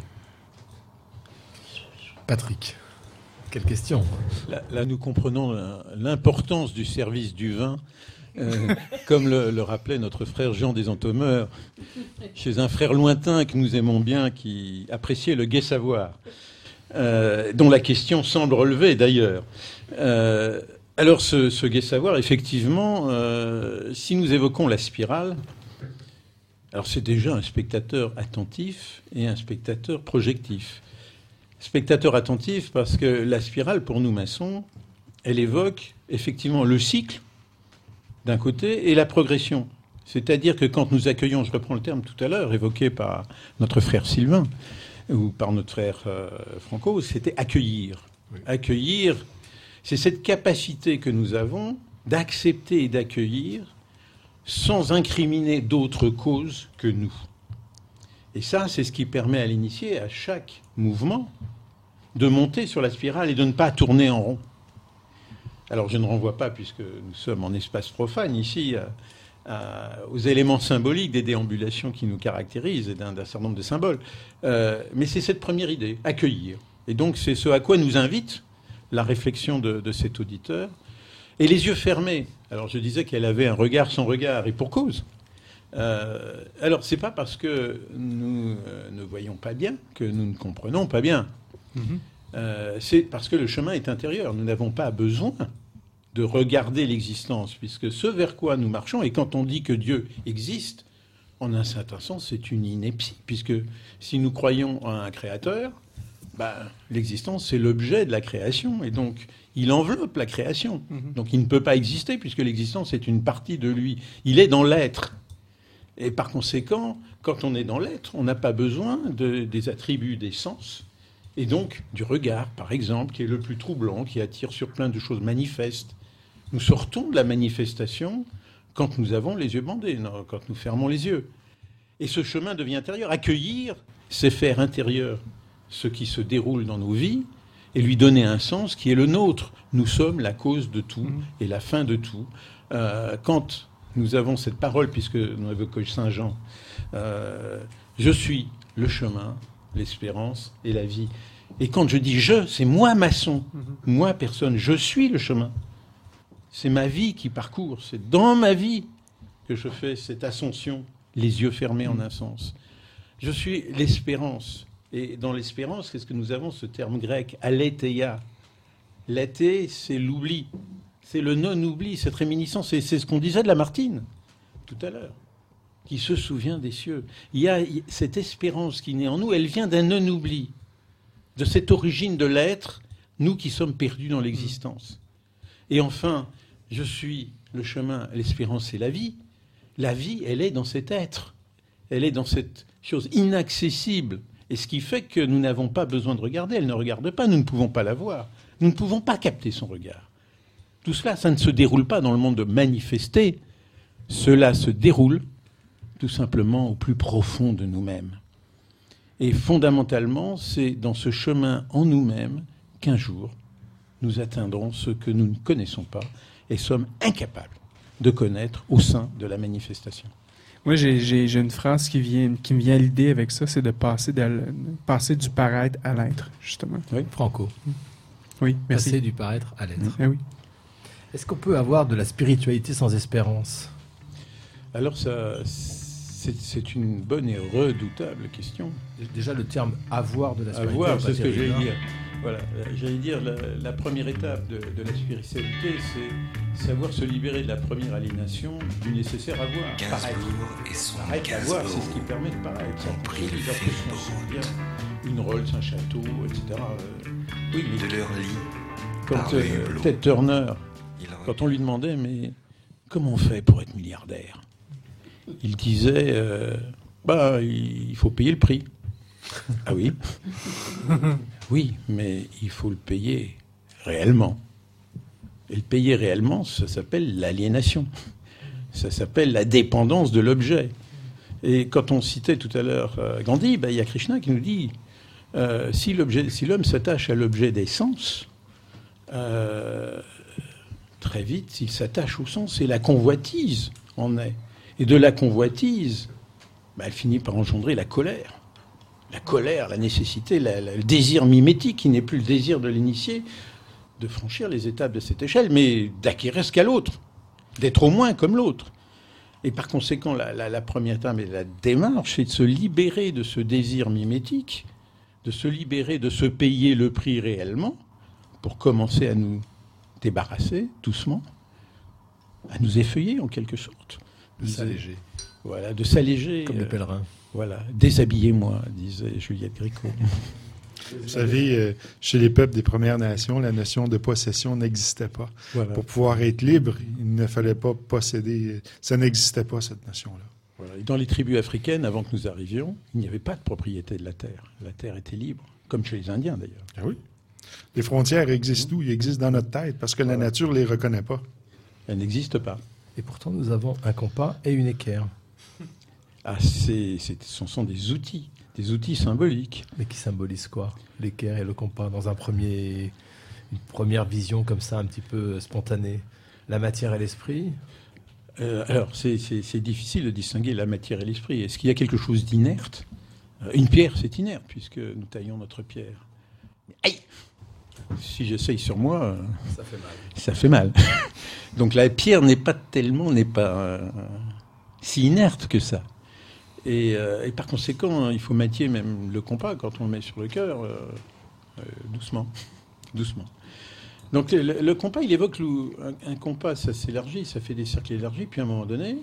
Patrick, quelle question? Là, là, nous comprenons l'importance du service du vin, euh, comme le, le rappelait notre frère Jean des Entomeurs, chez un frère lointain que nous aimons bien, qui appréciait le gai savoir, euh, dont la question semble relever d'ailleurs. Euh, alors ce, ce gai savoir, effectivement, euh, si nous évoquons la spirale, alors c'est déjà un spectateur attentif et un spectateur projectif. Spectateur attentif parce que la spirale, pour nous maçons, elle évoque effectivement le cycle d'un côté et la progression. C'est-à-dire que quand nous accueillons, je reprends le terme tout à l'heure, évoqué par notre frère Sylvain ou par notre frère euh, Franco, c'était accueillir. Oui. Accueillir, c'est cette capacité que nous avons d'accepter et d'accueillir sans incriminer d'autres causes que nous. Et ça, c'est ce qui permet à l'initié, à chaque mouvement, de monter sur la spirale et de ne pas tourner en rond. Alors je ne renvoie pas, puisque nous sommes en espace profane ici, à, à, aux éléments symboliques des déambulations qui nous caractérisent et d'un, d'un certain nombre de symboles. Euh, mais c'est cette première idée, accueillir. Et donc c'est ce à quoi nous invite la réflexion de, de cet auditeur. Et les yeux fermés. Alors je disais qu'elle avait un regard sans regard, et pour cause. Euh, alors c'est pas parce que nous euh, ne voyons pas bien que nous ne comprenons pas bien. Mm-hmm. Euh, c'est parce que le chemin est intérieur. Nous n'avons pas besoin de regarder l'existence, puisque ce vers quoi nous marchons, et quand on dit que Dieu existe, en un certain sens, c'est une ineptie, puisque si nous croyons à un créateur, ben, l'existence, c'est l'objet de la création, et donc il enveloppe la création. Mm-hmm. Donc il ne peut pas exister, puisque l'existence est une partie de lui. Il est dans l'être. Et par conséquent, quand on est dans l'être, on n'a pas besoin de, des attributs des sens, et donc du regard, par exemple, qui est le plus troublant, qui attire sur plein de choses manifestes. Nous sortons de la manifestation quand nous avons les yeux bandés, non, quand nous fermons les yeux. Et ce chemin devient intérieur. Accueillir, c'est faire intérieur ce qui se déroule dans nos vies et lui donner un sens qui est le nôtre. Nous sommes la cause de tout et la fin de tout. Euh, quand nous avons cette parole, puisque nous évoquons Saint Jean, euh, je suis le chemin, l'espérance et la vie. Et quand je dis je, c'est moi maçon, mm-hmm. moi personne, je suis le chemin. C'est ma vie qui parcourt, c'est dans ma vie que je fais cette ascension, les yeux fermés mm-hmm. en un sens. Je suis l'espérance. Et dans l'espérance, qu'est-ce que nous avons ce terme grec, aletheia. L'athée, c'est l'oubli. C'est le non-oubli, cette réminiscence. Et c'est ce qu'on disait de Lamartine tout à l'heure, qui se souvient des cieux. Il y a cette espérance qui naît en nous, elle vient d'un non-oubli, de cette origine de l'être, nous qui sommes perdus dans l'existence. Et enfin, je suis le chemin, l'espérance et la vie. La vie, elle est dans cet être. Elle est dans cette chose inaccessible. Et ce qui fait que nous n'avons pas besoin de regarder. Elle ne regarde pas, nous ne pouvons pas la voir. Nous ne pouvons pas capter son regard. Tout cela, ça ne se déroule pas dans le monde manifesté. Cela se déroule tout simplement au plus profond de nous-mêmes. Et fondamentalement, c'est dans ce chemin en nous-mêmes qu'un jour, nous atteindrons ce que nous ne connaissons pas et sommes incapables de connaître au sein de la manifestation. Moi, j'ai, j'ai, j'ai une phrase qui, vient, qui me vient à l'idée avec ça, c'est de passer, de passer du paraître à l'être, justement. Oui, Franco. Oui, merci. Passer du paraître à l'être. Ah oui. Est-ce qu'on peut avoir de la spiritualité sans espérance ? Alors, ça, c'est, c'est une bonne et redoutable question. Déjà, le terme « avoir de la spiritualité ». Avoir, c'est ce que je vais dire. Voilà, j'allais dire, la, la première étape de, de la spiritualité, c'est savoir se libérer de la première aliénation du nécessaire avoir. Paraître. Paraître, avoir, c'est ce qui permet de paraître. Ça pris les bien une Rolls, un château, et cetera. Euh, oui, mais de leur lit. Quand euh, Ted Turner, quand on lui demandait, mais comment on fait pour être milliardaire? Il disait, euh, bah, il faut payer le prix. Ah oui. Oui, mais il faut le payer réellement. Et le payer réellement, ça s'appelle l'aliénation. Ça s'appelle la dépendance de l'objet. Et quand on citait tout à l'heure euh, Gandhi, bah, il y a Krishna qui nous dit euh, si, l'objet, si l'homme s'attache à l'objet des sens, euh, très vite, il s'attache au sens et la convoitise en est. Et de la convoitise, bah, elle finit par engendrer la colère. La colère, la nécessité, la, la, le désir mimétique, qui n'est plus le désir de l'initié, de franchir les étapes de cette échelle, mais d'acquérir ce qu'a l'autre, d'être au moins comme l'autre. Et par conséquent, la, la, la première étape et la démarche, c'est de se libérer de ce désir mimétique, de se libérer, de se payer le prix réellement, pour commencer à nous débarrasser doucement, à nous effeuiller en quelque sorte. De s'alléger. Voilà, de s'alléger. Comme les pèlerins. Voilà, déshabillez-moi, disait Juliette Gréco. Vous savez, euh, chez les peuples des Premières Nations, la notion de possession n'existait pas. Voilà. Pour pouvoir être libre, il ne fallait pas posséder. Ça n'existait pas, cette notion-là. Voilà. Et dans les tribus africaines, avant que nous arrivions, il n'y avait pas de propriété de la terre. La terre était libre, comme chez les Indiens d'ailleurs. Ah oui. Les frontières existent où? Ils existent dans notre tête, parce que voilà. La nature ne les reconnaît pas. Elles n'existent pas. Et pourtant, nous avons un compas et une équerre. Ah, c'est, c'est, ce sont des outils, des outils symboliques. Mais qui symbolisent quoi? L'équerre et le compas, dans un premier, une première vision comme ça, un petit peu spontanée. La matière et l'esprit? euh, Alors, c'est, c'est, c'est difficile de distinguer la matière et l'esprit. Est-ce qu'il y a quelque chose d'inerte? euh, Une pierre, c'est inerte, puisque nous taillons notre pierre. Aïe! Si j'essaye sur moi, euh, ça fait mal. Ça fait mal. Donc la pierre n'est pas tellement, n'est pas euh, si inerte que ça. Et, euh, et par conséquent, il faut matiller même le compas quand on le met sur le cœur, euh, euh, doucement, doucement. Donc le, le compas, il évoque le, un, un compas, ça s'élargit, ça fait des cercles élargis, puis à un moment donné,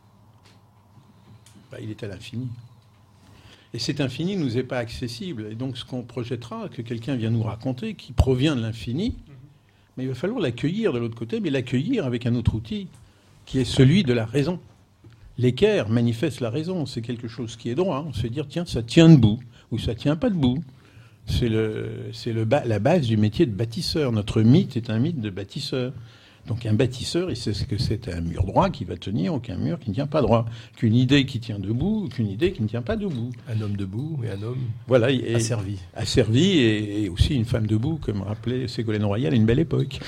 bah, il est à l'infini. Et cet infini ne nous est pas accessible. Et donc ce qu'on projettera, que quelqu'un vient nous raconter, qui provient de l'infini, mais il va falloir l'accueillir de l'autre côté, mais l'accueillir avec un autre outil, qui est celui de la raison. L'équerre manifeste la raison, c'est quelque chose qui est droit. On se fait dire, tiens, ça tient debout, ou ça tient pas debout. C'est, le, c'est le ba- la base du métier de bâtisseur. Notre mythe est un mythe de bâtisseur. Donc un bâtisseur, il sait ce que c'est un mur droit qui va tenir, ou qu'un mur qui ne tient pas droit. Qu'une idée qui tient debout, ou qu'une idée qui ne tient pas debout. Un homme debout et un homme voilà, et, asservi. Asservi, et, et aussi une femme debout, comme rappelait Ségolène Royal à une belle époque.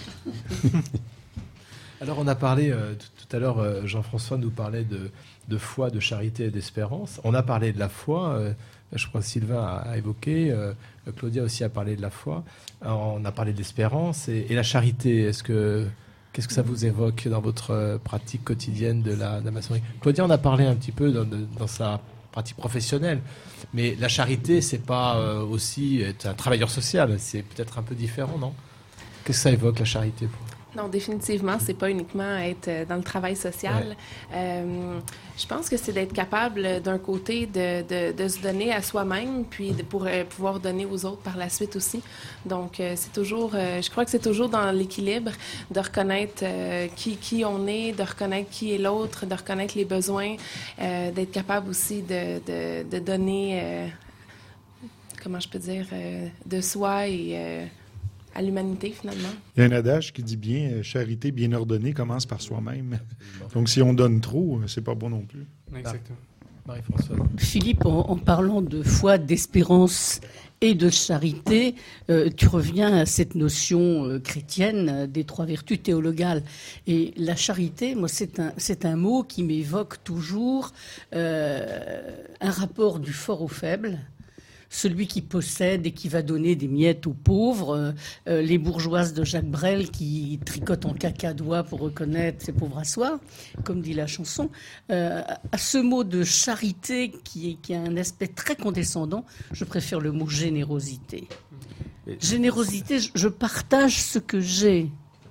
Alors on a parlé, euh, tout, tout à l'heure, euh, Jean-François nous parlait de, de foi, de charité et d'espérance. On a parlé de la foi, euh, je crois que Sylvain a, a évoqué, euh, Claudia aussi a parlé de la foi. Alors, on a parlé de l'espérance et, et la charité. Est-ce que, qu'est-ce que ça vous évoque dans votre euh, pratique quotidienne de la, de la maçonnerie? Claudia en a parlé un petit peu dans, de, dans sa pratique professionnelle, mais la charité, c'est pas euh, aussi être un travailleur social, c'est peut-être un peu différent, non? Qu'est-ce que ça évoque, la charité pour... Non, définitivement, c'est pas uniquement être dans le travail social. Ouais. Euh, je pense que c'est d'être capable, d'un côté, de, de, de se donner à soi-même, puis de, pour euh, pouvoir donner aux autres par la suite aussi. Donc, euh, c'est toujours, euh, je crois que c'est toujours dans l'équilibre de reconnaître euh, qui, qui on est, de reconnaître qui est l'autre, de reconnaître les besoins, euh, d'être capable aussi de, de, de donner, euh, comment je peux dire, euh, de soi et... Euh, à l'humanité, finalement. Il y a un adage qui dit bien, euh, charité bien ordonnée commence par soi-même. Donc, si on donne trop, c'est pas bon non plus. Exactement. Marie-Françoise. Philippe, en, en parlant de foi, d'espérance et de charité, euh, tu reviens à cette notion euh, chrétienne euh, des trois vertus théologales. Et la charité, moi, c'est un, c'est un mot qui m'évoque toujours euh, un rapport du fort au faible. Celui qui possède et qui va donner des miettes aux pauvres, euh, les bourgeoises de Jacques Brel qui tricotent en cacadois pour reconnaître ses pauvres à soi, comme dit la chanson. Euh, à ce mot de charité qui, est, qui a un aspect très condescendant, je préfère le mot générosité. Générosité, je, je partage ce que j'ai.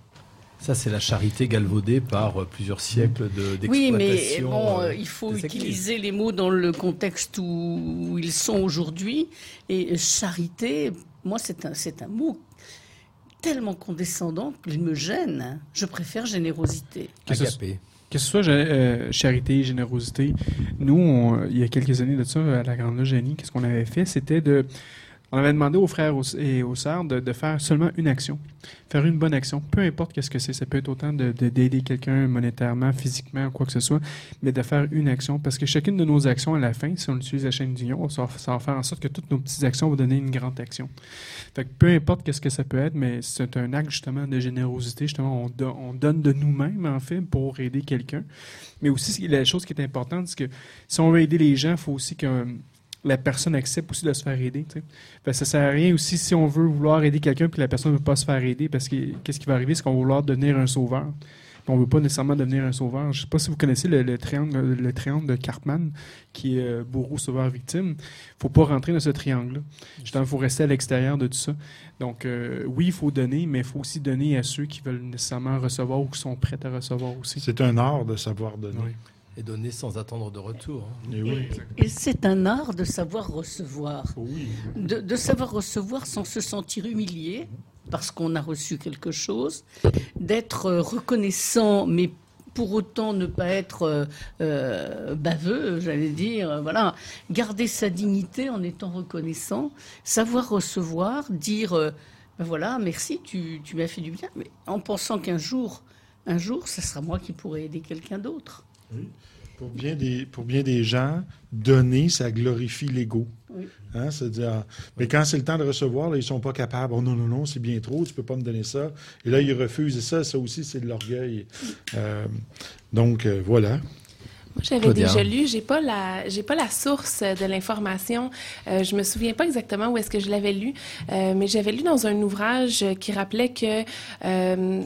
Ça, c'est la charité galvaudée par euh, plusieurs siècles de, d'exploitation. Oui, mais bon, euh, il faut des utiliser églises. les mots dans le contexte où, où ils sont aujourd'hui. Et charité, moi, c'est un, c'est un mot tellement condescendant qu'il me gêne. Je préfère générosité. Que ce, que ce soit euh, charité, générosité, nous, on, il y a quelques années de ça, à la Grande Loge Annie, qu'est-ce qu'on avait fait? C'était de... On avait demandé aux frères et aux sœurs de, de faire seulement une action, faire une bonne action, peu importe qu'est-ce que c'est. Ça peut être autant de, de, d'aider quelqu'un monétairement, physiquement, quoi que ce soit, mais de faire une action. Parce que chacune de nos actions, à la fin, si on utilise la chaîne d'union, ça, ça va faire en sorte que toutes nos petites actions vont donner une grande action. Fait que peu importe qu'est-ce que ça peut être, mais c'est un acte justement de générosité. Justement, on, do, on donne de nous-mêmes, en fait, pour aider quelqu'un. Mais aussi, la chose qui est importante, c'est que si on veut aider les gens, il faut aussi que la personne accepte aussi de se faire aider. T'sais. Fait que ça sert à rien aussi si on veut vouloir aider quelqu'un puis la personne ne veut pas se faire aider, parce que qu'est-ce qui va arriver, c'est qu'on va vouloir devenir un sauveur. Puis on ne veut pas nécessairement devenir un sauveur. Je ne sais pas si vous connaissez le, le, triangle, le triangle de Cartman, qui est euh, bourreau, sauveur, victime. Il ne faut pas rentrer dans ce triangle-là. Justement, il faut rester à l'extérieur de tout ça. Donc, euh, oui, il faut donner, mais il faut aussi donner à ceux qui veulent nécessairement recevoir ou qui sont prêts à recevoir aussi. C'est un art de savoir donner. Oui. Et donner sans attendre de retour. Hein. Et, oui. Et c'est un art de savoir recevoir. Oui. De, de savoir recevoir sans se sentir humilié, parce qu'on a reçu quelque chose, d'être reconnaissant, mais pour autant ne pas être euh, baveux, j'allais dire. Voilà. Garder sa dignité en étant reconnaissant, savoir recevoir, dire euh, ben voilà, merci, tu, tu m'as fait du bien, mais en pensant qu'un jour, un jour, ce sera moi qui pourrai aider quelqu'un d'autre. Oui. Pour bien des, pour bien des gens, donner, ça glorifie l'ego. Oui. Hein, c'est-à-dire, mais quand c'est le temps de recevoir, là, ils ne sont pas capables. Oh non, non, non, c'est bien trop, tu ne peux pas me donner ça. Et là, ils refusent. Et ça, ça aussi, c'est de l'orgueil. Euh, donc, euh, voilà. Moi, j'avais déjà lu, j'ai pas la, j'ai pas la source de l'information. Euh, je me souviens pas exactement où est-ce que je l'avais lu, euh, mais j'avais lu dans un ouvrage qui rappelait que euh,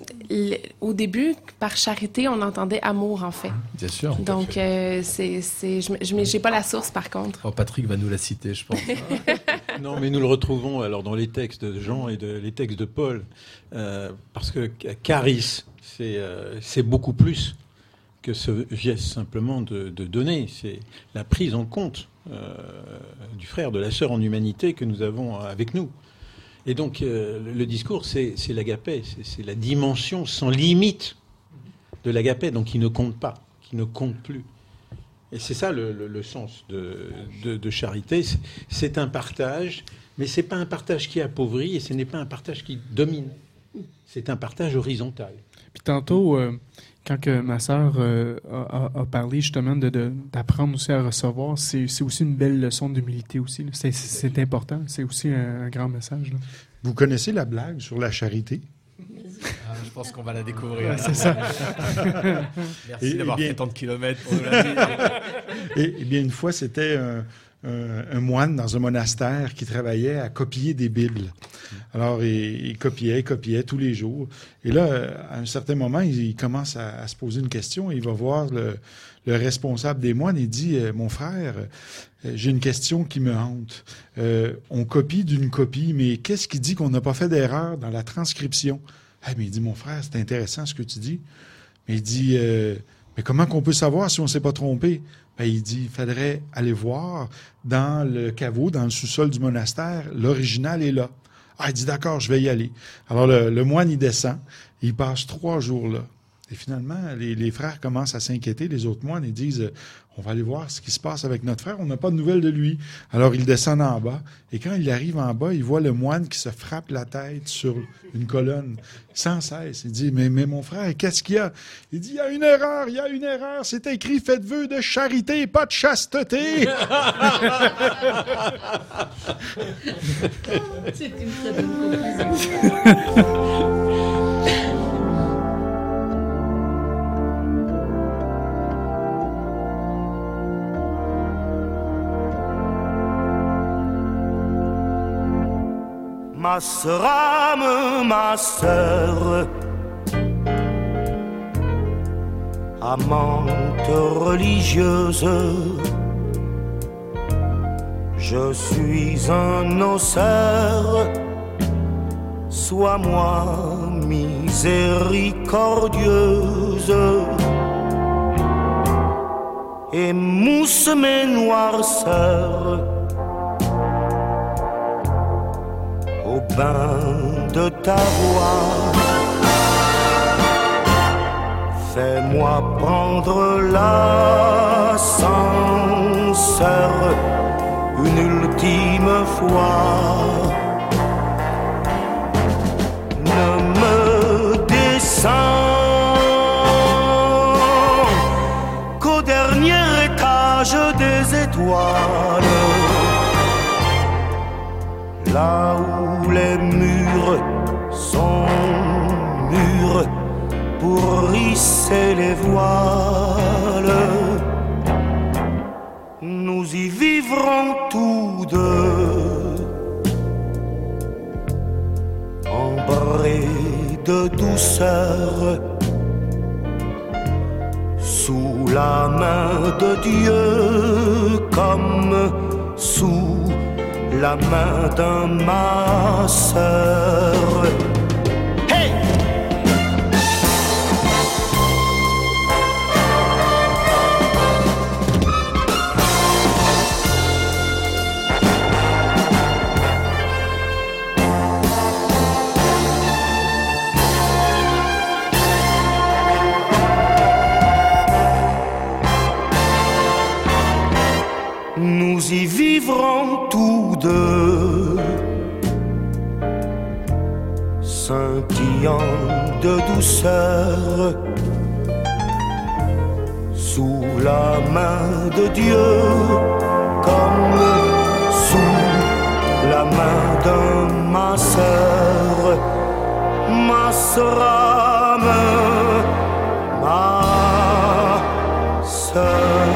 au début, par charité, on entendait amour en fait. Bien sûr. Donc, euh, c'est, c'est, je, je, j'ai pas la source par contre. Oh, Patrick va nous la citer, je pense. Non, mais nous le retrouvons alors dans les textes de Jean et de, les textes de Paul, euh, parce que charis, c'est, euh, c'est beaucoup plus que ce geste simplement de, de donner. C'est la prise en compte euh, du frère, de la sœur en humanité que nous avons avec nous. Et donc, euh, le, le discours, c'est, c'est l'agapé, c'est, c'est la dimension sans limite de l'agapé, donc qui ne compte pas, qui ne compte plus. Et c'est ça le, le, le sens de, de, de charité. C'est, c'est un partage, mais ce n'est pas un partage qui appauvrit et ce n'est pas un partage qui domine. C'est un partage horizontal. Puis tantôt, euh, quand que ma sœur euh, a, a parlé justement de, de, d'apprendre aussi à recevoir, c'est, c'est aussi une belle leçon d'humilité aussi. Là. C'est, c'est important. C'est aussi un, un grand message. Là. Vous connaissez la blague sur la charité? Ah, je pense qu'on va la découvrir. Ouais, c'est ça. Merci et, d'avoir et bien, fait tant de kilomètres pour nous la dire. et, et bien, une fois, c'était un, un, un moine dans un monastère qui travaillait à copier des Bibles. Alors, il, il copiait, il copiait tous les jours. Et là, à un certain moment, il, il commence à, à se poser une question. Il va voir le, le responsable des moines et dit euh, « Mon frère, euh, j'ai une question qui me hante. Euh, on copie d'une copie, mais qu'est-ce qui dit qu'on n'a pas fait d'erreur dans la transcription? » Ah, mais il dit « Mon frère, c'est intéressant ce que tu dis. » Mais il dit euh, « Mais comment qu'on peut savoir si on ne s'est pas trompé? » Ben, il dit, il faudrait aller voir dans le caveau, dans le sous-sol du monastère, l'original est là. Ah, il dit, d'accord, je vais y aller. Alors, le, le moine, il descend, il passe trois jours là. Et finalement, les, les frères commencent à s'inquiéter, les autres moines, ils disent, on va aller voir ce qui se passe avec notre frère, on n'a pas de nouvelles de lui. Alors, ils descendent en bas, et quand il arrive en bas, il voit le moine qui se frappe la tête sur une colonne, sans cesse. Il dit, mais, mais mon frère, qu'est-ce qu'il y a? Il dit, il y a une erreur, il y a une erreur, c'est écrit, faites vœu de charité, pas de chasteté. C'est une très bonne conclusion. Ma sœur âme, ma sœur, amante religieuse, je suis un osseur sois-moi miséricordieuse et mousse mes noirceurs au bain de ta voix. Fais-moi prendre l'ascenseur une ultime fois. Ne me descends qu'au dernier étage des étoiles, là où les murs sont mûrs pour hisser les voiles. Nous y vivrons tous deux, embrés de douceur, sous la main de Dieu, comme sous la main d'un masseur. Hey! Nous y vivrons tous deux, scintillant de douceur, sous la main de Dieu, comme sous la main d'un masseur. Masseram, ma sœur.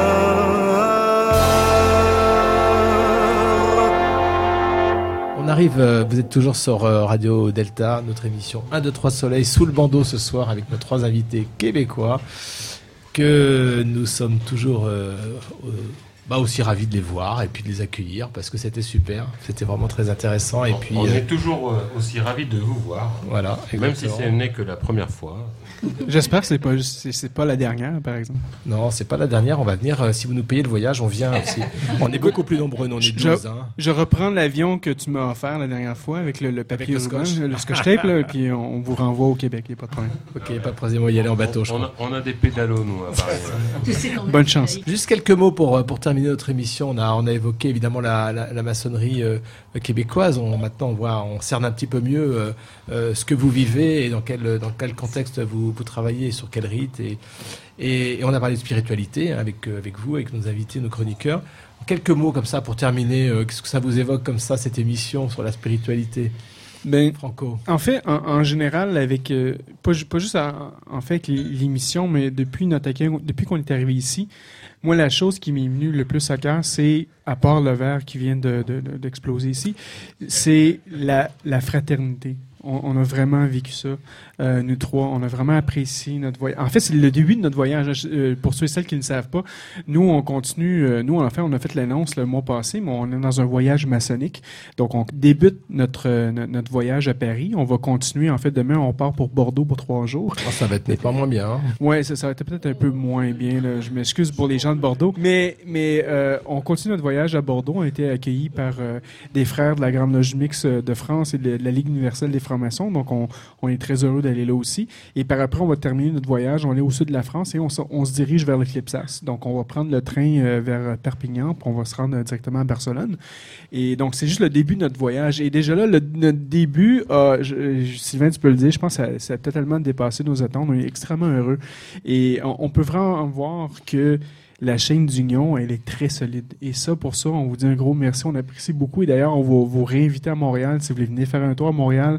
On arrive, euh, vous êtes toujours sur euh, Radio Delta, notre émission un, deux, trois Soleil sous le bandeau ce soir avec nos trois invités québécois que nous sommes toujours euh, euh, bah aussi ravis de les voir et puis de les accueillir parce que c'était super, c'était vraiment très intéressant. Et on, puis, on euh, est toujours euh, aussi ravis de vous voir. Voilà, même si exactement. ce n'est que la première fois. J'espère que c'est pas c'est, c'est pas la dernière, par exemple. Non, c'est pas la dernière. On va venir. Euh, si vous nous payez le voyage, on vient aussi. On est beaucoup plus nombreux. Nous, on est douze. Je, hein. je reprends l'avion que tu m'as offert la dernière fois avec le, le papier Avec le ruban, scotch. le scotch tape, là, et puis on, on vous renvoie au Québec, il n'y a pas de problème. Ok, pas de problème. On va y aller en bateau, je on, crois. a, on a des pédalos, nous, à Paris. Bonne chance. Juste quelques mots pour, pour terminer notre émission. On a, on a évoqué évidemment la, la, la maçonnerie euh, québécoise. On, maintenant, on voit, on cerne un petit peu mieux euh, euh, ce que vous vivez et dans quel, dans quel contexte vous, vous travaillez et sur quel rite. Et, et, et on a parlé de spiritualité hein, avec, euh, avec vous, avec nos invités, nos chroniqueurs. Quelques mots comme ça pour terminer. Euh, qu'est-ce que ça vous évoque comme ça, cette émission sur la spiritualité? Ben, Franco. En fait, en, en général, avec euh, pas, ju- pas juste en, en fait avec l'émission, mais depuis notre accueil, depuis qu'on est arrivé ici, moi la chose qui m'est venue le plus à cœur, c'est à part le verre qui vient de, de, de- d'exploser ici, c'est la, la fraternité. On, on a vraiment vécu ça, euh, nous trois. On a vraiment apprécié notre voyage. En fait, c'est le début de notre voyage. Euh, pour ceux et celles qui ne savent pas, nous, on continue. Euh, nous, en fait, on a fait l'annonce le mois passé, mais on est dans un voyage maçonnique. Donc, on débute notre, euh, notre, notre voyage à Paris. On va continuer. En fait, demain, on part pour Bordeaux pour trois jours. Oh, ça va être pas moins bien. Hein? Oui, ça, ça va être peut-être un peu moins bien. Là. Je m'excuse pour les gens de Bordeaux. Mais, mais euh, on continue notre voyage à Bordeaux. On a été accueillis par euh, des frères de la Grande Loge Mixte de France et de, de la Ligue universelle des francs-maçons. Donc, on, on est très heureux d'aller là aussi. Et par après, on va terminer notre voyage. On est au sud de la France et on, se- on se dirige vers le Clipsas. Donc, on va prendre le train euh, vers Perpignan, puis on va se rendre euh, directement à Barcelone. Et donc, c'est juste le début de notre voyage. Et déjà là, le, notre début, euh, je- je- Sylvain, tu peux le dire, je pense que ça, ça a totalement dépassé nos attentes. On est extrêmement heureux. Et on, on peut vraiment voir que la chaîne d'union, elle est très solide. Et ça, pour ça, on vous dit un gros merci. On apprécie beaucoup. Et d'ailleurs, on va vous réinviter à Montréal. Si vous voulez venir faire un tour à Montréal,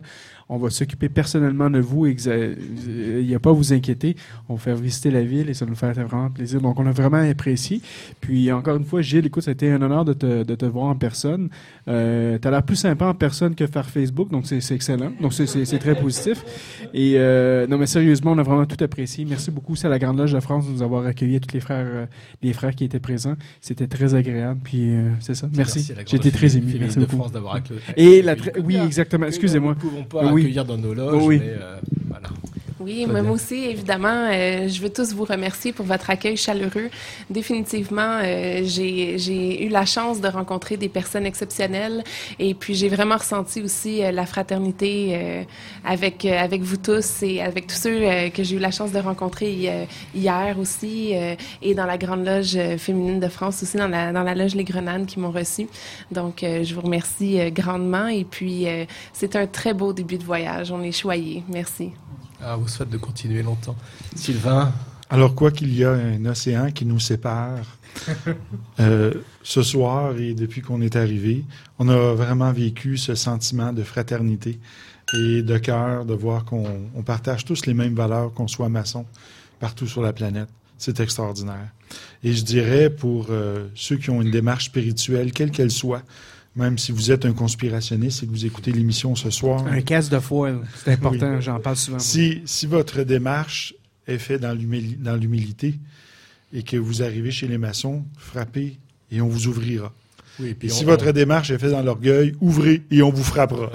On va s'occuper personnellement de vous. Exa- Il n'y a pas à vous inquiéter. On va faire visiter la ville et ça nous fait vraiment plaisir. Donc, on a vraiment apprécié. Puis, encore une fois, Gilles, écoute, ça a été un honneur de te, de te voir en personne. Euh, tu as l'air plus sympa en personne que par Facebook, donc c'est, c'est excellent. Donc, c'est, c'est, c'est très positif. Et euh, non, mais sérieusement, on a vraiment tout apprécié. Merci beaucoup aussi à la Grande Loge de France de nous avoir accueillis, tous les frères, euh, les frères qui étaient présents. C'était très agréable. Puis, euh, c'est ça. Merci. Merci à la J'ai été très ému. Féminine Merci de beaucoup. France d'avoir accueilli. Et la tra- oui, exactement. Excusez-moi. Nous ne pouvons pas Oui. accueillir dans nos loges, Oui. mais euh, voilà. Oui, Très moi bien. aussi, évidemment, euh, je veux tous vous remercier pour votre accueil chaleureux. Définitivement, euh, j'ai, j'ai eu la chance de rencontrer des personnes exceptionnelles et puis j'ai vraiment ressenti aussi euh, la fraternité euh, avec, euh, avec vous tous et avec tous ceux euh, que j'ai eu la chance de rencontrer euh, hier aussi euh, et dans la Grande Loge euh, féminine de France aussi, dans la, dans la Loge Les Grenades qui m'ont reçu. Donc, euh, je vous remercie euh, grandement et puis euh, c'est un très beau début de voyage. On est choyés. Merci. Ah, vous souhaite de continuer longtemps. Sylvain? Alors, quoi qu'il y a un océan qui nous sépare, euh, ce soir et depuis qu'on est arrivé, on a vraiment vécu ce sentiment de fraternité et de cœur, de voir qu'on on partage tous les mêmes valeurs, qu'on soit maçon partout sur la planète. C'est extraordinaire. Et je dirais, pour euh, ceux qui ont une démarche spirituelle, quelle qu'elle soit, même si vous êtes un conspirationniste et que vous écoutez l'émission ce soir. Un casque de foi, c'est important, Oui. j'en parle souvent. Si, si votre démarche est faite dans, l'humili- dans l'humilité et que vous arrivez chez les maçons, frappez et on vous ouvrira. Oui, et puis et on- si votre on- démarche est faite dans l'orgueil, ouvrez et on vous frappera.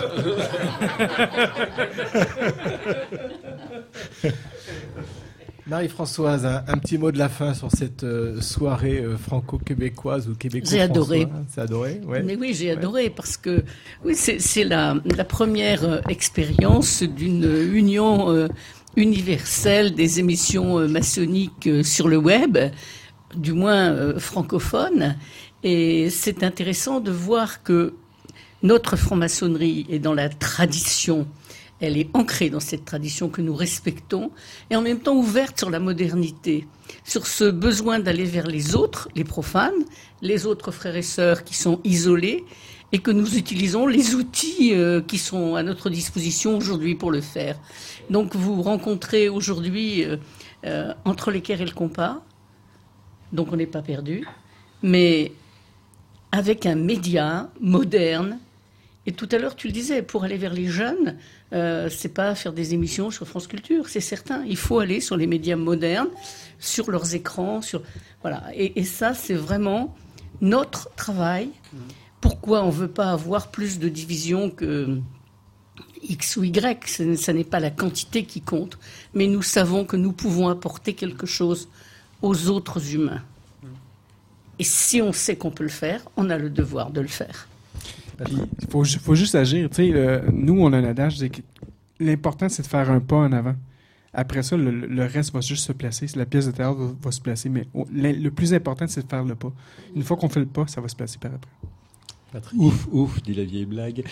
Marie-Françoise, un, un petit mot de la fin sur cette euh, soirée euh, franco-québécoise ou québécoise. J'ai adoré. C'est adoré, ouais. Mais oui, j'ai Ouais. adoré parce que oui, c'est, c'est la, la première euh, expérience d'une union euh, universelle des émissions euh, maçonniques euh, sur le web, du moins euh, francophone. Et c'est intéressant de voir que notre franc-maçonnerie est dans la tradition. Elle est ancrée dans cette tradition que nous respectons et en même temps ouverte sur la modernité, sur ce besoin d'aller vers les autres, les profanes, les autres frères et sœurs qui sont isolés et que nous utilisons les outils euh, qui sont à notre disposition aujourd'hui pour le faire. Donc vous rencontrez aujourd'hui euh, euh, entre l'équerre et le compas, donc on n'est pas perdu, mais avec un média moderne. Et tout à l'heure, tu le disais, pour aller vers les jeunes, euh, c'est pas faire des émissions sur France Culture, c'est certain. Il faut aller sur les médias modernes, sur leurs écrans, sur voilà. Et, et ça, c'est vraiment notre travail. Pourquoi on veut pas avoir plus de divisions que X ou Y? Ce, ça n'est pas la quantité qui compte, mais nous savons que nous pouvons apporter quelque chose aux autres humains. Et si on sait qu'on peut le faire, on a le devoir de le faire. Puis, il faut, ju- faut juste agir. Tu sais, euh, nous, on a un adage, c'est que l'important, c'est de faire un pas en avant. Après ça, le, le reste va juste se placer. La pièce de théâtre va, va se placer. Mais on- le, le plus important, c'est de faire le pas. Une fois qu'on fait le pas, ça va se placer par après. Patrick. Ouf, ouf, dit la vieille blague.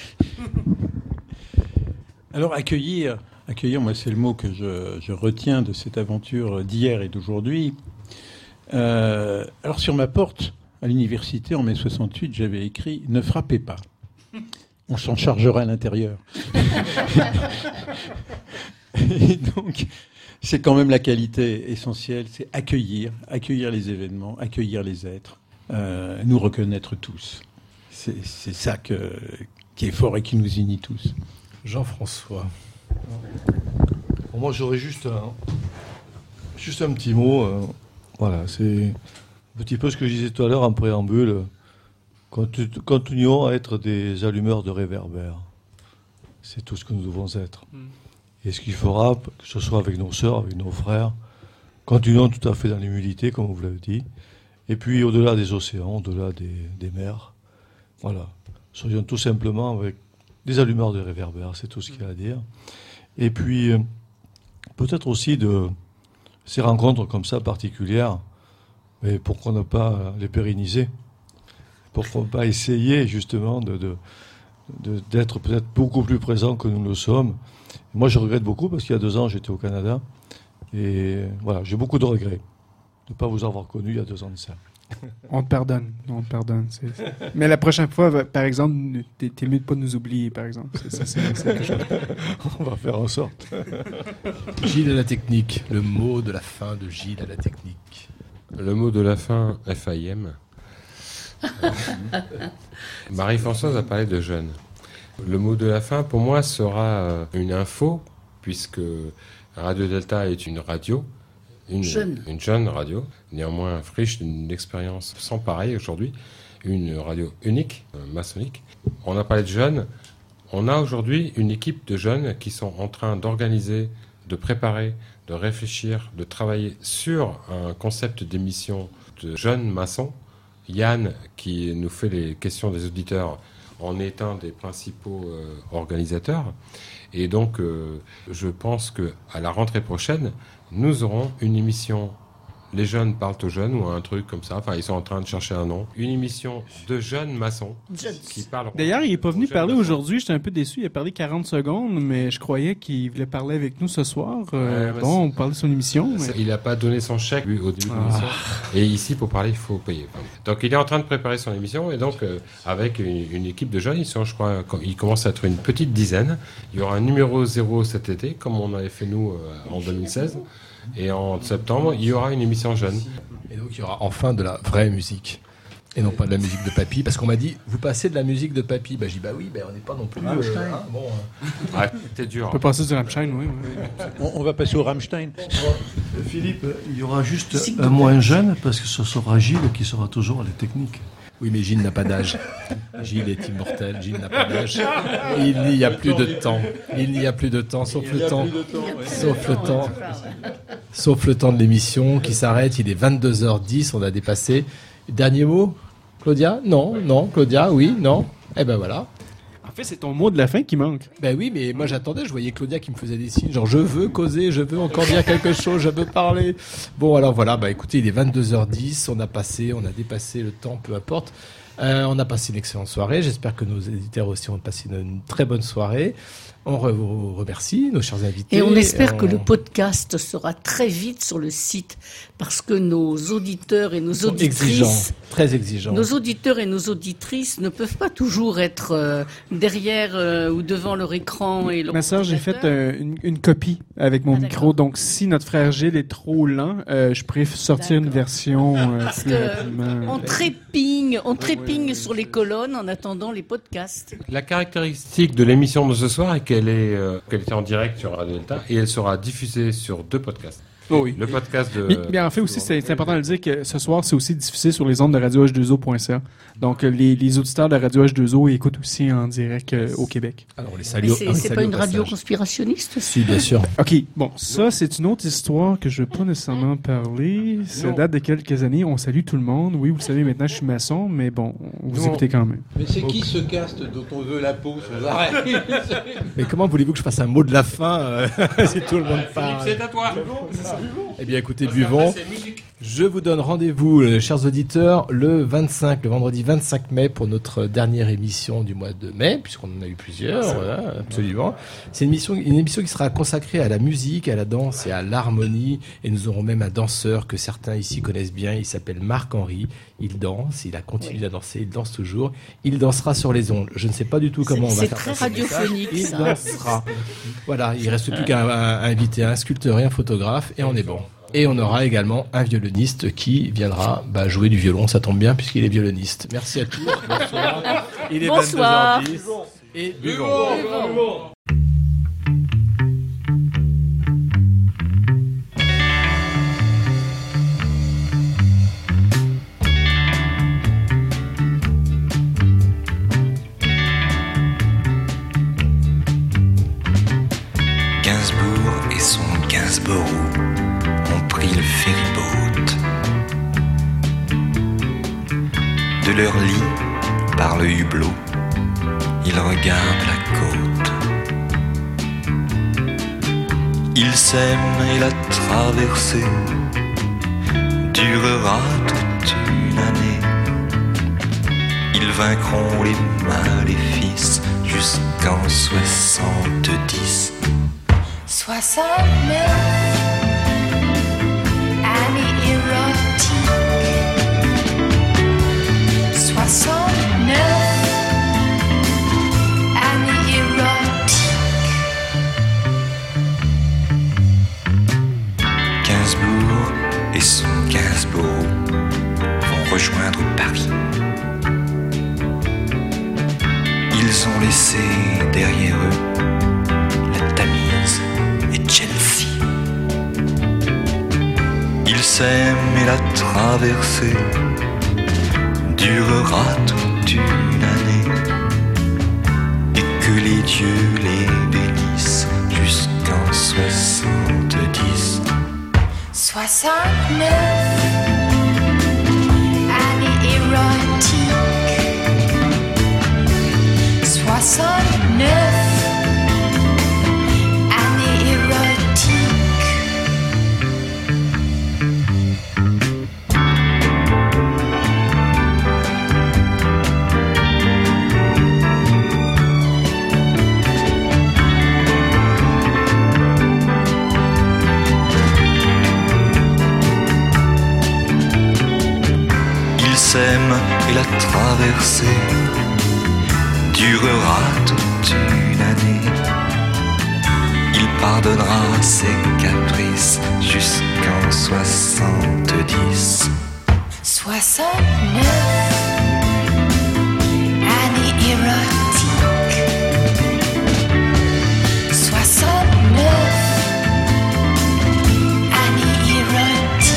Alors, accueillir, accueillir, moi, c'est le mot que je, je retiens de cette aventure d'hier et d'aujourd'hui. Euh, alors, sur ma porte, à l'université, en mai soixante-huit, j'avais écrit « Ne frappez pas ». On s'en chargera à l'intérieur. Et donc, c'est quand même la qualité essentielle, c'est accueillir, accueillir les événements, accueillir les êtres, euh, nous reconnaître tous. C'est, c'est ça que, qui est fort et qui nous unit tous. Jean-François. Bon, moi, j'aurais juste un, juste un petit mot. euh, voilà, c'est un petit peu ce que je disais tout à l'heure en préambule. Contu- Continuons à être des allumeurs de réverbères. C'est tout ce que nous devons être. Mm. Et ce qu'il fera, que ce soit avec nos sœurs, avec nos frères, continuons tout à fait dans l'humilité, comme vous l'avez dit. Et puis, au-delà des océans, au-delà des, des mers, voilà. Soyons tout simplement avec des allumeurs de réverbères, c'est tout ce qu'il y a à dire. Et puis, euh, peut-être aussi de ces rencontres comme ça particulières, mais pourquoi ne pas les pérenniser? Pourquoi ne pas essayer justement de, de, de- d'être peut-être beaucoup plus présent que nous le sommes? Moi, je regrette beaucoup parce qu'il y a deux ans, j'étais au Canada. Et voilà, j'ai beaucoup de regrets de ne pas vous avoir connu il y a deux ans de ça. On te pardonne, on te pardonne. C'est, c'est... Mais la prochaine fois, par exemple, t'es, t'es mieux de pas nous oublier, par exemple. C'est, ça, c'est, c'est quelque chose. On va faire en sorte. Gilles à la technique, le mot de la fin de Gilles à la technique. Le mot de la fin, F A I M. Marie-Françoise a parlé de jeunes. Le mot de la fin, pour moi, sera une info, puisque Radio Delta est une radio, une jeune, une jeune radio, néanmoins riche d'une expérience sans pareil aujourd'hui, une radio unique, maçonnique. On a parlé de jeunes. On a aujourd'hui une équipe de jeunes qui sont en train d'organiser, de préparer, de réfléchir, de travailler sur un concept d'émission de jeunes maçons. Yann, qui nous fait les questions des auditeurs, en est un des principaux euh, organisateurs. Et donc, euh, je pense qu'à la rentrée prochaine, nous aurons une émission Les jeunes parlent aux jeunes ou un truc comme ça. Enfin, ils sont en train de chercher un nom. Une émission de jeunes maçons qui parlent. D'ailleurs, il n'est pas venu parler aujourd'hui. J'étais un peu déçu. Il a parlé quarante secondes, mais je croyais qu'il voulait parler avec nous ce soir. Euh, Ouais, bon, on parlait de son émission. Mais... Il n'a pas donné son chèque lui, au début de Ah. l'émission. Et ici, pour parler, il faut payer. Donc, il est en train de préparer son émission. Et donc, euh, avec une, une équipe de jeunes, ils sont, je crois, ils commencent à être une petite dizaine. Il y aura un numéro zéro cet été, comme on avait fait nous euh, en deux mille seize. Et en septembre, il y aura une émission jeune. Et donc, il y aura enfin de la vraie musique. Et non pas de la musique de papy. Parce qu'on m'a dit, vous passez de la musique de papy. Bah, j'ai dit, bah oui, bah, on n'est pas non plus. Rammstein. euh, hein, bon, euh. Ouais, c'est dur. On peut passer du Rammstein, oui. oui. On, on va passer au Rammstein. Philippe, il y aura juste un moins jeune parce que ce sera Gilles qui sera toujours à la technique. Oui, mais Gilles n'a pas d'âge. Gilles est immortel, Gilles n'a pas d'âge. Il n'y a plus de temps. Il n'y a plus de temps, sauf le temps. Sauf le temps. Sauf le temps de l'émission qui s'arrête. Il est vingt-deux heures dix, on a dépassé. Dernier mot, Claudia? Non, non, Claudia, oui, non. Eh ben voilà. En fait, c'est ton mot de la fin qui manque. Ben oui, mais moi j'attendais, je voyais Claudia qui me faisait des signes, genre je veux causer, je veux encore dire quelque chose, je veux parler. Bon, alors voilà, bah écoutez, il est vingt-deux heures dix, on a passé, on a dépassé le temps, peu importe. Euh, on a passé une excellente soirée, j'espère que nos éditeurs aussi ont passé une, une très bonne soirée. On re- vous remercie, nos chers invités. Et on espère on... que le podcast sera très vite sur le site, parce que nos auditeurs et nos Ils sont auditrices, exigeants, très exigeants. nos auditeurs et nos auditrices ne peuvent pas toujours être euh, derrière euh, ou devant leur écran et leur Ma sœur, j'ai fait euh, une, une copie avec mon Ah, micro. Donc, si notre frère Gilles est trop lent, euh, je pourrais sortir une version euh, Parce plus que rapidement. on trépigne, on trépigne sur les colonnes en attendant les podcasts. La caractéristique de l'émission de ce soir est qu'elle est, euh, qu'elle était en direct sur Radio Delta et elle sera diffusée sur deux podcasts. Oh oui. Le podcast de... Mais, mais en fait aussi, c'est, c'est important de le dire que ce soir, c'est aussi diffusé sur les ondes de radio h deux o point c a. Donc, euh, les, les auditeurs de Radio h deux o écoutent aussi en direct euh, au Québec. Alors, on les Mais salue. c'est, on les c'est salue pas au une radio passage. conspirationniste? Si, bien sûr. OK, bon, ça, c'est une autre histoire que je ne veux pas nécessairement parler. Ça Non. date de quelques années. On salue tout le monde. Oui, vous le savez, maintenant, je suis maçon, mais bon, vous Non. écoutez quand même. Mais c'est qui ce cast dont on veut la peau sans arrêt? Mais comment voulez-vous que je fasse un mot de la fin euh, si tout le monde parle? C'est à toi. Eh bien, écoutez, buvons. Je vous donne rendez-vous, euh, chers auditeurs, le vingt-cinq, le vendredi vingt-cinq mai pour notre dernière émission du mois de mai, puisqu'on en a eu plusieurs, voilà, absolument. C'est une émission, une émission qui sera consacrée à la musique, à la danse et à l'harmonie. Et nous aurons même un danseur que certains ici connaissent bien. Il s'appelle Marc-Henri. Il danse, il a continué à danser, il danse toujours. Il dansera sur les ondes. Je ne sais pas du tout comment C'est- on va c'est faire très passer le message. radiophonique, Il ça. dansera. Voilà, il reste plus qu'à à- à inviter un sculpteur et un photographe et on est bon. Et on aura également un violoniste qui viendra bah, jouer du violon, ça tombe bien puisqu'il est violoniste. Merci à tous. Bonsoir. Il est Bonsoir. vingt-deux heures dix. Et buvons. Gainsbourg et son Gainsborough ont pris le ferryboat. De leur lit, par le hublot, ils regardent la côte. Ils s'aiment et la traversée durera toute une année. Ils vaincront les maléfices jusqu'en soixante-dix. soixante-neuf, année érotique. s'aiment et la traversée durera toute une année et que les dieux les bénissent jusqu'en soixante-dix. Soixante-neuf, année érotique. Soixante-neuf, année érotique. S'aime et la traversée durera toute une année. Il pardonnera ses caprices jusqu'en soixante-dix. Soixante-neuf, année érotique. Soixante-neuf, année érotique.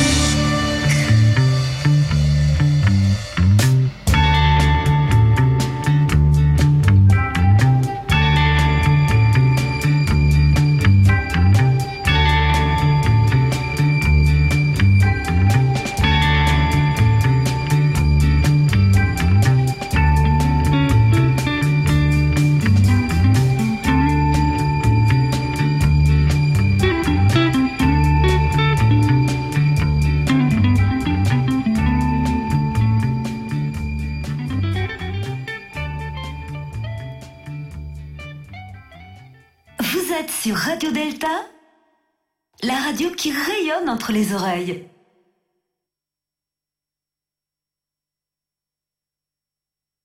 Vous êtes sur Radio Delta, la radio qui rayonne entre les oreilles.